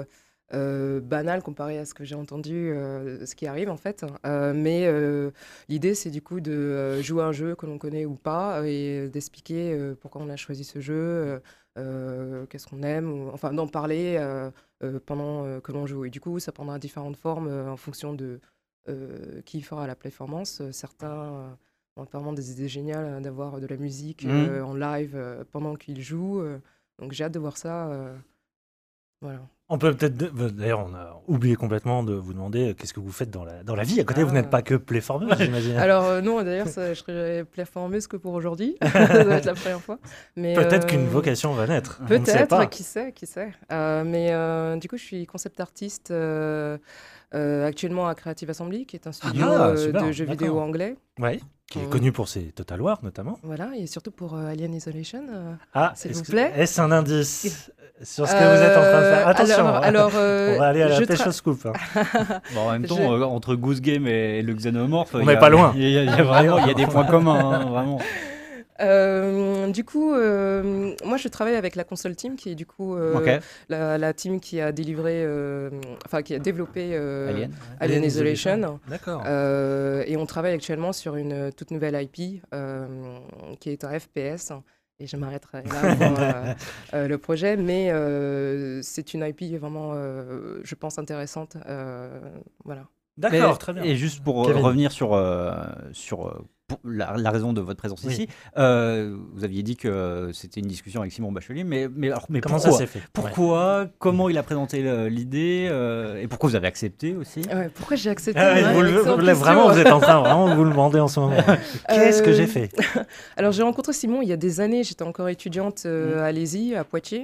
banal comparé à ce que j'ai entendu, ce qui arrive en fait. Mais l'idée, c'est du coup de jouer à un jeu que l'on connaît ou pas et d'expliquer pourquoi on a choisi ce jeu, qu'est-ce qu'on aime, enfin d'en parler pendant que l'on joue. Et du coup, ça prendra différentes formes en fonction de qui fera la performance. Certains ont apparemment des idées géniales d'avoir de la musique en live pendant qu'ils jouent. Donc j'ai hâte de voir ça. Voilà. On peut peut-être... D'ailleurs, on a oublié complètement de vous demander qu'est-ce que vous faites dans la vie. À côté, vous n'êtes pas que playformeuse, j'imagine. Alors non, d'ailleurs, je serai playformeuse que pour aujourd'hui. Ça doit être la première fois. Peut-être qu'une vocation va naître. Peut-être, qui sait. Mais du coup, je suis concept artiste actuellement à Creative Assembly, qui est un studio de jeux vidéo anglais. Oui, qui est connu pour ses Total War, notamment. Voilà, et surtout pour Alien Isolation, s'il vous plaît. Est-ce un indice sur ce que vous êtes en train de faire? Attention, alors, on va aller à la pêche au scoop. En même temps, entre Goose Game et le Xenomorph, on n'est pas loin. Il y a des points communs, vraiment. Du coup, moi je travaille avec la console team qui est du coup la team qui a délivré, qui a développé Alien Isolation. D'accord. Et on travaille actuellement sur une toute nouvelle IP qui est un FPS. Et je m'arrêterai là pour le projet, mais c'est une IP vraiment, je pense, intéressante. Voilà. D'accord, très bien. Et juste pour revenir sur la raison de votre présence ici, vous aviez dit que c'était une discussion avec Simon Bachelier, mais comment pourquoi ça s'est fait? Pourquoi Comment il a présenté l'idée et pourquoi vous avez accepté aussi? Pourquoi j'ai accepté? Vraiment, vous êtes en train vraiment de vous le demander en ce moment. Qu'est-ce que j'ai fait? Alors, j'ai rencontré Simon il y a des années. J'étais encore étudiante à l'ESI, à Poitiers.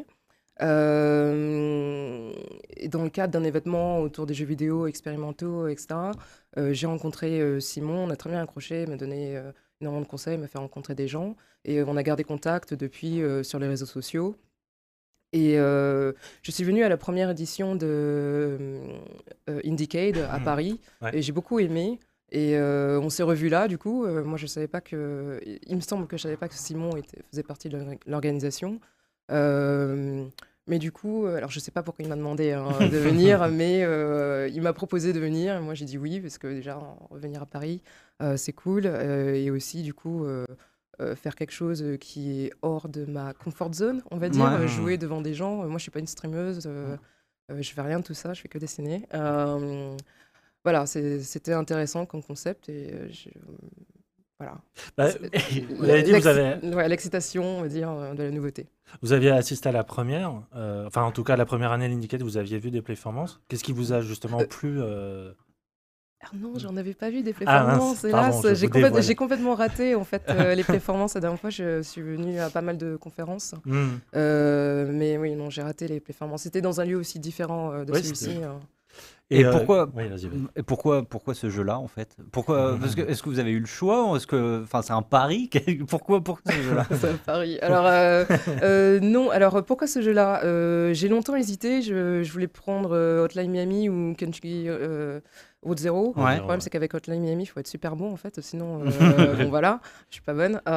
Et dans le cadre d'un événement autour des jeux vidéo expérimentaux, etc., j'ai rencontré Simon, on a très bien accroché, il m'a donné énormément de conseils, il m'a fait rencontrer des gens, et on a gardé contact depuis sur les réseaux sociaux. Et je suis venue à la première édition de Indiecade à Paris, et j'ai beaucoup aimé. Et on s'est revus là, du coup. Moi, je savais pas que... Il me semble que je savais pas que Simon faisait partie de l'organisation. Mais du coup, alors je sais pas pourquoi il m'a demandé de venir, mais il m'a proposé de venir. Et moi, j'ai dit oui, parce que déjà, revenir à Paris, c'est cool. Et aussi, du coup, faire quelque chose qui est hors de ma comfort zone, on va dire. Jouer devant des gens. Moi, je suis pas une streameuse. Je fais rien de tout ça, je fais que dessiner. Voilà, c'était intéressant comme concept. Et voilà. Vous avez dit vous avez... l'excitation, on va dire, de la nouveauté. Vous aviez assisté à la première, enfin en tout cas la première année l'Indiecade, vous aviez vu des playformances. Qu'est-ce qui vous a justement plu Non, j'en avais pas vu des playformances. Hélas, j'ai complètement raté en fait les playformances. La dernière fois, je suis venue à pas mal de conférences. Mais oui, non, j'ai raté les playformances. C'était dans un lieu aussi différent de celui-ci. Et pourquoi ce jeu-là en fait? Parce que est-ce que vous avez eu le choix? Est-ce que c'est un pari? Pourquoi ce jeu-là? C'est un pari. Alors non. Alors pourquoi ce jeu-là? J'ai longtemps hésité. Je voulais prendre Hotline Miami ou Kentucky Route Zero. Le problème c'est qu'avec Hotline Miami, il faut être super bon en fait. Sinon, bon voilà, je suis pas bonne.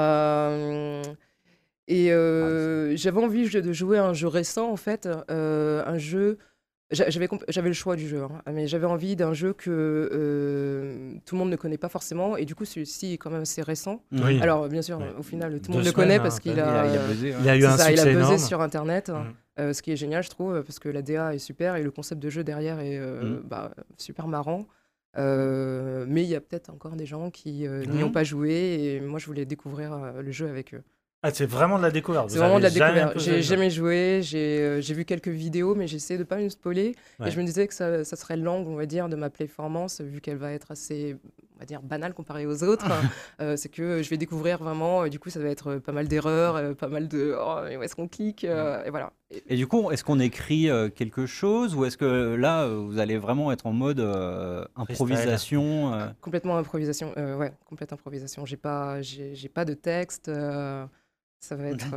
J'avais envie de jouer à un jeu récent en fait, un jeu. J'avais le choix du jeu, hein, mais j'avais envie d'un jeu que tout le monde ne connaît pas forcément, et du coup celui-ci est quand même assez récent. Oui. Alors bien sûr, au final, tout le monde le connaît parce qu'il a eu un succès énorme sur Internet, ce qui est génial, je trouve, parce que la DA est super et le concept de jeu derrière est super marrant. Mais il y a peut-être encore des gens qui n'y ont pas joué, et moi je voulais découvrir le jeu avec eux. Ah, c'est vraiment de la découverte. C'est vraiment de la découverte. J'ai jamais joué, j'ai vu quelques vidéos, mais j'essaie de ne pas me spoiler. Et je me disais que ça serait l'angle, on va dire, de ma performance, vu qu'elle va être assez, on va dire, banale comparée aux autres. C'est que je vais découvrir vraiment, du coup, ça va être pas mal d'erreurs, pas mal de où est-ce qu'on clique, et voilà. Et du coup, est-ce qu'on écrit quelque chose, ou est-ce que là, vous allez vraiment être en mode improvisation Complètement improvisation, ouais, complète improvisation. J'ai pas de texte. Ça va être.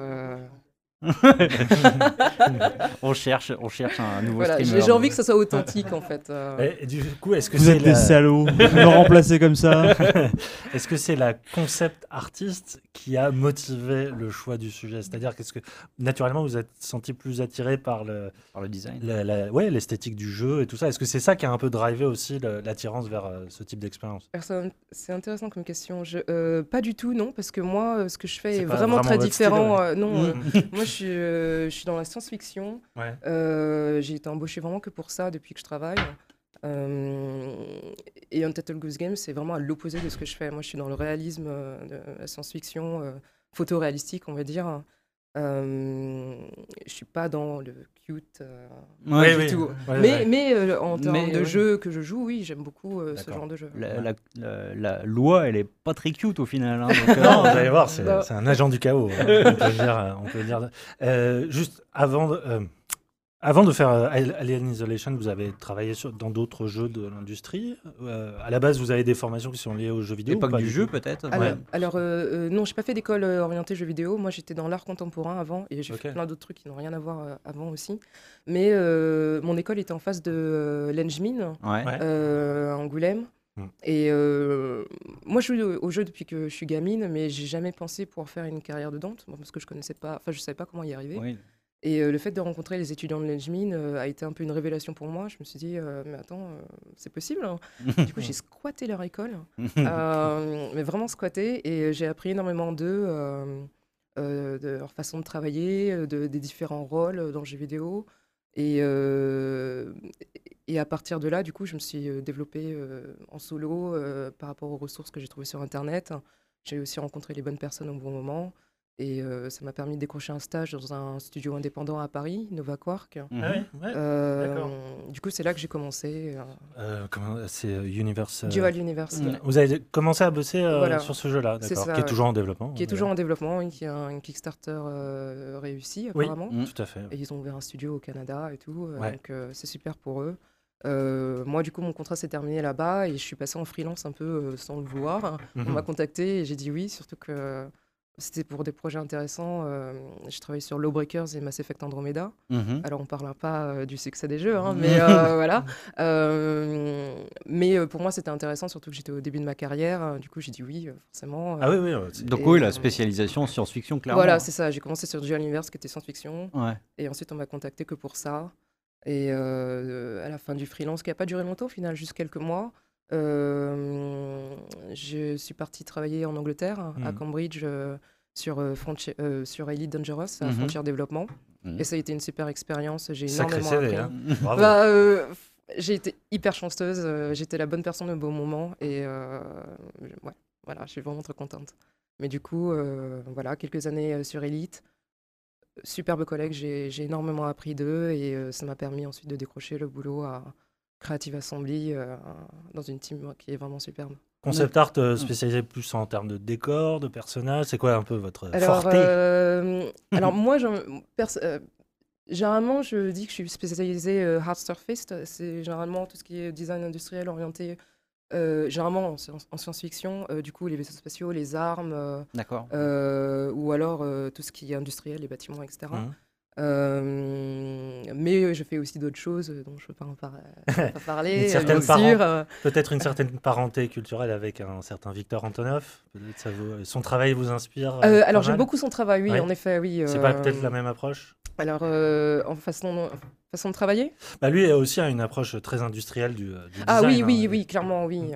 on cherche un nouveau voilà, streamer. J'ai envie que ça soit authentique en fait. Et du coup, est-ce que vous êtes des salauds, vous me remplacez comme ça? Est-ce que c'est la concept artiste qui a motivé le choix du sujet? C'est-à-dire qu'est-ce que naturellement vous êtes senti plus attiré par le design, l'esthétique du jeu et tout ça? Est-ce que c'est ça qui a un peu drivé aussi l'attirance vers ce type d'expérience? C'est intéressant comme question. Pas du tout, non, parce que moi, ce que je fais est vraiment très différent. Style, non, moi je suis dans la science-fiction. Ouais. J'ai été embauchée vraiment que pour ça depuis que je travaille. Et Untitled Goose Game, c'est vraiment à l'opposé de ce que je fais. Moi, je suis dans le réalisme de la science-fiction, photoréalistique, on va dire. Je suis pas dans le cute du tout. Mais en termes de jeu que je joue, oui, j'aime beaucoup ce genre de jeu. La loi, elle est pas très cute au final. Hein, donc, non, vous allez voir, c'est un agent du chaos. On peut dire. Juste avant de faire Alien Isolation, vous avez travaillé dans d'autres jeux de l'industrie. À la base, vous avez des formations qui sont liées aux jeux vidéo. Et pas que du jeu, peut-être. Alors non, j'ai pas fait d'école orientée jeux vidéo. Moi, j'étais dans l'art contemporain avant, et j'ai fait plein d'autres trucs qui n'ont rien à voir avant aussi. Mais mon école était en face de l'Engmin, à Angoulême. Et moi, je joue au jeu depuis que je suis gamine, mais j'ai jamais pensé pouvoir faire une carrière dedans, parce que je savais pas comment y arriver. Oui. Et le fait de rencontrer les étudiants de l'Engmin a été un peu une révélation pour moi. Je me suis dit, mais attends, c'est possible, hein. Du coup, j'ai squatté leur école, mais vraiment squatté, et j'ai appris énormément d'eux, de leur façon de travailler, des différents rôles dans le jeu vidéo. Et à partir de là, du coup, je me suis développée en solo par rapport aux ressources que j'ai trouvées sur Internet. J'ai aussi rencontré les bonnes personnes au bon moment. Et ça m'a permis de décrocher un stage dans un studio indépendant à Paris, Nova Quark. D'accord. Du coup, c'est là que j'ai commencé. C'est Universe. Dual Universe. Vous avez commencé à bosser sur ce jeu-là, d'accord, qui est toujours en développement. Qui est toujours en développement, qui a un Kickstarter réussi apparemment. Oui, tout à fait. Et ils ont ouvert un studio au Canada et tout, donc c'est super pour eux. Moi, du coup, mon contrat s'est terminé là-bas et je suis passée en freelance un peu sans le vouloir. On m'a contacté et j'ai dit oui, surtout que c'était pour des projets intéressants. J'ai travaillé sur Lawbreakers et Mass Effect Andromeda. Alors, on ne parle pas du succès des jeux, hein, mais voilà. Mais pour moi, c'était intéressant, surtout que j'étais au début de ma carrière. Du coup, j'ai dit oui, forcément. Ah oui. Donc, oui, la spécialisation science-fiction, clairement. Voilà, c'est ça. J'ai commencé sur Dual Universe, qui était science-fiction. Ouais. Et ensuite, on m'a contacté que pour ça. Et à la fin du freelance, qui n'a pas duré longtemps, au final, juste quelques mois. Je suis partie travailler en Angleterre, à Cambridge, sur Elite Dangerous, à Frontier Développement. Et ça a été une super expérience. J'ai énormément appris. Hein. J'ai été hyper chanceuse. J'étais la bonne personne au bon moment. Et voilà, je suis vraiment très contente. Mais du coup, voilà, quelques années sur Elite. Superbe collègue, j'ai énormément appris d'eux. Et ça m'a permis ensuite de décrocher le boulot à Creative Assembly dans une team qui est vraiment superbe. Concept art spécialisé plus en termes de décor, de personnages, c'est quoi un peu votre forté? Alors moi, Généralement, je dis que je suis spécialisée hard surface. C'est généralement tout ce qui est design industriel orienté, généralement en science-fiction. Du coup, les vaisseaux spatiaux, les armes. D'accord. Ou alors tout ce qui est industriel, les bâtiments, etc. Mais je fais aussi d'autres choses dont je ne peux pas parler. Peut-être une certaine parenté culturelle avec un certain Victor Antonov. Son travail vous inspire alors j'aime beaucoup son travail, oui, en effet, oui. C'est pas peut-être la même approche. Alors en façon de travailler. Lui aussi a une approche très industrielle du design. Ah oui, oui, clairement, oui.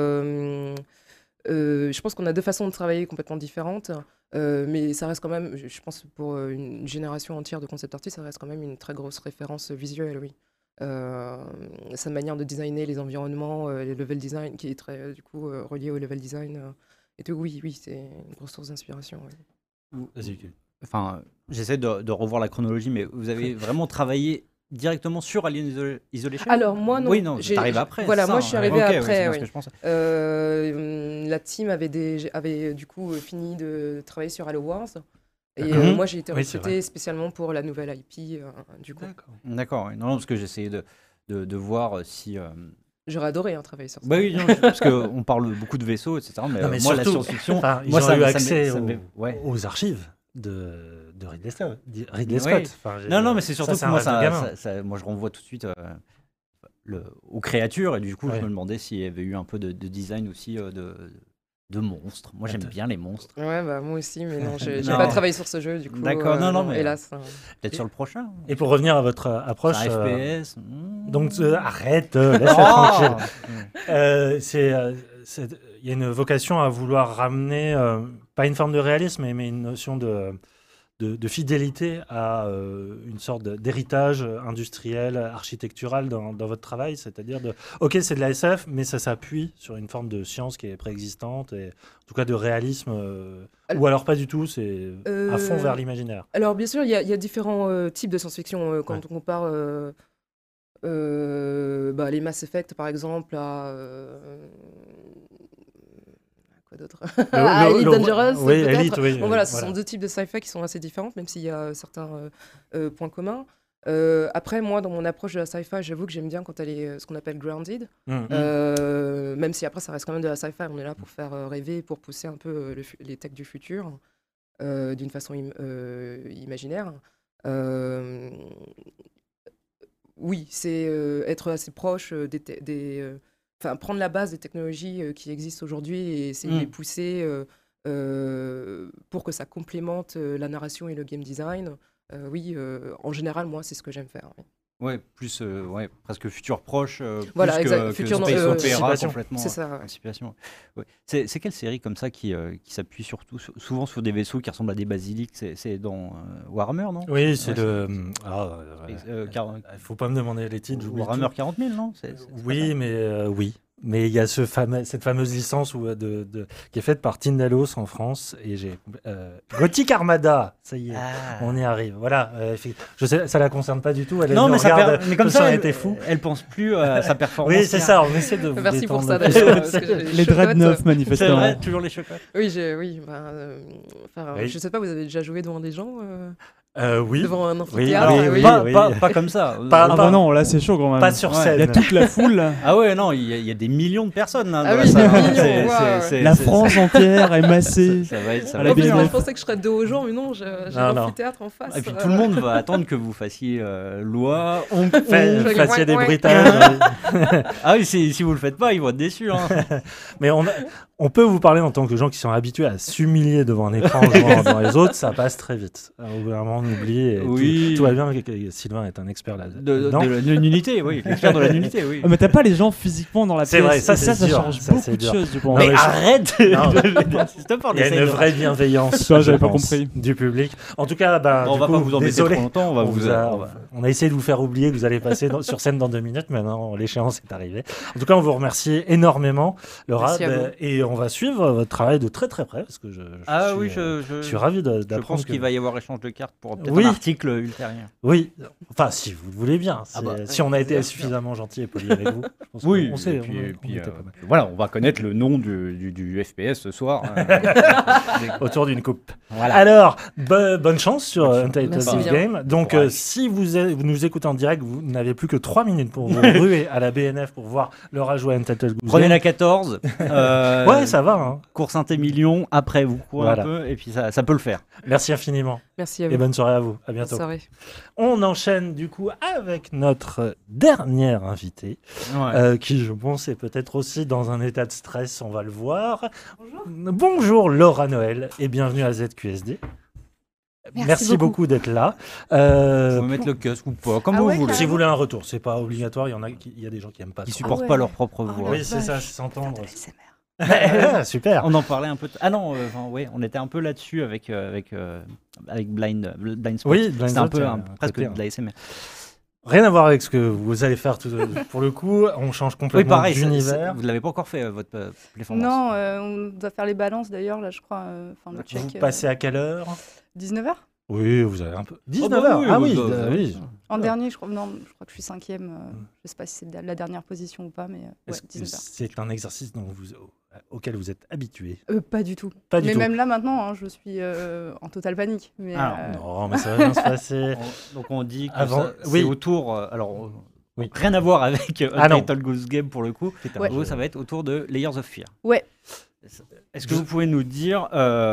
Je pense qu'on a deux façons de travailler complètement différentes. Mais ça reste quand même, je pense pour une génération entière de concept artists, ça reste quand même une très grosse référence visuelle, oui. Sa manière de designer les environnements, les level design, qui est très du coup relié au level design. Et tout, oui, c'est une grosse source d'inspiration. Oui. Enfin, j'essaie de revoir la chronologie, mais vous avez vraiment travaillé directement sur Alien Isolation? Alors moi non. Oui, non, t'arrives après. Voilà, moi je suis arrivée après. Oui, oui. Que la team avait du coup fini de travailler sur Halo Wars. Et moi j'ai été recrutée spécialement pour la nouvelle IP du coup. D'accord. Non, parce que j'essayais de voir si... J'aurais adoré travailler sur ça. Oui, parce qu'on parle beaucoup de vaisseaux, etc. Mais, mais moi, surtout, la science-fiction... ils ont eu accès aux archives de Ridley Scott. Non, mais c'est surtout que moi, moi, je renvoie tout de suite aux créatures, et du coup, je me demandais s'il y avait eu un peu de design aussi de monstres. Moi, j'aime bien les monstres. Ouais, moi aussi, mais non, j'ai pas travaillé sur ce jeu, du coup. D'accord, mais hélas. Peut-être sur le prochain. Et pour revenir à votre approche... C'est un FPS. Donc, arrête, laisse-la tranquille. Il y a une vocation à vouloir ramener, pas une forme de réalisme, mais une notion de fidélité à une sorte d'héritage industriel, architectural dans votre travail. C'est-à-dire OK, c'est de la SF, mais ça s'appuie sur une forme de science qui est préexistante, et en tout cas de réalisme, ou alors pas du tout, c'est à fond vers l'imaginaire. Alors bien sûr, il y a différents types de science-fiction. Quand on compare les Mass Effect, par exemple, à... quoi d'autre? Elite Dangerous, peut-être. Oui, voilà, ce sont deux types de sci-fi qui sont assez différentes, même s'il y a certains points communs. Après, moi, dans mon approche de la sci-fi, j'avoue que j'aime bien quand elle est ce qu'on appelle grounded. Même si après, ça reste quand même de la sci-fi. On est là pour faire rêver, pour pousser un peu les techs du futur d'une façon imaginaire. Oui, c'est être assez proche prendre la base des technologies qui existent aujourd'hui et essayer de les pousser pour que ça complémente la narration et le game design. En général, moi, c'est ce que j'aime faire. Oui. Ouais, plus presque futur proche, voilà, plus exact. que Futur Space Opera complètement. C'est ça. Anticipation. Ouais. C'est quelle série comme ça qui s'appuie surtout souvent sur des vaisseaux qui ressemblent à des basiliques? C'est dans Warhammer, non? Oui, c'est il faut pas me demander les titres. Warhammer 40 000, non? Oui, mais oui. Mais il y a cette fameuse licence qui est faite par Tindalos en France, et j'ai Gothic Armada, ça y est, on y arrive. Voilà, je sais, ça la concerne pas du tout. Elle non, mais comme ça, elle était fou. Elle pense plus à sa performance. Oui, c'est ça. On essaie de vous Merci détendre. pour ça. D'ailleurs, les dreadnoughts, manifestement. C'est vrai, toujours les chocottes. Oui, je sais pas. Vous avez déjà joué devant des gens? Oui. Devant un amphithéâtre. Pas comme ça. Non, là c'est chaud quand même. Pas sur scène. Il y a toute la foule là. Ah ouais, non, il y a des millions de personnes. Hein, la France entière est massée. Ça va je pensais que je serais de dos aux gens, mais non, j'ai l'amphithéâtre en face. Et puis tout le monde va attendre que vous fassiez loi, fassiez des bruitages. Ah oui, si vous le faites pas, ils vont être déçus. Hein. Mais on peut vous parler en tant que gens qui sont habitués à s'humilier devant un écran devant les autres, ça passe très vite. Au bout d'un moment, on oublie. Et tout va bien. Sylvain est un expert là-dedans. De la nullité, oui. L'expert de la nullité, oui. Mais t'as pas les gens physiquement dans la pièce. C'est vrai, ça change beaucoup de choses, je pense. Mais arrête. Il y a une vraie bienveillance. J'avais pas compris. Du public. En tout cas, on va pas vous embêter trop longtemps. On va On a essayé de vous faire oublier que vous allez passer sur scène dans 2 minutes, mais non, l'échéance est arrivée. En tout cas, on vous remercie énormément, Laura, et on va suivre votre travail de très très près, parce que je suis ravi d'apprendre. Je pense qu'il va y avoir échange de cartes pour peut-être un article ultérieur. Oui, enfin, si vous le voulez bien. Si on a été suffisamment gentil et poli avec vous, je pense oui, on sait. Voilà, on va connaître le nom du FPS ce soir. Autour d'une coupe. Voilà. Alors, bonne chance sur Untitled Goose Game. Donc, si vous nous écoutez en direct, vous n'avez plus que 3 minutes pour vous ruer à la BNF pour voir Laura jouer à Untitled Goose Game. Prenez la 14. Ouais, ça va. Hein. Cours Saint-Émilion, après vous courez un peu, et puis ça peut le faire. Merci infiniment. Merci à vous. Et bonne soirée à vous. À bientôt. Bonne soirée. On enchaîne du coup avec notre dernière invitée, qui je pense est peut-être aussi dans un état de stress, on va le voir. Bonjour Laura Noël et bienvenue à ZQSD. Merci beaucoup d'être là. Vous pouvez mettre le casque ou pas, comme vous voulez. Si vous voulez un retour, c'est pas obligatoire. Il y a des gens qui aiment pas. Qui supportent pas leur propre voix. Oui, c'est ça, s'entendre. Super. On en parlait un peu. Ah non, on était un peu là-dessus avec Blind Spot. Oui, Blind Spot, c'était un peu presque de l'ASMR. Rien à voir avec ce que vous allez faire pour le coup. On change complètement d'univers. Vous ne l'avez pas encore fait, votre performance? Non, on doit faire les balances d'ailleurs, là, je crois. Le check, vous passez à quelle heure? 19h. Oui, vous avez un peu. 19h. Oui. En dernier, je crois que je suis 5e. Je ne sais pas si c'est la dernière position ou pas, mais est-ce que c'est un exercice auquel vous êtes habitué? Pas du tout. Mais même là maintenant, je suis en totale panique. Mais non, mais ça va bien se passer. Donc on dit que c'est autour. Rien à voir avec Untitled Goose Game pour le coup. Ça va être autour de Layers of Fear. Ouais. Est-ce que vous pouvez nous dire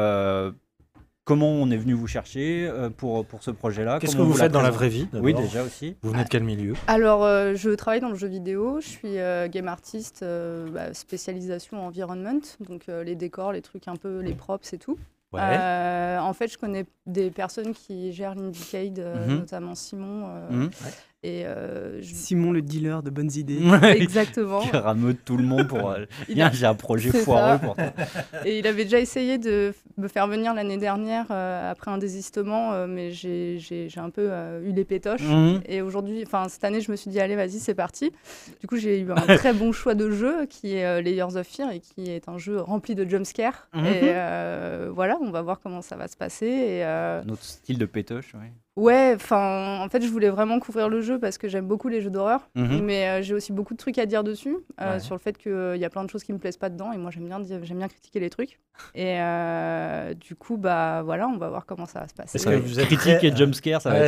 comment on est venu vous chercher pour ce projet-là? Qu'est-ce que vous faites dans la vraie vie? Oui, déjà aussi. Vous venez de quel milieu? Alors, je travaille dans le jeu vidéo. Je suis game artiste, spécialisation environment, donc les décors, les trucs un peu, les props et tout. Ouais. En fait, je connais des personnes qui gèrent l'Indiecade, notamment Simon. Et Simon, le dealer de bonnes idées. Exactement. Qui rameute tout le monde pour. J'ai un projet foireux pour toi. Et il avait déjà essayé de me faire venir l'année dernière après un désistement, mais j'ai un peu eu les pétoches. Et aujourd'hui, cette année, je me suis dit, allez, vas-y, c'est parti. Du coup, j'ai eu un très bon choix de jeu qui est Layers of Fear et qui est un jeu rempli de jumpscares. Et voilà, on va voir comment ça va se passer. Un autre style de pétoche, oui. Ouais, en fait, je voulais vraiment couvrir le jeu parce que j'aime beaucoup les jeux d'horreur, mais j'ai aussi beaucoup de trucs à dire dessus, sur le fait qu'il y a plein de choses qui me plaisent pas dedans, et moi j'aime bien critiquer les trucs. Et du coup, voilà, on va voir comment ça va se passer. Est-ce que vous êtes critique et jumpscare, ça va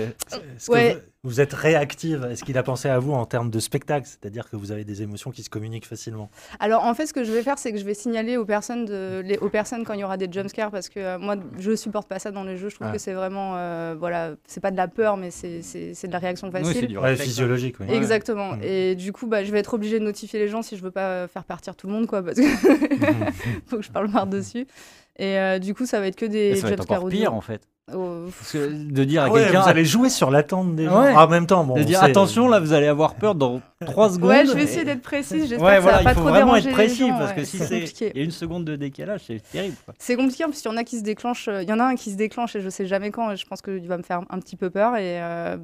être... Vous êtes réactive? Est-ce qu'il a pensé à vous en termes de spectacle? C'est-à-dire que vous avez des émotions qui se communiquent facilement? Alors en fait, ce que je vais faire, c'est que je vais signaler aux personnes quand il y aura des jumpscares, parce que moi, je supporte pas ça dans les jeux. Je trouve que c'est vraiment, c'est pas de la peur, mais c'est de la réaction facile. Oui, c'est du réflexe, physiologique. Oui. Exactement. Et du coup, je vais être obligée de notifier les gens si je veux pas faire partir tout le monde, quoi, parce que faut que je parle par-dessus. Et du coup, ça va être que des jumpscares. Ça va être encore pire, en fait. Parce que de dire à quelqu'un... Vous allez jouer sur l'attente des gens. En même temps, de dire attention, là, vous allez avoir peur dans 3 secondes. Ouais, je vais essayer d'être précise. J'espère que ça va pas trop déranger les gens. Il faut vraiment être précis, parce que si il y a 1 seconde de décalage, c'est terrible. C'est compliqué, parce qu'il y en a qui se déclenchent. Il y en a un qui se déclenche et je sais jamais quand, et je pense qu'il va me faire un petit peu peur. Et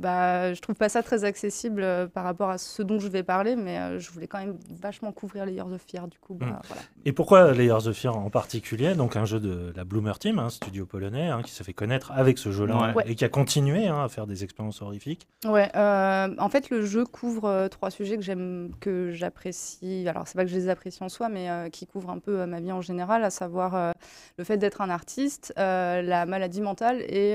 je trouve pas ça très accessible par rapport à ce dont je vais parler, mais je voulais quand même vachement couvrir Layers of Fear, du coup. Voilà. Et pourquoi Layers of Fear en particulier? Donc un jeu de la Bloomer Team, studio polonais, qui s'est fait connaître avec ce jeu-là. Et qui a continué à faire des expériences horrifiques. Ouais, en fait, le jeu couvre 3 sujets que j'apprécie. Alors, c'est pas que je les apprécie en soi, mais qui couvrent un peu ma vie en général, à savoir le fait d'être un artiste, la maladie mentale et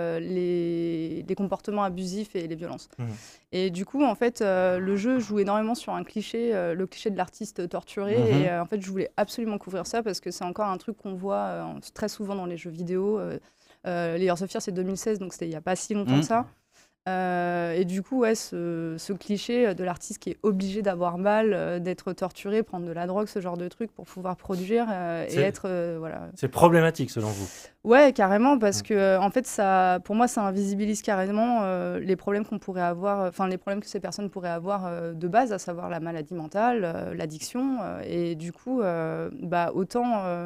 les comportements abusifs et les violences. Et du coup, en fait, le jeu joue énormément sur un cliché, le cliché de l'artiste torturé. Et en fait, je voulais absolument couvrir ça parce que c'est encore un truc qu'on voit très souvent dans les jeux vidéo. Layers of Fear, c'est 2016, donc c'était il n'y a pas si longtemps que ça. Et du coup, ce cliché de l'artiste qui est obligé d'avoir mal, d'être torturé, prendre de la drogue, ce genre de truc pour pouvoir produire et être... voilà. C'est problématique selon vous? Ouais, carrément, parce que en fait, pour moi, ça invisibilise carrément les problèmes qu'on pourrait avoir, les problèmes que ces personnes pourraient avoir de base, à savoir la maladie mentale, l'addiction. Et du coup, autant...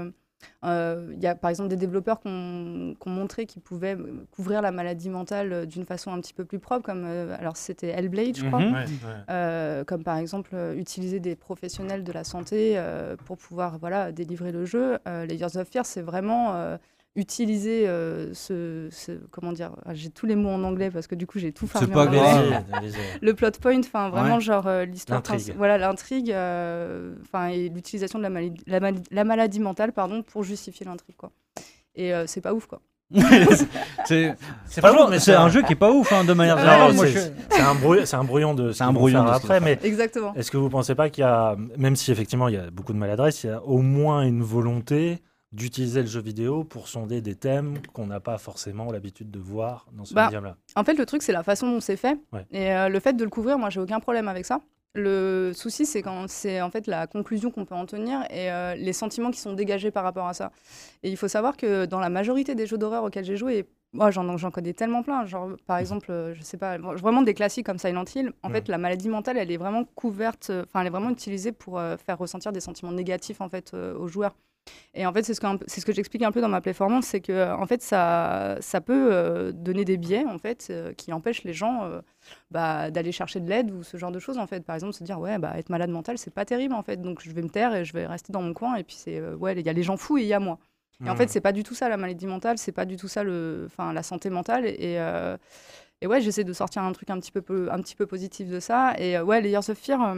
Il y a par exemple des développeurs qui ont montré qu'ils pouvaient couvrir la maladie mentale d'une façon un petit peu plus propre, comme alors c'était Hellblade, je crois, comme par exemple utiliser des professionnels de la santé pour pouvoir délivrer le jeu. Layers of Fear, c'est vraiment utiliser comment dire, j'ai tous les mots en anglais parce que du coup j'ai tout farmé en anglais. Le plot point, enfin vraiment genre l'histoire, l'intrigue, et l'utilisation de la maladie mentale, pardon, pour justifier l'intrigue, quoi. Et c'est pas ouf, quoi. c'est un jeu qui est pas ouf, hein, de manière générale. C'est un brouillon de après, mais exactement. Est-ce que vous pensez pas qu'il y a, même si effectivement il y a beaucoup de maladresse, il y a au moins une volonté d'utiliser le jeu vidéo pour sonder des thèmes qu'on n'a pas forcément l'habitude de voir dans ce médium-là? En fait, le truc, c'est la façon dont c'est fait. Ouais. Et le fait de le couvrir, moi, j'ai aucun problème avec ça. Le souci, c'est quand c'est en fait la conclusion qu'on peut en tenir et les sentiments qui sont dégagés par rapport à ça. Et il faut savoir que dans la majorité des jeux d'horreur auxquels j'ai joué, moi j'en connais tellement plein, genre par exemple, je sais pas, vraiment des classiques comme Silent Hill, en fait la maladie mentale, elle est vraiment couverte, elle est vraiment utilisée pour faire ressentir des sentiments négatifs en fait aux joueurs. Et en fait, c'est ce que j'explique un peu dans ma performance, c'est que en fait, ça peut donner des biais en fait qui empêchent les gens d'aller chercher de l'aide ou ce genre de choses en fait. Par exemple, se dire être malade mental, c'est pas terrible en fait, donc je vais me taire et je vais rester dans mon coin. Et puis c'est il y a les gens fous et il y a moi. Et en fait, c'est pas du tout ça la maladie mentale, c'est pas du tout ça la santé mentale. Et j'essaie de sortir un truc un petit peu positif de ça. Et Layers of Fear,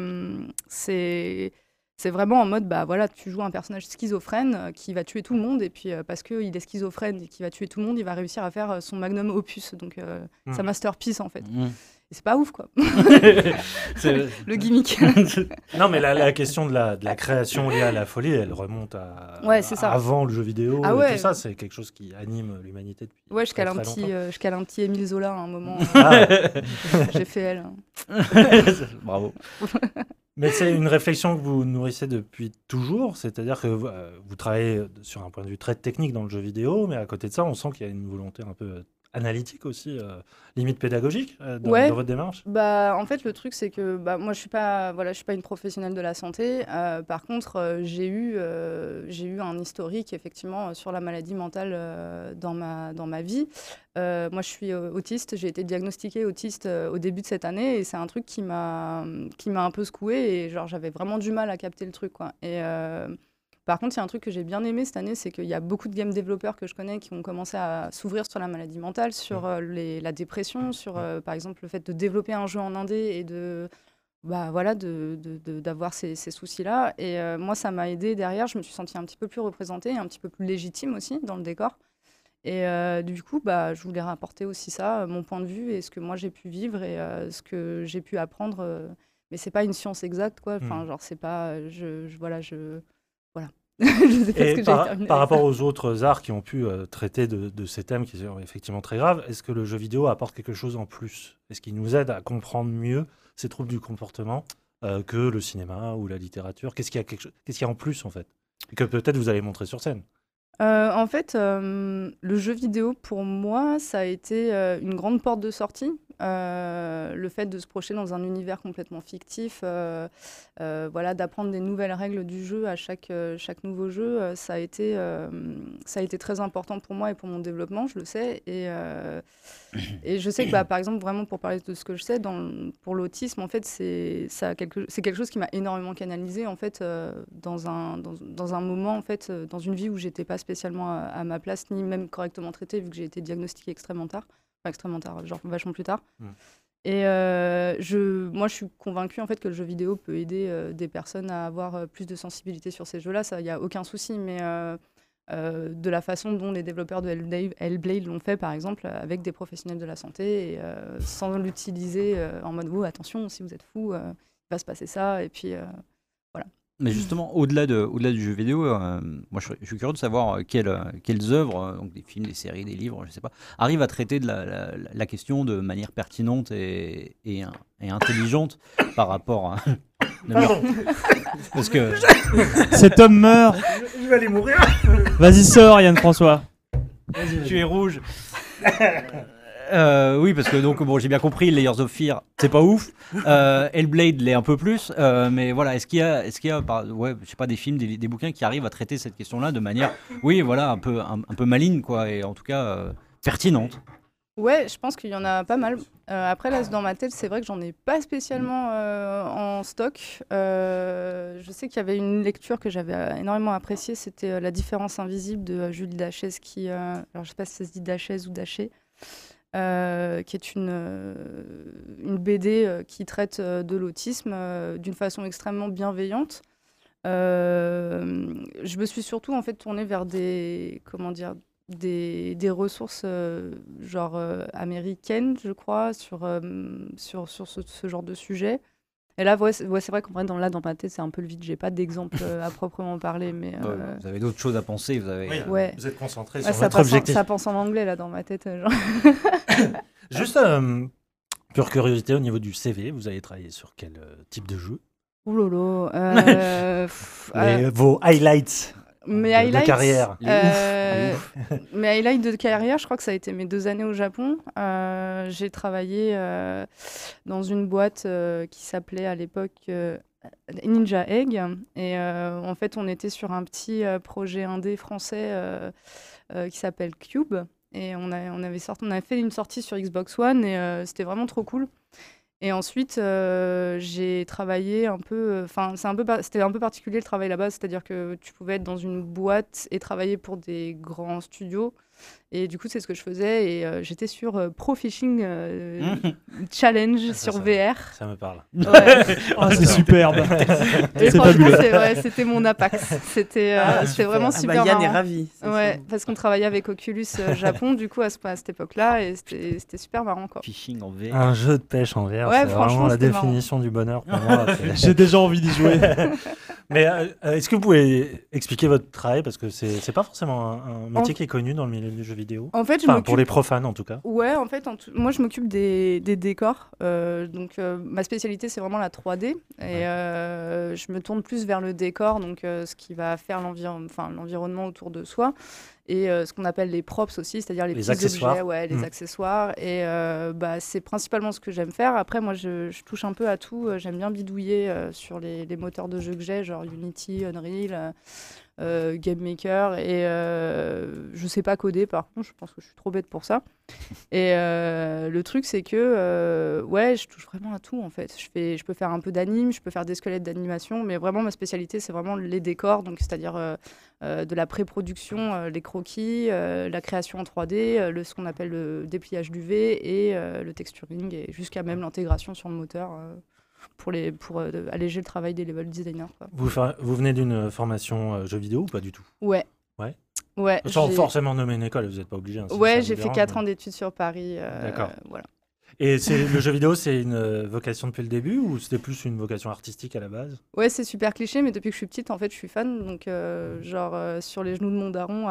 c'est vraiment en mode, tu joues un personnage schizophrène qui va tuer tout le monde, et puis parce qu'il est schizophrène et qu'il va tuer tout le monde, il va réussir à faire son magnum opus, donc sa masterpiece en fait. Et c'est pas ouf, quoi. Le gimmick. Non, mais la question de la création liée à la folie, elle remonte à avant le jeu vidéo. Tout ça, c'est quelque chose qui anime l'humanité depuis je cale un petit Émile Zola à un moment. J'ai fait elle. Bravo. Mais c'est une réflexion que vous nourrissez depuis toujours, c'est-à-dire que vous travaillez sur un point de vue très technique dans le jeu vidéo, mais à côté de ça, on sent qu'il y a une volonté un peu analytique aussi, limite pédagogique dans votre démarche. En fait, le truc, c'est que moi, je suis pas une professionnelle de la santé. Par contre, j'ai eu un historique effectivement sur la maladie mentale dans ma vie. Moi, je suis autiste. J'ai été diagnostiquée autiste au début de cette année, et c'est un truc qui m'a un peu secouée, et genre j'avais vraiment du mal à capter le truc, quoi. Et par contre, il y a un truc que j'ai bien aimé cette année, c'est qu'il y a beaucoup de game développeurs que je connais qui ont commencé à s'ouvrir sur la maladie mentale, sur la dépression, sur par exemple le fait de développer un jeu en indé et d'avoir ces soucis-là. Et moi, ça m'a aidé derrière. Je me suis sentie un petit peu plus représentée, un petit peu plus légitime aussi dans le décor. Et du coup, je voulais rapporter aussi ça, mon point de vue et ce que moi j'ai pu vivre et ce que j'ai pu apprendre. Mais c'est pas une science exacte, quoi. Enfin, genre, c'est pas. Voilà. Je sais pas ce que j'ai terminé. Par rapport aux autres arts qui ont pu traiter de ces thèmes qui sont effectivement très graves, est-ce que le jeu vidéo apporte quelque chose en plus? Est-ce qu'il nous aide à comprendre mieux ces troubles du comportement que le cinéma ou la littérature? Qu'est-ce qu'il y a en plus, en fait, et que peut-être vous allez montrer sur scène? En fait, le jeu vidéo, pour moi, ça a été une grande porte de sortie. Le fait de se projeter dans un univers complètement fictif, d'apprendre des nouvelles règles du jeu à chaque nouveau jeu, ça a été très important pour moi et pour mon développement, je le sais. Et je sais que, par exemple, vraiment pour parler de ce que je sais, pour l'autisme, en fait, c'est quelque chose qui m'a énormément canalisée, en fait, dans un moment, en fait, dans une vie où j'étais pas spécialement à ma place, ni même correctement traitée, vu que j'ai été diagnostiquée extrêmement tard, genre vachement plus tard. Et moi, je suis convaincue en fait que le jeu vidéo peut aider des personnes à avoir plus de sensibilité sur ces jeux-là. Ça, il y a aucun souci, mais de la façon dont les développeurs de Hellblade l'ont fait, par exemple, avec des professionnels de la santé, et sans l'utiliser en mode attention, si vous êtes fou, il va se passer ça, et puis voilà. Mais justement, au-delà du jeu vidéo, moi je suis curieux de savoir quelles œuvres, donc des films, des séries, des livres, je sais pas, arrivent à traiter de la question de manière pertinente et intelligente par rapport à... Parce que... Cet homme meurt. Je vais aller mourir. Vas-y, sors, Yann François. Tu es rouge. Oui, parce que donc bon, j'ai bien compris, Layers of Fear, c'est pas ouf. Hellblade l'est un peu plus, mais voilà, est-ce qu'il y a, ouais, je sais pas, des films, des bouquins qui arrivent à traiter cette question-là de manière, oui, voilà, un peu maligne, quoi, et en tout cas pertinente. Ouais, je pense qu'il y en a pas mal. Après, là, dans ma tête, c'est vrai que j'en ai pas spécialement en stock. Je sais qu'il y avait une lecture que j'avais énormément appréciée, c'était La différence invisible de Julie Dachès, qui, alors je sais pas si ça se dit Dachès ou Daché, qui est une BD qui traite de l'autisme d'une façon extrêmement bienveillante. Je me suis surtout en fait tournée vers des ressources américaines, je crois, sur ce genre de sujet. Et là, c'est vrai qu'en vrai, dans ma tête, c'est un peu le vide. J'ai pas d'exemple à proprement parler, mais vous avez d'autres choses à penser. Vous êtes concentré sur votre objectif. Ça pense en anglais là dans ma tête. Juste pure curiosité au niveau du CV, vous avez travaillé sur quel type de jeu? Ouh lolo. Vos highlights. Mes highlights de carrière. Mes highlights de carrière, je crois que ça a été mes 2 années au Japon. J'ai travaillé dans une boîte qui s'appelait à l'époque Ninja Egg. Et en fait, on était sur un petit projet indé français qui s'appelle Cube. Et on avait fait une sortie sur Xbox One et c'était vraiment trop cool. Et ensuite, j'ai travaillé un peu... c'était un peu particulier le travail là-bas, c'est-à-dire que tu pouvais être dans une boîte et travailler pour des grands studios. Et du coup, c'est ce que je faisais. Et j'étais sur Pro Fishing Challenge sur VR. Ça me parle. Ouais. C'est superbe. Et franchement, c'était mon apax. C'était vraiment super Yann marrant. est ravi. Ouais, parce qu'on travaillait avec Oculus Japon, du coup, à cette époque-là. Et c'était super marrant, quoi. Fishing en VR. Un jeu de pêche en VR, Ouais, c'est vraiment la c'était définition du bonheur pour moi. J'ai déjà envie d'y jouer. Mais est-ce que vous pouvez expliquer votre travail? Parce que c'est pas forcément un métier qui est connu dans le milieu du jeu vidéo. En fait, pour les profanes, en tout cas. Ouais, en fait, moi, je m'occupe des décors. Donc, ma spécialité, c'est vraiment la 3D. Et je me tourne plus vers le décor, donc ce qui va faire l'environnement autour de soi. Et ce qu'on appelle les props aussi, c'est-à-dire les petits accessoires. objets, les accessoires. Et c'est principalement ce que j'aime faire. Après, moi, je touche un peu à tout. J'aime bien bidouiller sur les moteurs de jeu que j'ai, genre Unity, Unreal, Game Maker. Et je sais pas coder, par contre, je pense que je suis trop bête pour ça. Et le truc, c'est que je touche vraiment à tout, en fait. Je peux faire un peu d'anime, je peux faire des squelettes d'animation, mais vraiment, ma spécialité, c'est vraiment les décors, donc c'est-à-dire de la pré-production, les croquis, la création en 3D, ce qu'on appelle le dépliage d'UV et le texturing, et jusqu'à même l'intégration sur le moteur pour alléger le travail des level designers, quoi. Vous venez d'une formation jeu vidéo ou pas du tout? Ouais. Ouais, sans forcément nommer une école, vous n'êtes pas obligé. Hein, j'ai fait 4 ans d'études sur Paris. D'accord. Voilà. Et le jeu vidéo, c'est une vocation depuis le début ou c'était plus une vocation artistique à la base? Ouais, c'est super cliché, mais depuis que je suis petite, en fait, je suis fan. Donc, sur les genoux de mon daron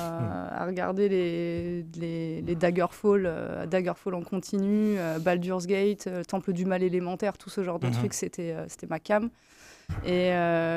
à regarder les Daggerfall en continu, Baldur's Gate, Temple du Mal élémentaire, tout ce genre de trucs, c'était ma cam. Et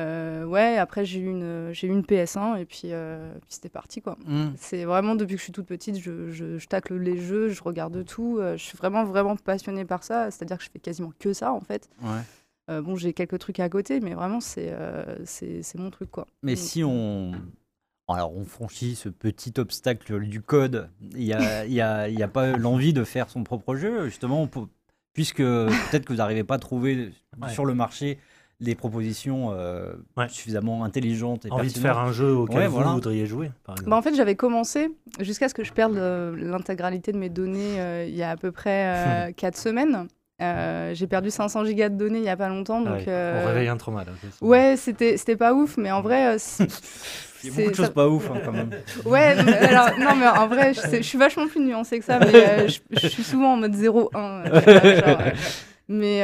après j'ai eu une PS1 et puis c'était parti, quoi. C'est vraiment depuis que je suis toute petite, je tacle les jeux, je regarde tout. Je suis vraiment passionnée par ça, c'est-à-dire que je fais quasiment que ça, en fait. Ouais. J'ai quelques trucs à côté, mais vraiment c'est mon truc, quoi. Mais si on franchit ce petit obstacle du code, il y a pas l'envie de faire son propre jeu, justement, puisque peut-être que vous n'arrivez pas à trouver sur le marché des propositions suffisamment intelligentes et envie de faire un jeu auquel vous voudriez jouer, par exemple. En fait, j'avais commencé jusqu'à ce que je perde l'intégralité de mes données il y a à peu près 4 semaines. J'ai perdu 500 gigas de données il n'y a pas longtemps. Donc, on réveille un trauma, là. Ouais, c'était pas ouf, mais en vrai... il y a beaucoup de choses pas ouf, quand même. Ouais, mais en vrai, je suis vachement plus nuancée que ça, mais je suis souvent en mode 0-1. Mais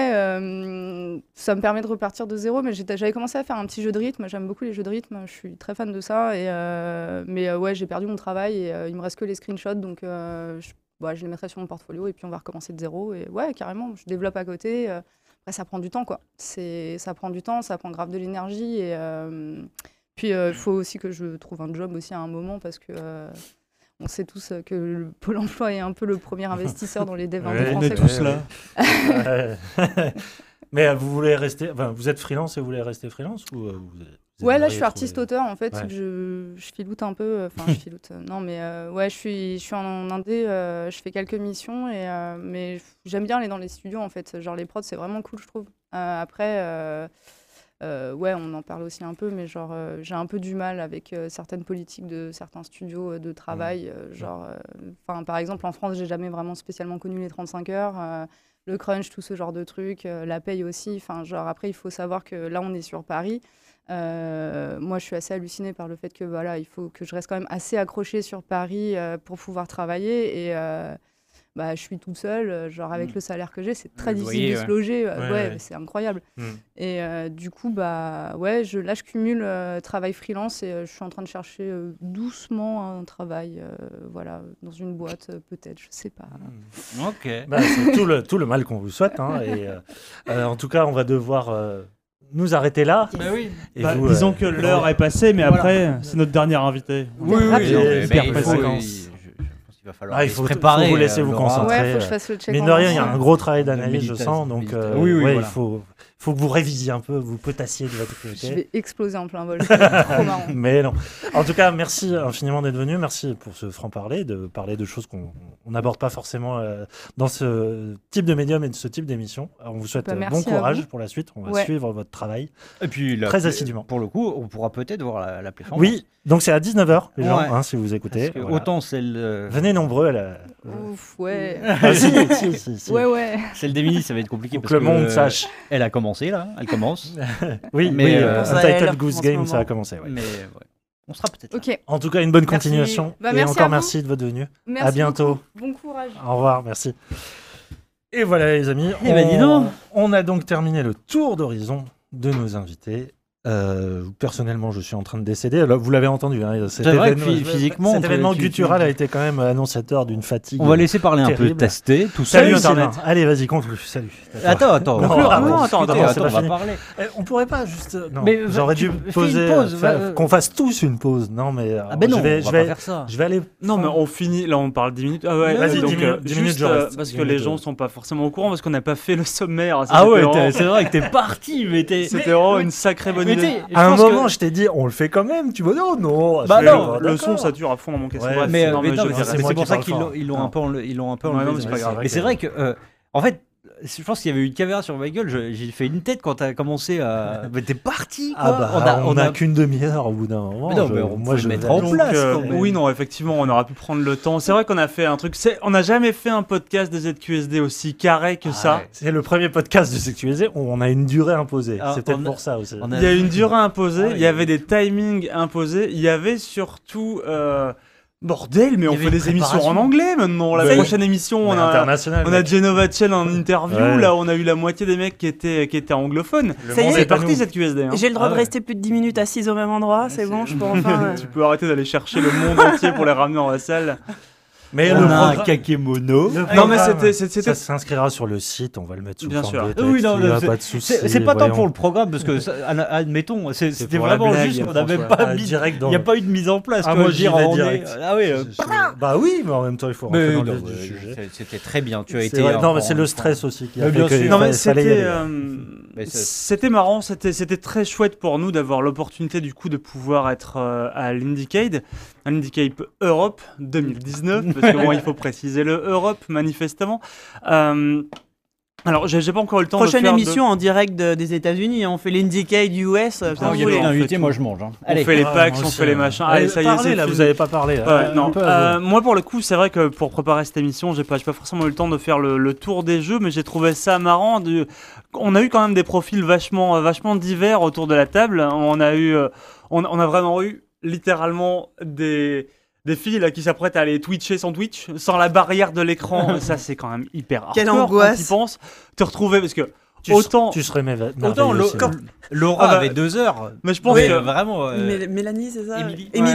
ça me permet de repartir de zéro. Mais j'avais commencé à faire un petit jeu de rythme. J'aime beaucoup les jeux de rythme. Je suis très fan de ça. Mais j'ai perdu mon travail et il me reste que les screenshots. Donc je les mettrai sur mon portfolio et puis on va recommencer de zéro. Et ouais, carrément, je développe à côté. Après, ça prend du temps, quoi. Ça prend du temps, ça prend grave de l'énergie. Et puis, il faut aussi que je trouve un job aussi à un moment parce que... on sait tous que le Pôle emploi est un peu le premier investisseur dans les devs français. On est tous là. Mais vous voulez rester, vous êtes freelance et vous voulez rester freelance ou ouais, là je suis artiste-auteur en fait, je filoute un peu, je filoute, non mais ouais, je suis en indé, je fais quelques missions, mais j'aime bien aller dans les studios en fait, genre les prods c'est vraiment cool je trouve. Après, ouais, on en parle aussi un peu, mais genre j'ai un peu du mal avec certaines politiques de certains studios de travail, par exemple en France j'ai jamais vraiment spécialement connu les 35 heures. Le crunch, tout ce genre de trucs, la paye aussi. Après, il faut savoir que là, on est sur Paris. Moi, je suis assez hallucinée par le fait que voilà, il faut que je reste quand même assez accrochée sur Paris pour pouvoir travailler. Et je suis toute seule. Avec le salaire que j'ai, c'est très difficile de se loger. Ouais. C'est incroyable. Et du coup, ouais, là, je cumule travail freelance et je suis en train de chercher doucement un travail, voilà, dans une boîte, peut-être, je sais pas. Ok. C'est tout le mal qu'on vous souhaite. Hein, et en tout cas, on va devoir nous arrêter là. Oui. Et disons que l'heure est passée, mais après, c'est notre dernier invité. Oui. Il va falloir se préparer. Il faut vous laisser vous concentrer. Ouais, faut que je fasse le check. Mais de rien, il y a un gros travail d'analyse, je sens. Donc, il faut que vous révisiez un peu, vous potassiez de votre côté. Je vais exploser en plein vol. C'est trop marrant. Mais non. En tout cas, merci infiniment d'être venu. Merci pour ce franc-parler, de parler de choses qu'on n'aborde pas forcément dans ce type de médium et de ce type d'émission. On vous souhaite bon courage pour la suite. On va suivre votre travail. Et puis, très assidûment. Pour le coup, on pourra peut-être voir la pléforme. Oui, donc c'est à 19h, les gens, si vous écoutez. Voilà. Autant celle. Venez nombreux. Ouf, ouais. Si. Ouais. Celle d'Emilie, ça va être compliqué. Pour que le monde sache. Elle a commencé, là. Elle commence. oui, Untitled Goose Game, ça a commencé. Ouais. Mais on sera peut-être. Okay. En tout cas, une bonne continuation. Et encore merci de votre venue. Merci à bientôt. Beaucoup. Bon courage. Au revoir, merci. Et voilà, les amis. On a donc terminé le tour d'horizon de nos invités. Personnellement, je suis en train de décéder. Alors, vous l'avez entendu, hein, cet événement guttural a été quand même annonciateur d'une fatigue. On va laisser parler terrible. Un peu, tester tout ça. Salut Internet. Allez, vas-y, conclue. Salut. Attends, on va parler. On pourrait pas juste. Non, j'aurais dû poser. Qu'on fasse tous une pause. Non, mais. On va pas faire ça. Je vais aller. Non, mais on finit. Là, on parle 10 minutes. Ah ouais, vas-y, 10 minutes, je reste. Parce que les gens sont pas forcément au courant, parce qu'on n'a pas fait le sommaire. Ah ouais, c'est vrai que t'es parti, mais c'était vraiment une sacrée bonne. À un moment, je t'ai dit, on le fait quand même. Tu vois, non. Bah non, le son sature à fond dans mon casque. Mais c'est pour ça qu'ils l'ont un peu enlevé. C'est pas grave. Mais c'est vrai que, en fait, je pense qu'il y avait une caméra sur ma gueule. J'ai fait une tête quand t'as commencé à. Mais t'es parti, quoi. On a qu'une demi-heure au bout d'un moment. Moi, je vais mettre en place. Oui, non, effectivement, on aurait pu prendre le temps. C'est vrai qu'on a fait un truc. On n'a jamais fait un podcast de ZQSD aussi carré que ça. C'est le premier podcast de ZQSD où on a une durée imposée. C'est peut-être pour ça aussi. Il y a une durée imposée. Il y avait des timings imposés. Il y avait surtout. Bordel, mais on fait des émissions en anglais maintenant. La prochaine émission, on a Genova Chen en interview. Là, on a eu la moitié des mecs qui étaient anglophones. Ça y est, c'est parti cette QSD. J'ai le droit de rester plus de 10 minutes assise au même endroit. C'est bon, je peux enfin. Tu peux arrêter d'aller chercher le monde entier pour les ramener dans la salle. Mais on a un kakémono. Non, mais c'était. Ça s'inscrira sur le site, on va le mettre sous forme de texte. Oui, non, pas de souci. C'est pas tant pour le programme, parce que, admettons, c'était vraiment juste qu'on n'avait pas mis. Il n'y a pas eu de mise en place. Moi, j'y vais direct. Ah oui. Bah oui, mais en même temps, il faut rentrer dans le vif du sujet. C'était très bien. Tu as été. Non, mais c'est le stress aussi qui a fait que. Non, mais c'était marrant, c'était très chouette pour nous d'avoir l'opportunité du coup de pouvoir être à l'Indiecade Europe 2019, parce que bon, il faut préciser le Europe manifestement. Alors, j'ai pas encore eu le temps Prochaine de faire émission en direct des États-Unis, on fait l'Indiecade US. Il y a des invités, moi je mange. On fait les packs, on fait les machins. Allez, ça y est, c'est là, vous avez pas parlé. Non. Moi, pour le coup, c'est vrai que pour préparer cette émission, j'ai pas forcément eu le temps de faire le tour des jeux, mais j'ai trouvé ça marrant. On a eu quand même des profils vachement divers autour de la table. On a vraiment eu littéralement des filles là qui s'apprêtent à aller twitcher sans Twitch, sans la barrière de l'écran. Ça, c'est quand même hyper hardcore. Quelle angoisse. Quand tu penses te retrouver, parce que tu serais Laura avait 2 heures. Mais je pense que vraiment. Mélanie, c'est ça. Émilie.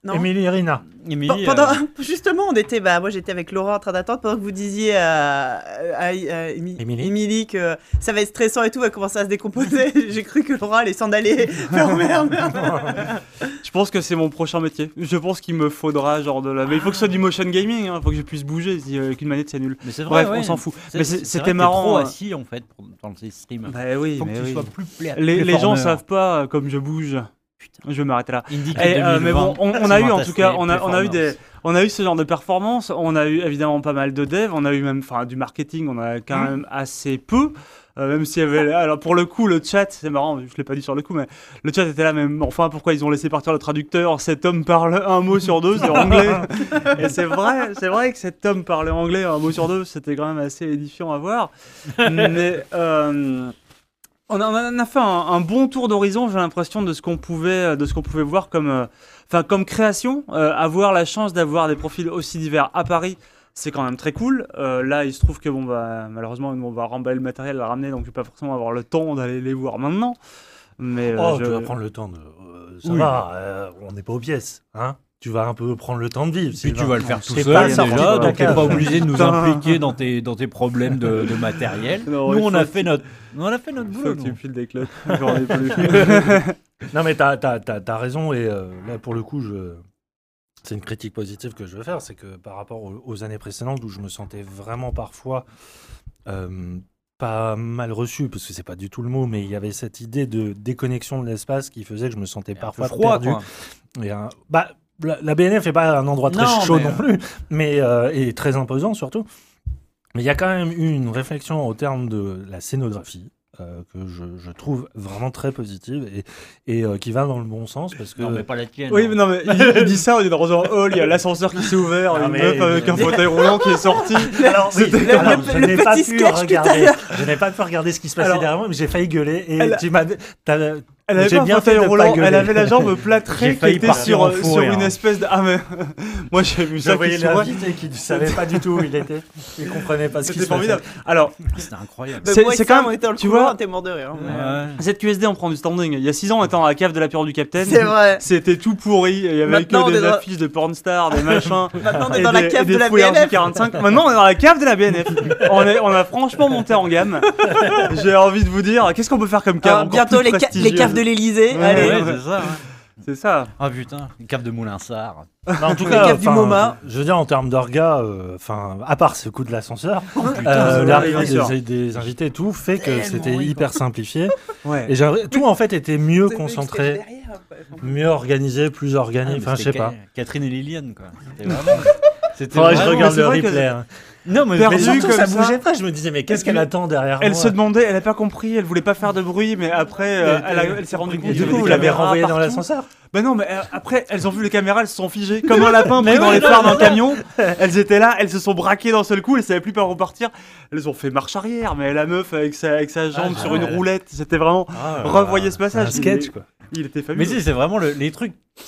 Non. Émilie Rina. Justement, on était, moi j'étais avec Laura en train d'attendre pendant que vous disiez à Émilie que ça va être stressant et tout, va commencer à se décomposer. J'ai cru que Laura allait s'en aller. Oh merde. Je pense que c'est mon prochain métier. Je pense qu'il me faudra mais il faut que ce soit du motion gaming, il faut que je puisse bouger. Avec une manette c'est nul. Mais c'est vrai, bref, on s'en fout. Mais c'était marrant. Trop assis en fait dans ces streams. Bah oui, faut que tu sois plus les gens savent pas comme je bouge. Putain, je vais m'arrêter là. Mais bon, on a eu en tout cas, on a eu ce genre de performance. On a eu évidemment pas mal de devs. On a eu même, du marketing. On a quand même assez peu. Même s'il y avait, alors pour le coup, le chat, c'est marrant, je l'ai pas dit sur le coup, mais le chat était là. Même, enfin, pourquoi ils ont laissé partir le traducteur? Cet homme parle un mot sur deux, c'est anglais. Et c'est vrai que cet homme parlait anglais un mot sur deux. C'était quand même assez édifiant à voir. Mais on a fait un bon tour d'horizon, j'ai l'impression, de ce qu'on pouvait voir comme création. Avoir la chance d'avoir des profils aussi divers à Paris, c'est quand même très cool. Là, il se trouve que malheureusement, on va remballer le matériel, le ramener, donc je vais pas forcément avoir le temps d'aller les voir maintenant. Mais tu vas prendre le temps de. Ça va, on n'est pas aux pièces, hein. Tu vas un peu prendre le temps de vivre. Puis tu vas le faire tout seul déjà, donc t'es pas obligé de nous impliquer dans tes problèmes de matériel. Non, nous, on a fait notre boulot. Tu me files des clottes, j'en ai plus. Non mais t'as raison, et là pour le coup, c'est une critique positive que je veux faire, c'est que par rapport aux années précédentes où je me sentais vraiment parfois pas mal reçu, parce que c'est pas du tout le mot, mais il y avait cette idée de déconnexion de l'espace qui faisait que je me sentais parfois perdu. Et la BNF n'est pas un endroit très chaud non plus, mais et très imposant surtout. Mais il y a quand même eu une réflexion au terme de la scénographie que je trouve vraiment très positive et qui va dans le bon sens, parce que... Non, mais pas la tienne. Oui, mais non, mais il dit ça, on est dans un hall, il y a l'ascenseur qui s'est ouvert, une meuf avec un fauteuil roulant qui est sorti. Alors, je n'ai pas pu regarder ce qui se passait derrière moi, mais j'ai failli gueuler et elle avait un fauteuil roulant, elle avait la jambe plâtrée qui était sur une espèce de... Ah mais moi j'ai vu ça. Vous voyez l'invité qui ne savait pas du tout où il était, il comprenait pas ce qui se passait. C'était formidable. Alors, c'était incroyable. C'est quand même, tu vois, t'es mort de rire. ZQSD on prend du standing. Il y a 6 ans, on était dans la cave de l'apéro du Capitaine. C'est vrai. C'était tout pourri, il y avait que des affiches de pornstar, des machins. Maintenant on est dans la cave de la BNF. 45. Maintenant on est dans la cave de la BNF. On a franchement monté en gamme. J'ai envie de vous dire, qu'est-ce qu'on peut faire comme cave? Bientôt les caves de l'Elysée. Allez, c'est ça. C'est ça. Ah putain, les caves de Moulinsart. En tout cas, du MoMA. Je veux dire, en termes d'orga, à part ce coup de l'ascenseur, l'arrivée des invités et tout fait que c'était hyper simplifié. Ouais. Et tout en fait était mieux concentré, mieux organisé, plus organisé. Enfin, je sais pas. Catherine et Liliane, quoi. C'était vraiment. Je regarde le replay. Non, mais surtout, ça bougeait pas. Je me disais, mais qu'est-ce qu'elle attend derrière moi? Elle se demandait, elle a pas compris, elle voulait pas faire de bruit, mais après, elle s'est rendue compte. Et du coup, vous l'avez renvoyée dans l'ascenseur? Bah non, mais après, elles ont vu les caméras, elles se sont figées comme un lapin pris dans les phares d'un camion. Elles étaient là, elles se sont braquées d'un seul coup, elles savaient plus pas repartir. Elles ont fait marche arrière, mais la meuf avec sa jambe sur une roulette, c'était vraiment revoyez ce passage. Un sketch, quoi. Il était fabuleux. Mais si, c'est vraiment les trucs.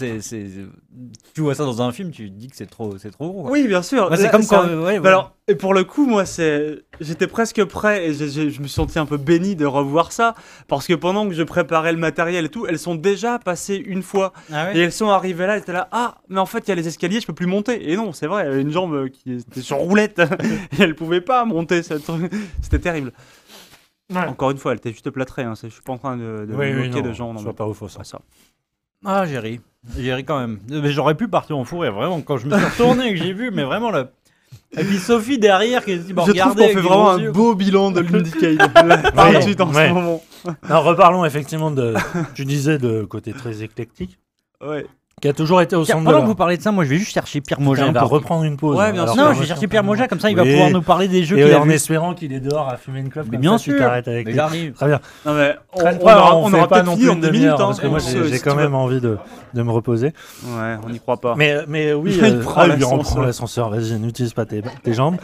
Tu vois ça dans un film, tu te dis que c'est trop gros. Quoi. Oui, bien sûr. C'est comme quand. Alors, et pour le coup, moi, j'étais presque prêt et je me suis senti un peu béni de revoir ça parce que pendant que je préparais le matériel et tout, elles sont déjà passées une fois et elles sont arrivées là, elles étaient là. Ah, mais en fait, il y a les escaliers, je peux plus monter. Et non, c'est vrai, elle avait une jambe qui était sur roulette et elle pouvait pas monter. C'était terrible. Ouais. Encore une fois, elle était juste plâtrée. Hein. Je suis pas en train de moquer de gens. Non, sois pas au faux ça. Ah, j'ai ri quand même. Mais j'aurais pu partir en fou rire, vraiment, quand je me suis retourné et que j'ai vu, mais vraiment là. Et puis Sophie derrière qui dit, je trouve qu'on fait vraiment un beau bilan de l'Indiecade tout de suite en ce moment. Alors reparlons effectivement tu disais de côté très éclectique. Ouais. Qui a toujours été au centre de Pendant que vous parlez de ça, moi je vais juste chercher Pierre Mogin. Il va reprendre une pause. Ouais, bien sûr. Non, je vais chercher Pierre Mogin, comme ça il va pouvoir nous parler des jeux qu'il a en espérant qu'il est dehors à fumer une clope. Mais bien sûr. Tu t'arrêtes avec lui. Il arrive. Très bien. Non mais on aura pas non plus une demi-heure parce que moi j'ai quand même envie de me reposer. Ouais, on n'y croit pas. Mais oui, il reprend l'ascenseur. Vas-y, n'utilise pas tes jambes.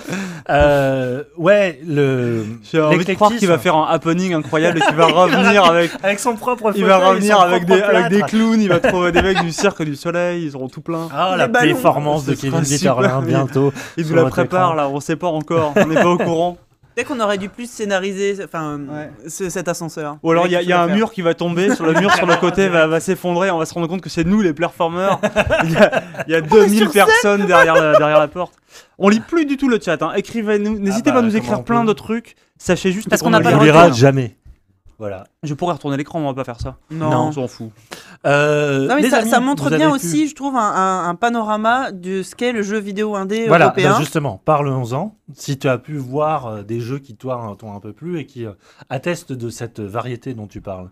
Ouais, j'ai envie de croire qu'il va faire un happening incroyable et qu'il va revenir avec son propre fauteuil. Il va revenir avec des clowns, il va trouver des mecs du Cirque du Soleil, ils auront tout plein. Ah, la performance de Kevin Bitterlin bientôt. Il nous la prépare là, on sait pas encore, on n'est pas au courant. Peut-être qu'on aurait dû plus scénariser cet ascenseur. Ou alors il y a un mur qui va tomber, sur le mur sur le côté va s'effondrer, on va se rendre compte que c'est nous les performers. Il y a 2000 personnes derrière la porte. On lit plus du tout le chat, hein. Écrivez-nous, n'hésitez pas à nous écrire plein de trucs. Sachez juste parce qu'on n'a pas le lira jamais. Voilà. Je pourrais retourner l'écran, on va pas faire ça. Non, on s'en fout. Non, mais ça montre bien aussi, je trouve, un panorama de ce qu'est le jeu vidéo indé européen. Voilà, justement, parlons-en. Si tu as pu voir des jeux qui t'ont un peu plu et qui attestent de cette variété dont tu parles.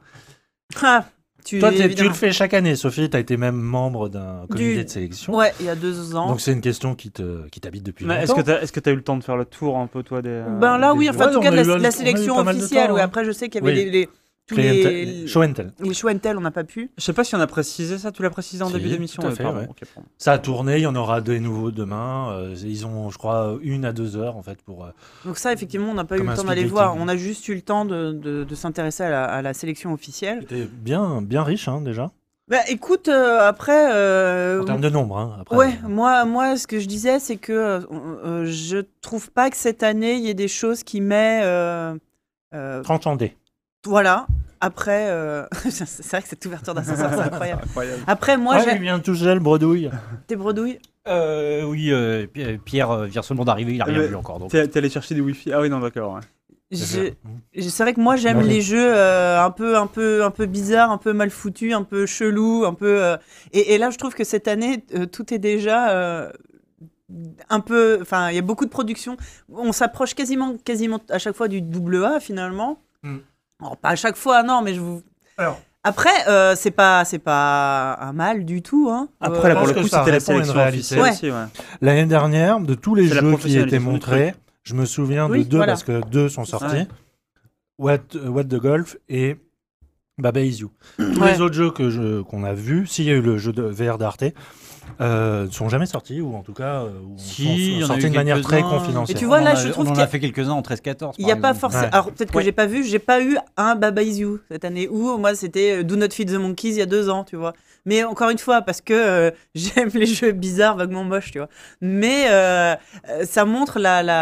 Toi, tu le fais chaque année, Sophie. Tu as été même membre d'un comité de sélection. Ouais, il y a 2 ans. Donc c'est une question qui t'habite depuis longtemps. Est-ce que tu as eu le temps de faire le tour un peu, toi Ben là, oui, enfin, en tout cas, la sélection officielle. Oui, après, je sais qu'il y avait Show and Tell. Oui, Show and Tell, on n'a pas pu. Je sais pas si on a précisé ça, tu l'as précisé en début d'émission. Ça a tourné, il y en aura des nouveaux demain. Ils ont, je crois, 1 à 2 heures en fait pour. Donc ça, effectivement, on n'a pas eu le temps d'aller voir. On a juste eu le temps de s'intéresser à la sélection officielle. C'était bien riche, hein, déjà. Bah écoute, après... en termes de nombre, hein, après. Ouais, moi, ce que je disais, c'est que je trouve pas que cette année, il y ait des choses qui m'aient... transcendé. Voilà. Après, c'est vrai que cette ouverture d'ascenseur, c'est incroyable. Après, moi, j'ai... il vient de toucher le bredouille. T'es bredouille Oui, Pierre vient seulement d'arriver, il a rien vu encore. Donc. T'es allé chercher du wifi. Ah oui, non, d'accord. Ouais. C'est vrai que moi j'aime les jeux un peu bizarres, un peu mal foutus, un peu chelous, un peu et là je trouve que cette année tout est déjà un peu, enfin il y a beaucoup de productions, on s'approche quasiment à chaque fois du AA finalement. Alors, pas à chaque fois non, mais après c'est pas un mal du tout hein. Après là pour le coup c'était la sélection officielle aussi, ouais. L'année dernière de tous les jeux qui étaient montrés, je me souviens de 2 parce que 2 sont sortis. What the Golf et Baba Is You. Tous les autres jeux qu'on a vus, s'il y a eu le jeu de VR d'Arte, ne sont jamais sortis ou en tout cas sont sortis de manière très confidentielle. Et tu vois là, je trouve qu'on en a fait quelques-uns en 13-14. Il n'y a pas forcément. Alors peut-être que j'ai pas eu un Baba Is You cette année ou moi c'était Do Not Feed the Monkeys il y a 2 ans, tu vois. Mais encore une fois, parce que j'aime les jeux bizarres, vaguement moches, tu vois. Mais ça montre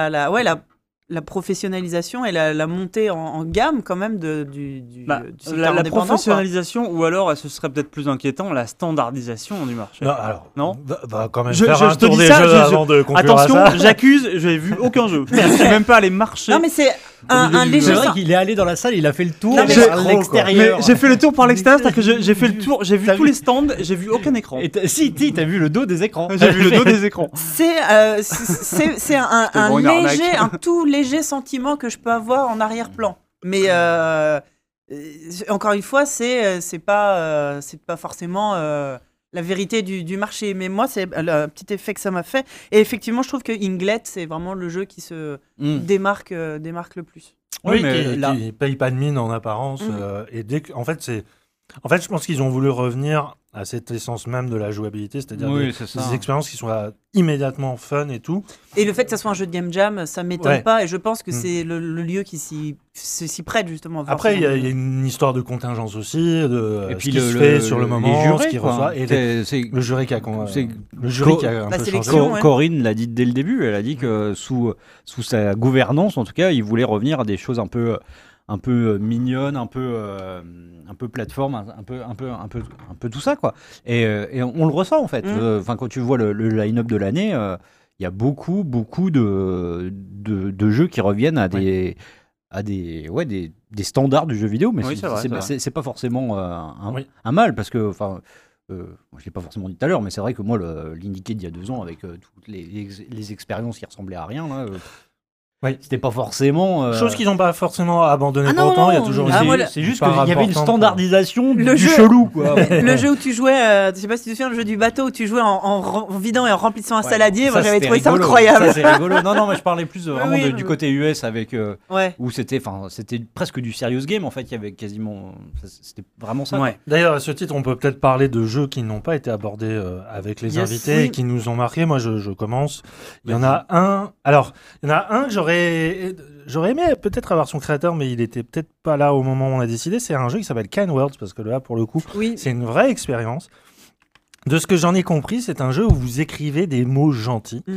la professionnalisation et la montée en gamme quand même du secteur la professionnalisation ou alors ce serait peut-être plus inquiétant la standardisation du marché. Non, alors non va quand même faire un tour des jeux avant de conclure attention, à ça. J'accuse, j'ai vu aucun jeu. Je suis même pas allé marcher. Non mais c'est un léger. C'est vrai qu'il est allé dans la salle, il a fait le tour par l'extérieur. Mais j'ai fait le tour par l'extérieur, c'est-à-dire que j'ai fait le tour, j'ai vu tous les stands, j'ai vu aucun écran. Si, t'as vu le dos des écrans. J'ai vu le dos des écrans. C'est un tout léger sentiment que je peux avoir en arrière-plan. Mais encore une fois, c'est pas forcément la vérité du marché. Mais moi, c'est le petit effet que ça m'a fait. Et effectivement, je trouve que Inglet, c'est vraiment le jeu qui se démarque le plus. Oui, qui paye pas de mine en apparence. Et en fait, je pense qu'ils ont voulu revenir à cette essence même de la jouabilité, c'est-à-dire des expériences qui sont immédiatement fun et tout. Et le fait que ça soit un jeu de game jam, ça m'étonne pas, et je pense que c'est le lieu qui s'y prête justement. Après, il y a une histoire de contingence aussi, de ce qui se fait sur le moment, jurés, ce qui reçoit, et le jury qui a un peu changé. Corinne l'a dit dès le début, elle a dit que sous sa gouvernance, en tout cas, il voulait revenir à des choses un peu mignonne, un peu plateforme, un peu tout ça quoi. Et on le ressent en fait. Enfin quand tu vois le line-up de l'année, il y a beaucoup de jeux qui reviennent à des standards du jeu vidéo, mais c'est pas forcément un mal parce que je l'ai pas forcément dit tout à l'heure, mais c'est vrai que moi l'Indiqué d'il y a 2 ans avec toutes les expériences qui ressemblaient à rien là. C'était pas forcément. Chose qu'ils n'ont pas forcément abandonné pour autant. Il y a toujours. C'est juste qu'il y avait une standardisation du chelou, quoi. Le jeu où tu jouais, je sais pas si tu te souviens, le jeu du bateau où tu jouais en vidant et en remplissant un saladier. Moi, j'avais trouvé ça incroyable. Ça, c'est rigolo. Non, mais je parlais plus vraiment du côté US avec où c'était presque du serious game en fait. Il y avait quasiment, c'était vraiment ça. D'ailleurs, à ce titre, on peut peut-être parler de jeux qui n'ont pas été abordés avec les invités et qui nous ont marqué. Moi, je commence. Il y en a un. Alors, il y en a un que j'aurais aimé peut-être avoir son créateur, mais il était peut-être pas là au moment où on a décidé. C'est un jeu qui s'appelle Kind Words, parce que là, pour le coup, c'est une vraie expérience. De ce que j'en ai compris, c'est un jeu où vous écrivez des mots gentils.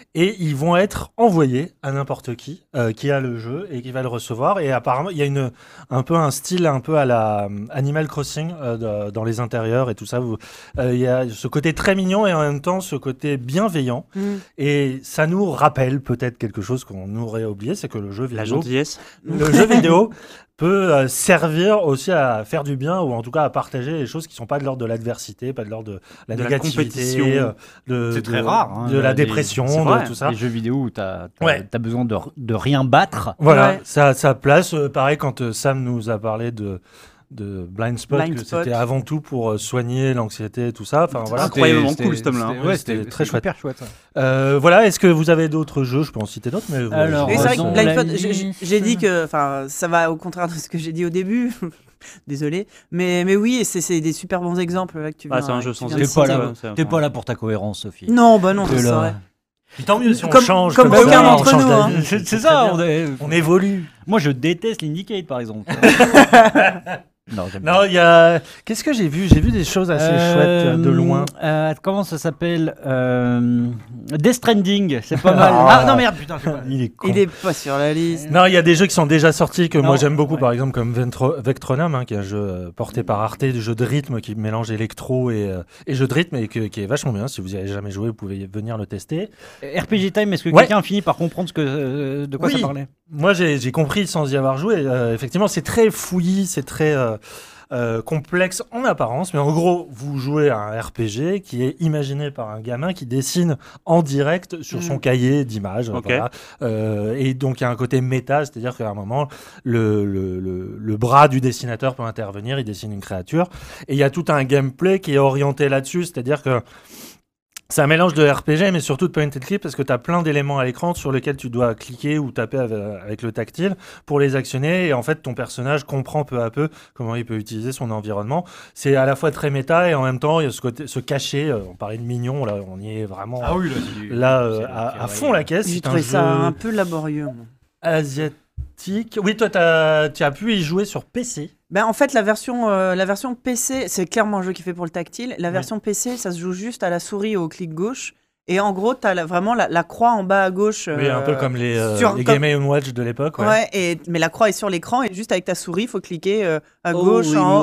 et ils vont être envoyés à n'importe qui a le jeu et qui va le recevoir. Et apparemment, il y a un peu un style un peu à la Animal Crossing dans les intérieurs et tout ça. Il y a ce côté très mignon et en même temps ce côté bienveillant. Et ça nous rappelle peut-être quelque chose qu'on aurait oublié, c'est que le jeu vidéo... La gentillesse. Le jeu vidéo peut servir aussi à faire du bien ou en tout cas à partager les choses qui ne sont pas de l'ordre de l'adversité, pas de l'ordre de la négativité, c'est très rare, de la dépression, de tout ça. Les jeux vidéo où tu as besoin de rien battre. Voilà, ça place. Pareil, quand Sam nous a parlé de Blind Spot, c'était avant tout pour soigner l'anxiété et tout ça. Enfin, voilà. Incroyablement cool ce tome-là. C'était très chouette. Super chouette. Voilà, est-ce que vous avez d'autres jeux? Je peux en citer d'autres, mais alors, c'est vrai que Blind Spot, j'ai dit que, enfin, ça va au contraire de ce que j'ai dit au début. Désolé, mais oui, c'est des super bons exemples là, que tu viens. C'est un jeu sans T'es pas là pour ta cohérence, Sophie. Non, bah non, c'est vrai. Tant mieux si on change. Comme aucun d'entre nous. Hein. C'est ça, on évolue. Moi, je déteste l'Indicate, par exemple. Non, il y a. Qu'est-ce que j'ai vu? J'ai vu des choses assez chouettes de loin. Comment ça s'appelle? Death Stranding, c'est pas mal. Ah non, merde, putain, il est con. Il est pas sur la liste. Non, il y a des jeux qui sont déjà sortis que moi j'aime beaucoup, par exemple, comme Vectronome, qui est un jeu porté par Arte, des jeux de rythme qui mélange électro et jeu de rythme et qui est vachement bien. Si vous n'y avez jamais joué, vous pouvez venir le tester. RPG Time, est-ce que quelqu'un a fini par comprendre de quoi ça parlait? Moi, j'ai compris sans y avoir joué. Effectivement, c'est très fouillis, c'est très complexe en apparence, mais en gros, vous jouez à un RPG qui est imaginé par un gamin qui dessine en direct sur son cahier d'images. Voilà. Et donc, il y a un côté méta, c'est-à-dire qu'à un moment, le bras du dessinateur peut intervenir, il dessine une créature. Et il y a tout un gameplay qui est orienté là-dessus, c'est-à-dire que c'est un mélange de RPG, mais surtout de point and click, parce que tu as plein d'éléments à l'écran sur lesquels tu dois cliquer ou taper avec le tactile pour les actionner. Et en fait, ton personnage comprend peu à peu comment il peut utiliser son environnement. C'est à la fois très méta et en même temps, il y a ce cachet. On parlait de mignon, là, on y est vraiment à fond la caisse. J'ai trouvé ça un peu laborieux. Asiatique. Oui, toi, tu as pu y jouer sur PC. Ben, en fait, la version PC, c'est clairement un jeu qui est fait pour le tactile. La version PC, ça se joue juste à la souris et au clic gauche. Et en gros, tu as vraiment la croix en bas à gauche. Oui, un peu comme les Game ' Watch de l'époque. Ouais, mais la croix est sur l'écran et juste avec ta souris, il faut cliquer à gauche. Ça,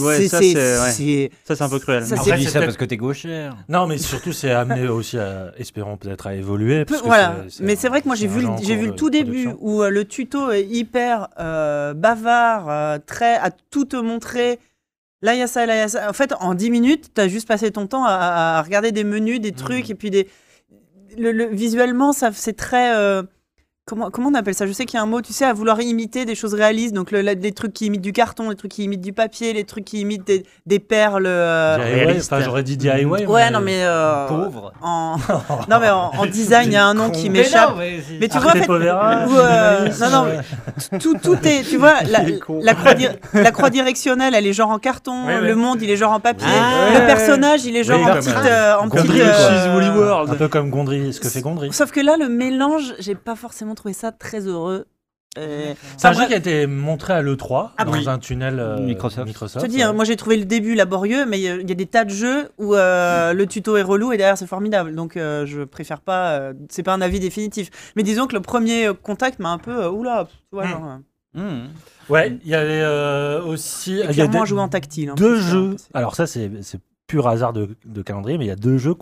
c'est un peu cruel. Après, dis ça parce que t'es gauchère. Non, mais surtout, c'est amené aussi espérons peut-être à évoluer. Mais c'est vrai que moi, j'ai vu le tout début où le tuto est hyper bavard, à tout te montrer. Là, il y a ça, là, il y a ça. En fait, en 10 minutes, tu as juste passé ton temps à regarder des menus, des trucs, et puis visuellement, c'est très... Comment on appelle ça? Je sais qu'il y a un mot, tu sais, à vouloir imiter des choses réalistes. Donc, les trucs qui imitent du carton, les trucs qui imitent du papier, les trucs qui imitent des perles réalistes. J'aurais dit DIY. Ouais, non, mais... pauvre. Non, mais en design, il y a un nom qui m'échappe. Mais tu vois, en fait... tout est... Tu vois, la croix directionnelle, elle est genre en carton. Le monde, il est genre en papier. Le personnage, il est genre en petite... Un peu comme Gondry, ce que fait Gondry. Sauf que là, le mélange, j'ai pas forcément trouvé ça très heureux. C'est un jeu qui a été montré à l'E3 dans un tunnel Microsoft. Je te dis, moi j'ai trouvé le début laborieux, mais il y a des tas de jeux où le tuto est relou et derrière c'est formidable. Donc je préfère pas. C'est pas un avis définitif. Mais disons que le premier contact m'a un peu. Oula, tu vois, genre. Ouais, il y avait aussi. Il y a joué en tactile. Deux jeux. Alors ça, c'est pur hasard de calendrier, mais il y a deux jeux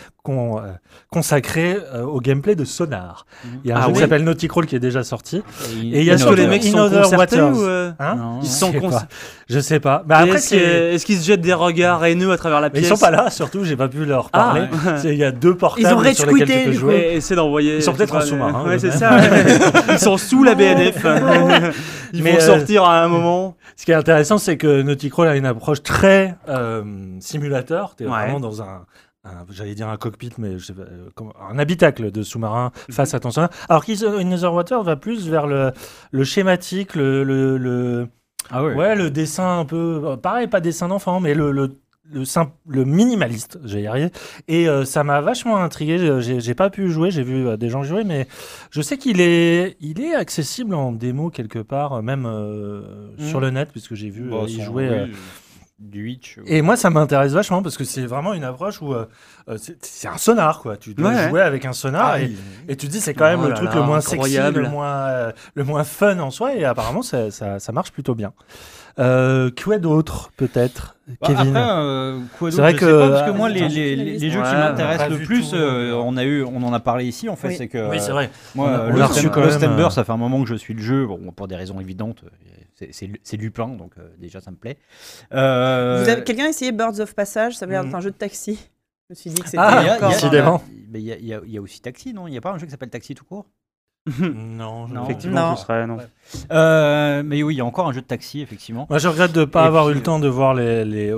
consacrés au gameplay de Sonar. Il y a un jeu qui s'appelle Naughty Crawl qui est déjà sorti. Et il y a surtout les mecs qui sont concertés ou ils sont je sais pas. Bah après, est-ce qu'ils se jettent des regards haineux à travers la pièce? Ils sont pas là, surtout, j'ai pas pu leur parler. Il y a deux portables sur lesquels tu peux jouer. Essaie d'envoyer. Ils sont peut-être en sous-marin. Ouais, c'est ça. Ils sont sous la BNF. Ils vont sortir à un moment. Ce qui est intéressant, c'est que Naughty Crawl a une approche très simulateur. T'es vraiment dans j'allais dire un cockpit, mais un habitacle de sous-marin face à ton sonar. Alors qu'Another Water va plus vers le schématique, le dessin un peu... Pareil, pas dessin d'enfant, mais le minimaliste, je vais y arriver. Et ça m'a vachement intrigué. J'ai pas pu jouer, j'ai vu des gens jouer, mais je sais qu'il est accessible en démo quelque part, même sur le net, puisque j'ai vu y jouer du Hitch. Et moi, ça m'intéresse vachement parce que c'est vraiment une approche où c'est un sonar, quoi. Tu dois jouer avec un sonar et tu te dis c'est quand même le truc le moins sexy, le moins fun en soi, et apparemment ça marche plutôt bien. Quoi d'autre, peut-être, Kevin? Après, c'est vrai que parce que moi les jeux qui m'intéressent le plus, on en a parlé ici en fait, c'est que c'est vrai. Moi, Lost Ember, ça fait un moment que je suis le jeu, bon, pour des raisons évidentes. C'est Lupin, donc déjà ça me plaît. Quelqu'un a essayé Birds of Passage? Ça avait l'air d'être un jeu de taxi. Je me suis dit que c'était. Décidément. Il y a aussi Taxi, non? Il n'y a pas un jeu qui s'appelle Taxi tout court? Non, effectivement, ce serait non. Mais oui, il y a encore un jeu de taxi, effectivement. Moi, je regrette de ne pas avoir eu le temps de voir les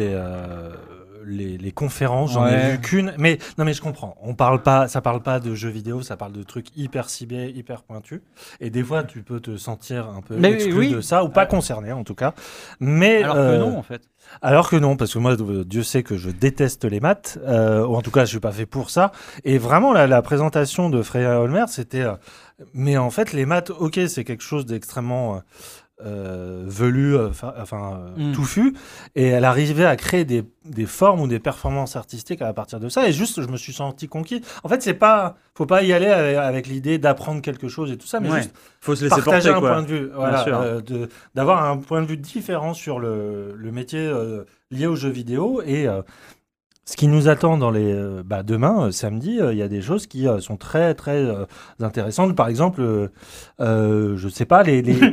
conférences. J'en ai vu qu'une. Mais non, mais je comprends. Ça parle pas de jeux vidéo, ça parle de trucs hyper ciblés, hyper pointus. Et des fois, tu peux te sentir un peu exclu de ça, ou pas concerné en tout cas. Mais alors que non, en fait. Alors que non, parce que moi, Dieu sait que je déteste les maths, ou en tout cas, je suis pas fait pour ça. Et vraiment, la présentation de Freya Holmer, c'était... mais en fait, les maths, ok, c'est quelque chose d'extrêmement velu, touffu, et elle arrivait à créer des formes ou des performances artistiques à partir de ça, et juste, je me suis senti conquis. En fait, faut pas y aller avec l'idée d'apprendre quelque chose et tout ça, mais juste faut se laisser partager porter, un point de vue, d'avoir un point de vue différent sur le métier lié aux jeux vidéo, et ce qui nous attend dans les demain, samedi, il y a des choses qui sont très très intéressantes. Par exemple, je sais pas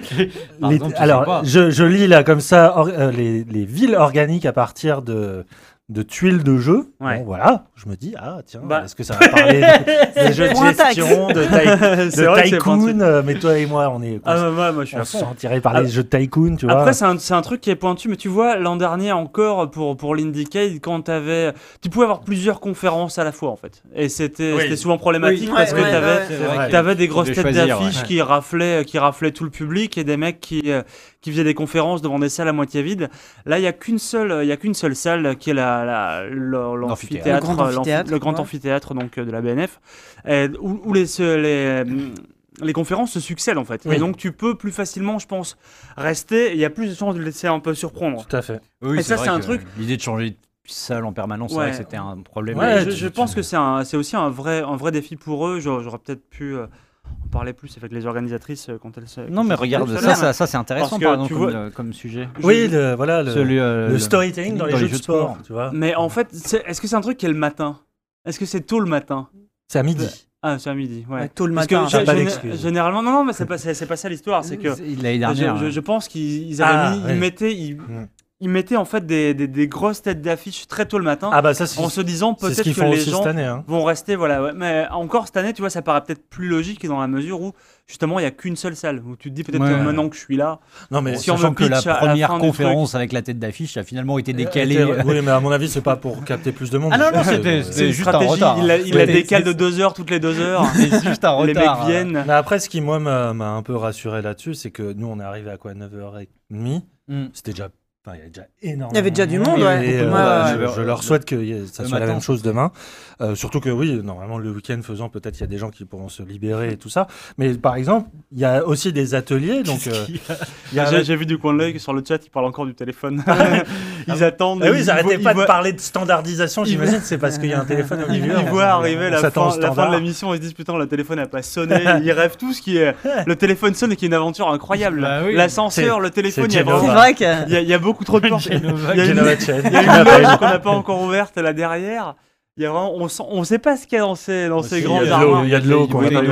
je lis là comme ça les villes organiques à partir de tuiles de jeu. Bon, voilà, je me dis est-ce que ça va parler des jeux de gestion, de tycoon, mais toi et moi on est moi je suis on se sent tiré par les jeux de tycoon, tu vois. Après c'est un truc qui est pointu, mais tu vois l'an dernier encore pour l'Indiecade, quand tu pouvais avoir plusieurs conférences à la fois en fait, et c'était souvent problématique parce que t'avais des grosses têtes d'affiches qui raflaient tout le public, et des mecs qui faisaient des conférences devant des salles à moitié vides. Là il y a qu'une seule salle qui est l'amphithéâtre, le grand amphithéâtre donc de la BNF, où les conférences se succèdent en fait. Et donc tu peux plus facilement, je pense, rester. Il y a plus de chances de laisser un peu surprendre. Tout à fait. Oui, et ça c'est un truc. L'idée de changer de salle en permanence, c'est vrai que c'était un problème. Je pense que c'est aussi un vrai défi pour eux. J'aurais peut-être pu en parler plus avec les organisatrices quand elles. Non mais regarde, ça c'est intéressant par exemple comme sujet. Oui, le storytelling dans les jeux de sport, tu vois. Mais en fait, est-ce que c'est un truc qui est le matin? Est-ce que c'est tôt le matin? C'est à midi. Ah, c'est à midi, ouais. Tôt le matin. Parce que généralement, non, mais c'est pas ça l'histoire. C'est que l'année dernière, je pense qu'ils avaient ils mettaient en fait des grosses têtes d'affiche très tôt le matin, en se disant peut-être que les gens vont rester, mais encore cette année, tu vois, ça paraît peut-être plus logique dans la mesure où justement il n'y a qu'une seule salle, où tu te dis peut-être que maintenant que je suis là, non mais si on me que la première conférence avec la tête d'affiche a finalement été décalée. Oui, mais à mon avis c'est pas pour capter plus de monde. Ah non, c'était juste un retard. Il la décale de 2 heures toutes les 2 heures. C'est juste un retard. Les mecs viennent. Mais après, ce qui moi m'a un peu rassuré là-dessus, c'est que nous on est arrivé à quoi, 9h30. C'était déjà il y a déjà énormément. Il y avait déjà du monde, je leur souhaite que ça soit la même chose demain. Surtout que oui, normalement le week-end faisant, peut-être il y a des gens qui pourront se libérer et tout ça. Mais par exemple, il y a aussi des ateliers. Donc, j'ai vu du coin de l'œil sur le chat, ils parlent encore du téléphone. Ils attendent. Ils n'arrêtaient pas de parler de standardisation, j'imagine. C'est parce qu'il y a un téléphone au milieu. Ils voient arriver la fin de l'émission, ils se disent putain, le téléphone n'a pas sonné. Ils rêvent tous le téléphone sonne et qu'il y a une aventure incroyable. L'ascenseur, le téléphone, il y a beaucoup trop de portes. Il y a une loge qu'on n'a pas encore ouverte là derrière. Il y a vraiment, on sait pas ce qu'il y a dans ces grands arbres. Il y a de l'eau.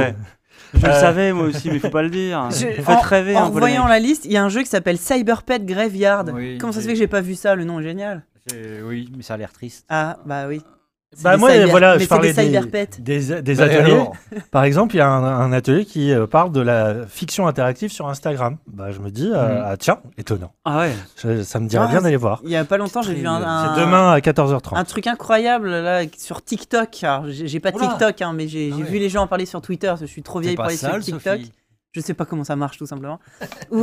Je le savais moi aussi, mais il faut pas le dire. Faites rêver. En voyant la liste, il y a un jeu qui s'appelle Cyberpet Graveyard. Comment ça se fait que j'ai pas vu ça? Le nom est génial. Oui, mais ça a l'air triste. Ah bah oui. Je parlais des ateliers. Par exemple, il y a un atelier qui parle de la fiction interactive sur Instagram. Je me dis, tiens, étonnant. Ah ouais. Ça me dirait bien d'aller voir. Il y a pas longtemps, j'ai vu c'est demain à 14h30. Un truc incroyable là sur TikTok. Alors, j'ai pas TikTok, mais j'ai vu les gens en parler sur Twitter. Je suis trop vieille pour aller sur TikTok. Je sais pas comment ça marche tout simplement. Où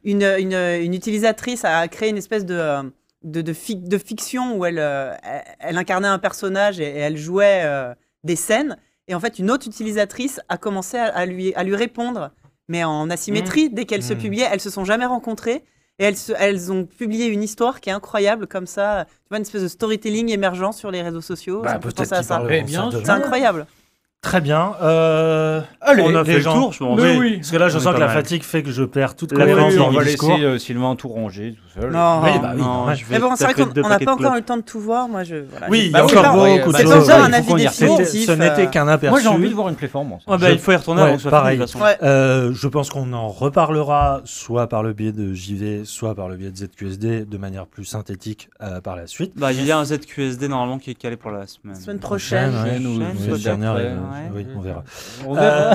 une utilisatrice a créé une espèce de fiction où elle incarnait un personnage et elle jouait des scènes, et en fait une autre utilisatrice a commencé à lui répondre, mais en asymétrie. Dès qu'elle se publiait, elles se sont jamais rencontrées, Et elles ont publié une histoire qui est incroyable comme ça. Tu vois, une espèce de storytelling émergent sur les réseaux sociaux. Ça me fait penser à ça. C'est incroyable. Très bien. Allez, on a fait le tour, je m'en vais. Oui. Parce que là, je sens que la fatigue fait que je perds toute la cohérence dans on va le discours. laisser Sylvain tout ranger tout seul. Non, oui, mais bon, c'est vrai qu'on n'a pas encore eu le temps de tout voir. Moi, oui, il y a encore beaucoup de choses. C'est un avis définitif. Ce n'était qu'un aperçu. Moi, j'ai envie de voir une performance. Il faut y retourner avant que ce soit fini, de toute façon. Je pense qu'on en reparlera soit par le biais de JV, soit par le biais de ZQSD de manière plus synthétique par la suite. Il y a un ZQSD normalement qui est calé pour la semaine prochaine. Oui, on verra. On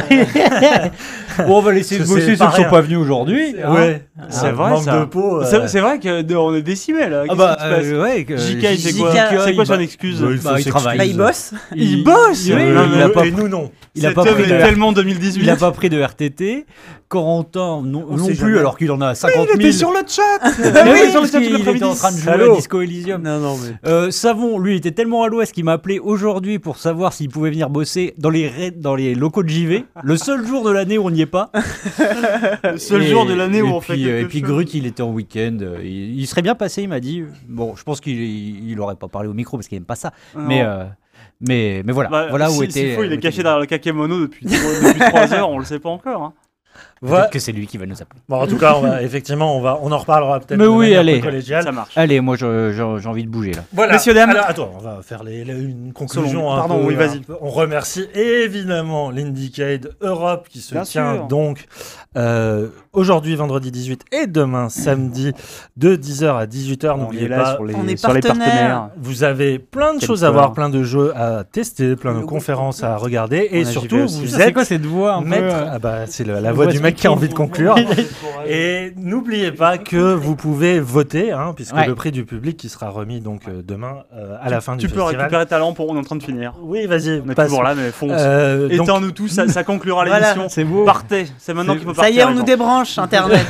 va laisser bosser ceux qui sont pas venus aujourd'hui. C'est vrai ça. C'est vrai qu'on est décimé là. JK, c'est quoi son excuse? Il travaille. Il bosse. Il bosse. Et nous non. Il a pas pris tellement 2018. Il a pas pris de RTT. Corentin non plus, alors qu'il en a 50 000. Il était sur le chat. Il était en train de jouer à Disco Elysium. Savon, lui, était tellement à l'ouest qu'il m'a appelé aujourd'hui pour savoir s'il pouvait venir bosser dans les locaux de JV. Le seul jour de l'année où on n'y est pas. Le seul jour de l'année où on fait quelque chose. Et puis Grut, il était en week-end. Il serait bien passé, il m'a dit. Bon, je pense qu'il n'aurait pas parlé au micro parce qu'il n'aime pas ça. Mais voilà. Voilà où était. Il est caché derrière le kakémono depuis 3 heures, on le sait pas encore. Peut-être que c'est lui qui va nous appeler. Bon, en tout cas, on en reparlera peut-être. Mais oui, allez, collégiale. Ça marche. Allez, moi j'ai envie de bouger là. Voilà. Messieurs, dames. Alors, attends, on va faire une conclusion. Pardon, oui, vas-y. On remercie évidemment l'Indiecade Europe qui se tient donc aujourd'hui, vendredi 18 et demain, samedi, de 10h à 18h. N'oubliez pas, on est partenaires. Vous avez plein de choses à voir, plein de jeux à tester, plein de conférences à regarder et surtout, vous êtes. C'est quoi cette voix c'est la voix du mec qui a envie de conclure. Et n'oubliez pas que vous pouvez voter, puisque le prix du public qui sera remis donc demain à la fin du festival. Tu peux récupérer ta lampe, on est en train de finir. Oui, vas-y. On est toujours là, mais fonce. Éteins-nous tous, ça conclura l'émission. C'est beau. Partez, c'est maintenant qu'il faut partir. Ça y est, on nous débranche Internet.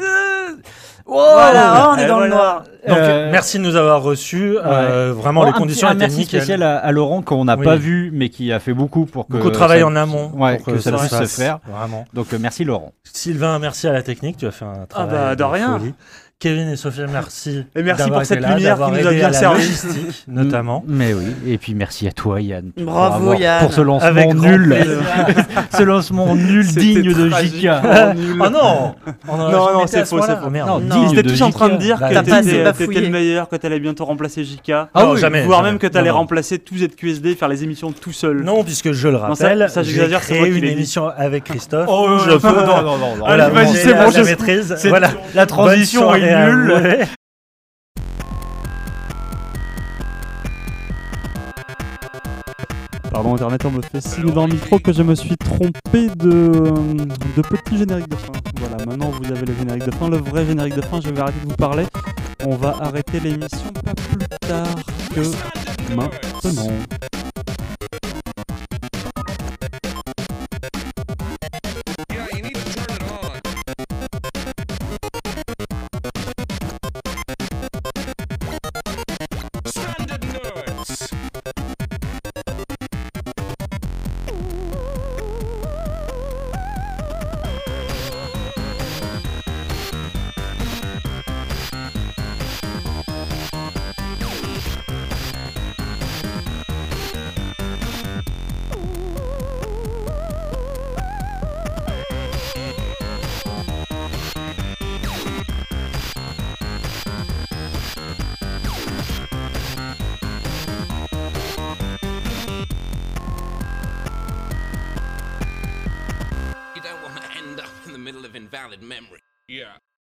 Voilà, on est dans le noir. Donc, merci de nous avoir reçus. Vraiment, les conditions étaient nickel. Merci spécial à Laurent qu'on n'a pas vu, mais qui a fait beaucoup pour que beaucoup de travail en amont pour que ça puisse se faire. Vraiment. Donc merci Laurent. Sylvain, merci à la technique. Tu as fait un travail de rien. Folie. Kevin et Sophia, merci. Et merci pour cette lumière qui nous a bien servi. Notamment. Mais oui. Et puis merci à toi, Yann. Bravo, Yann. Pour ce lancement nul. Ce lancement nul digne de JK. Oh non. Non, c'est faux. Ils étaient tous en train de dire que t'étais le meilleur, que t'allais bientôt remplacer JK. Jamais. Voire même que t'allais remplacer tout ZQSD, faire les émissions tout seul. Non, puisque je le rappelle, j'ai créé une émission avec Christophe. Je peux. Non. Vas-y, c'est bon, je maîtrise. Voilà. La transition est nulle. Pardon, Internet, on me fait signe dans le micro que je me suis trompé de petit générique de fin. Voilà, maintenant vous avez le générique de fin, le vrai générique de fin, je vais arrêter de vous parler. On va arrêter l'émission pas plus tard que maintenant. Invalid memory. Yeah.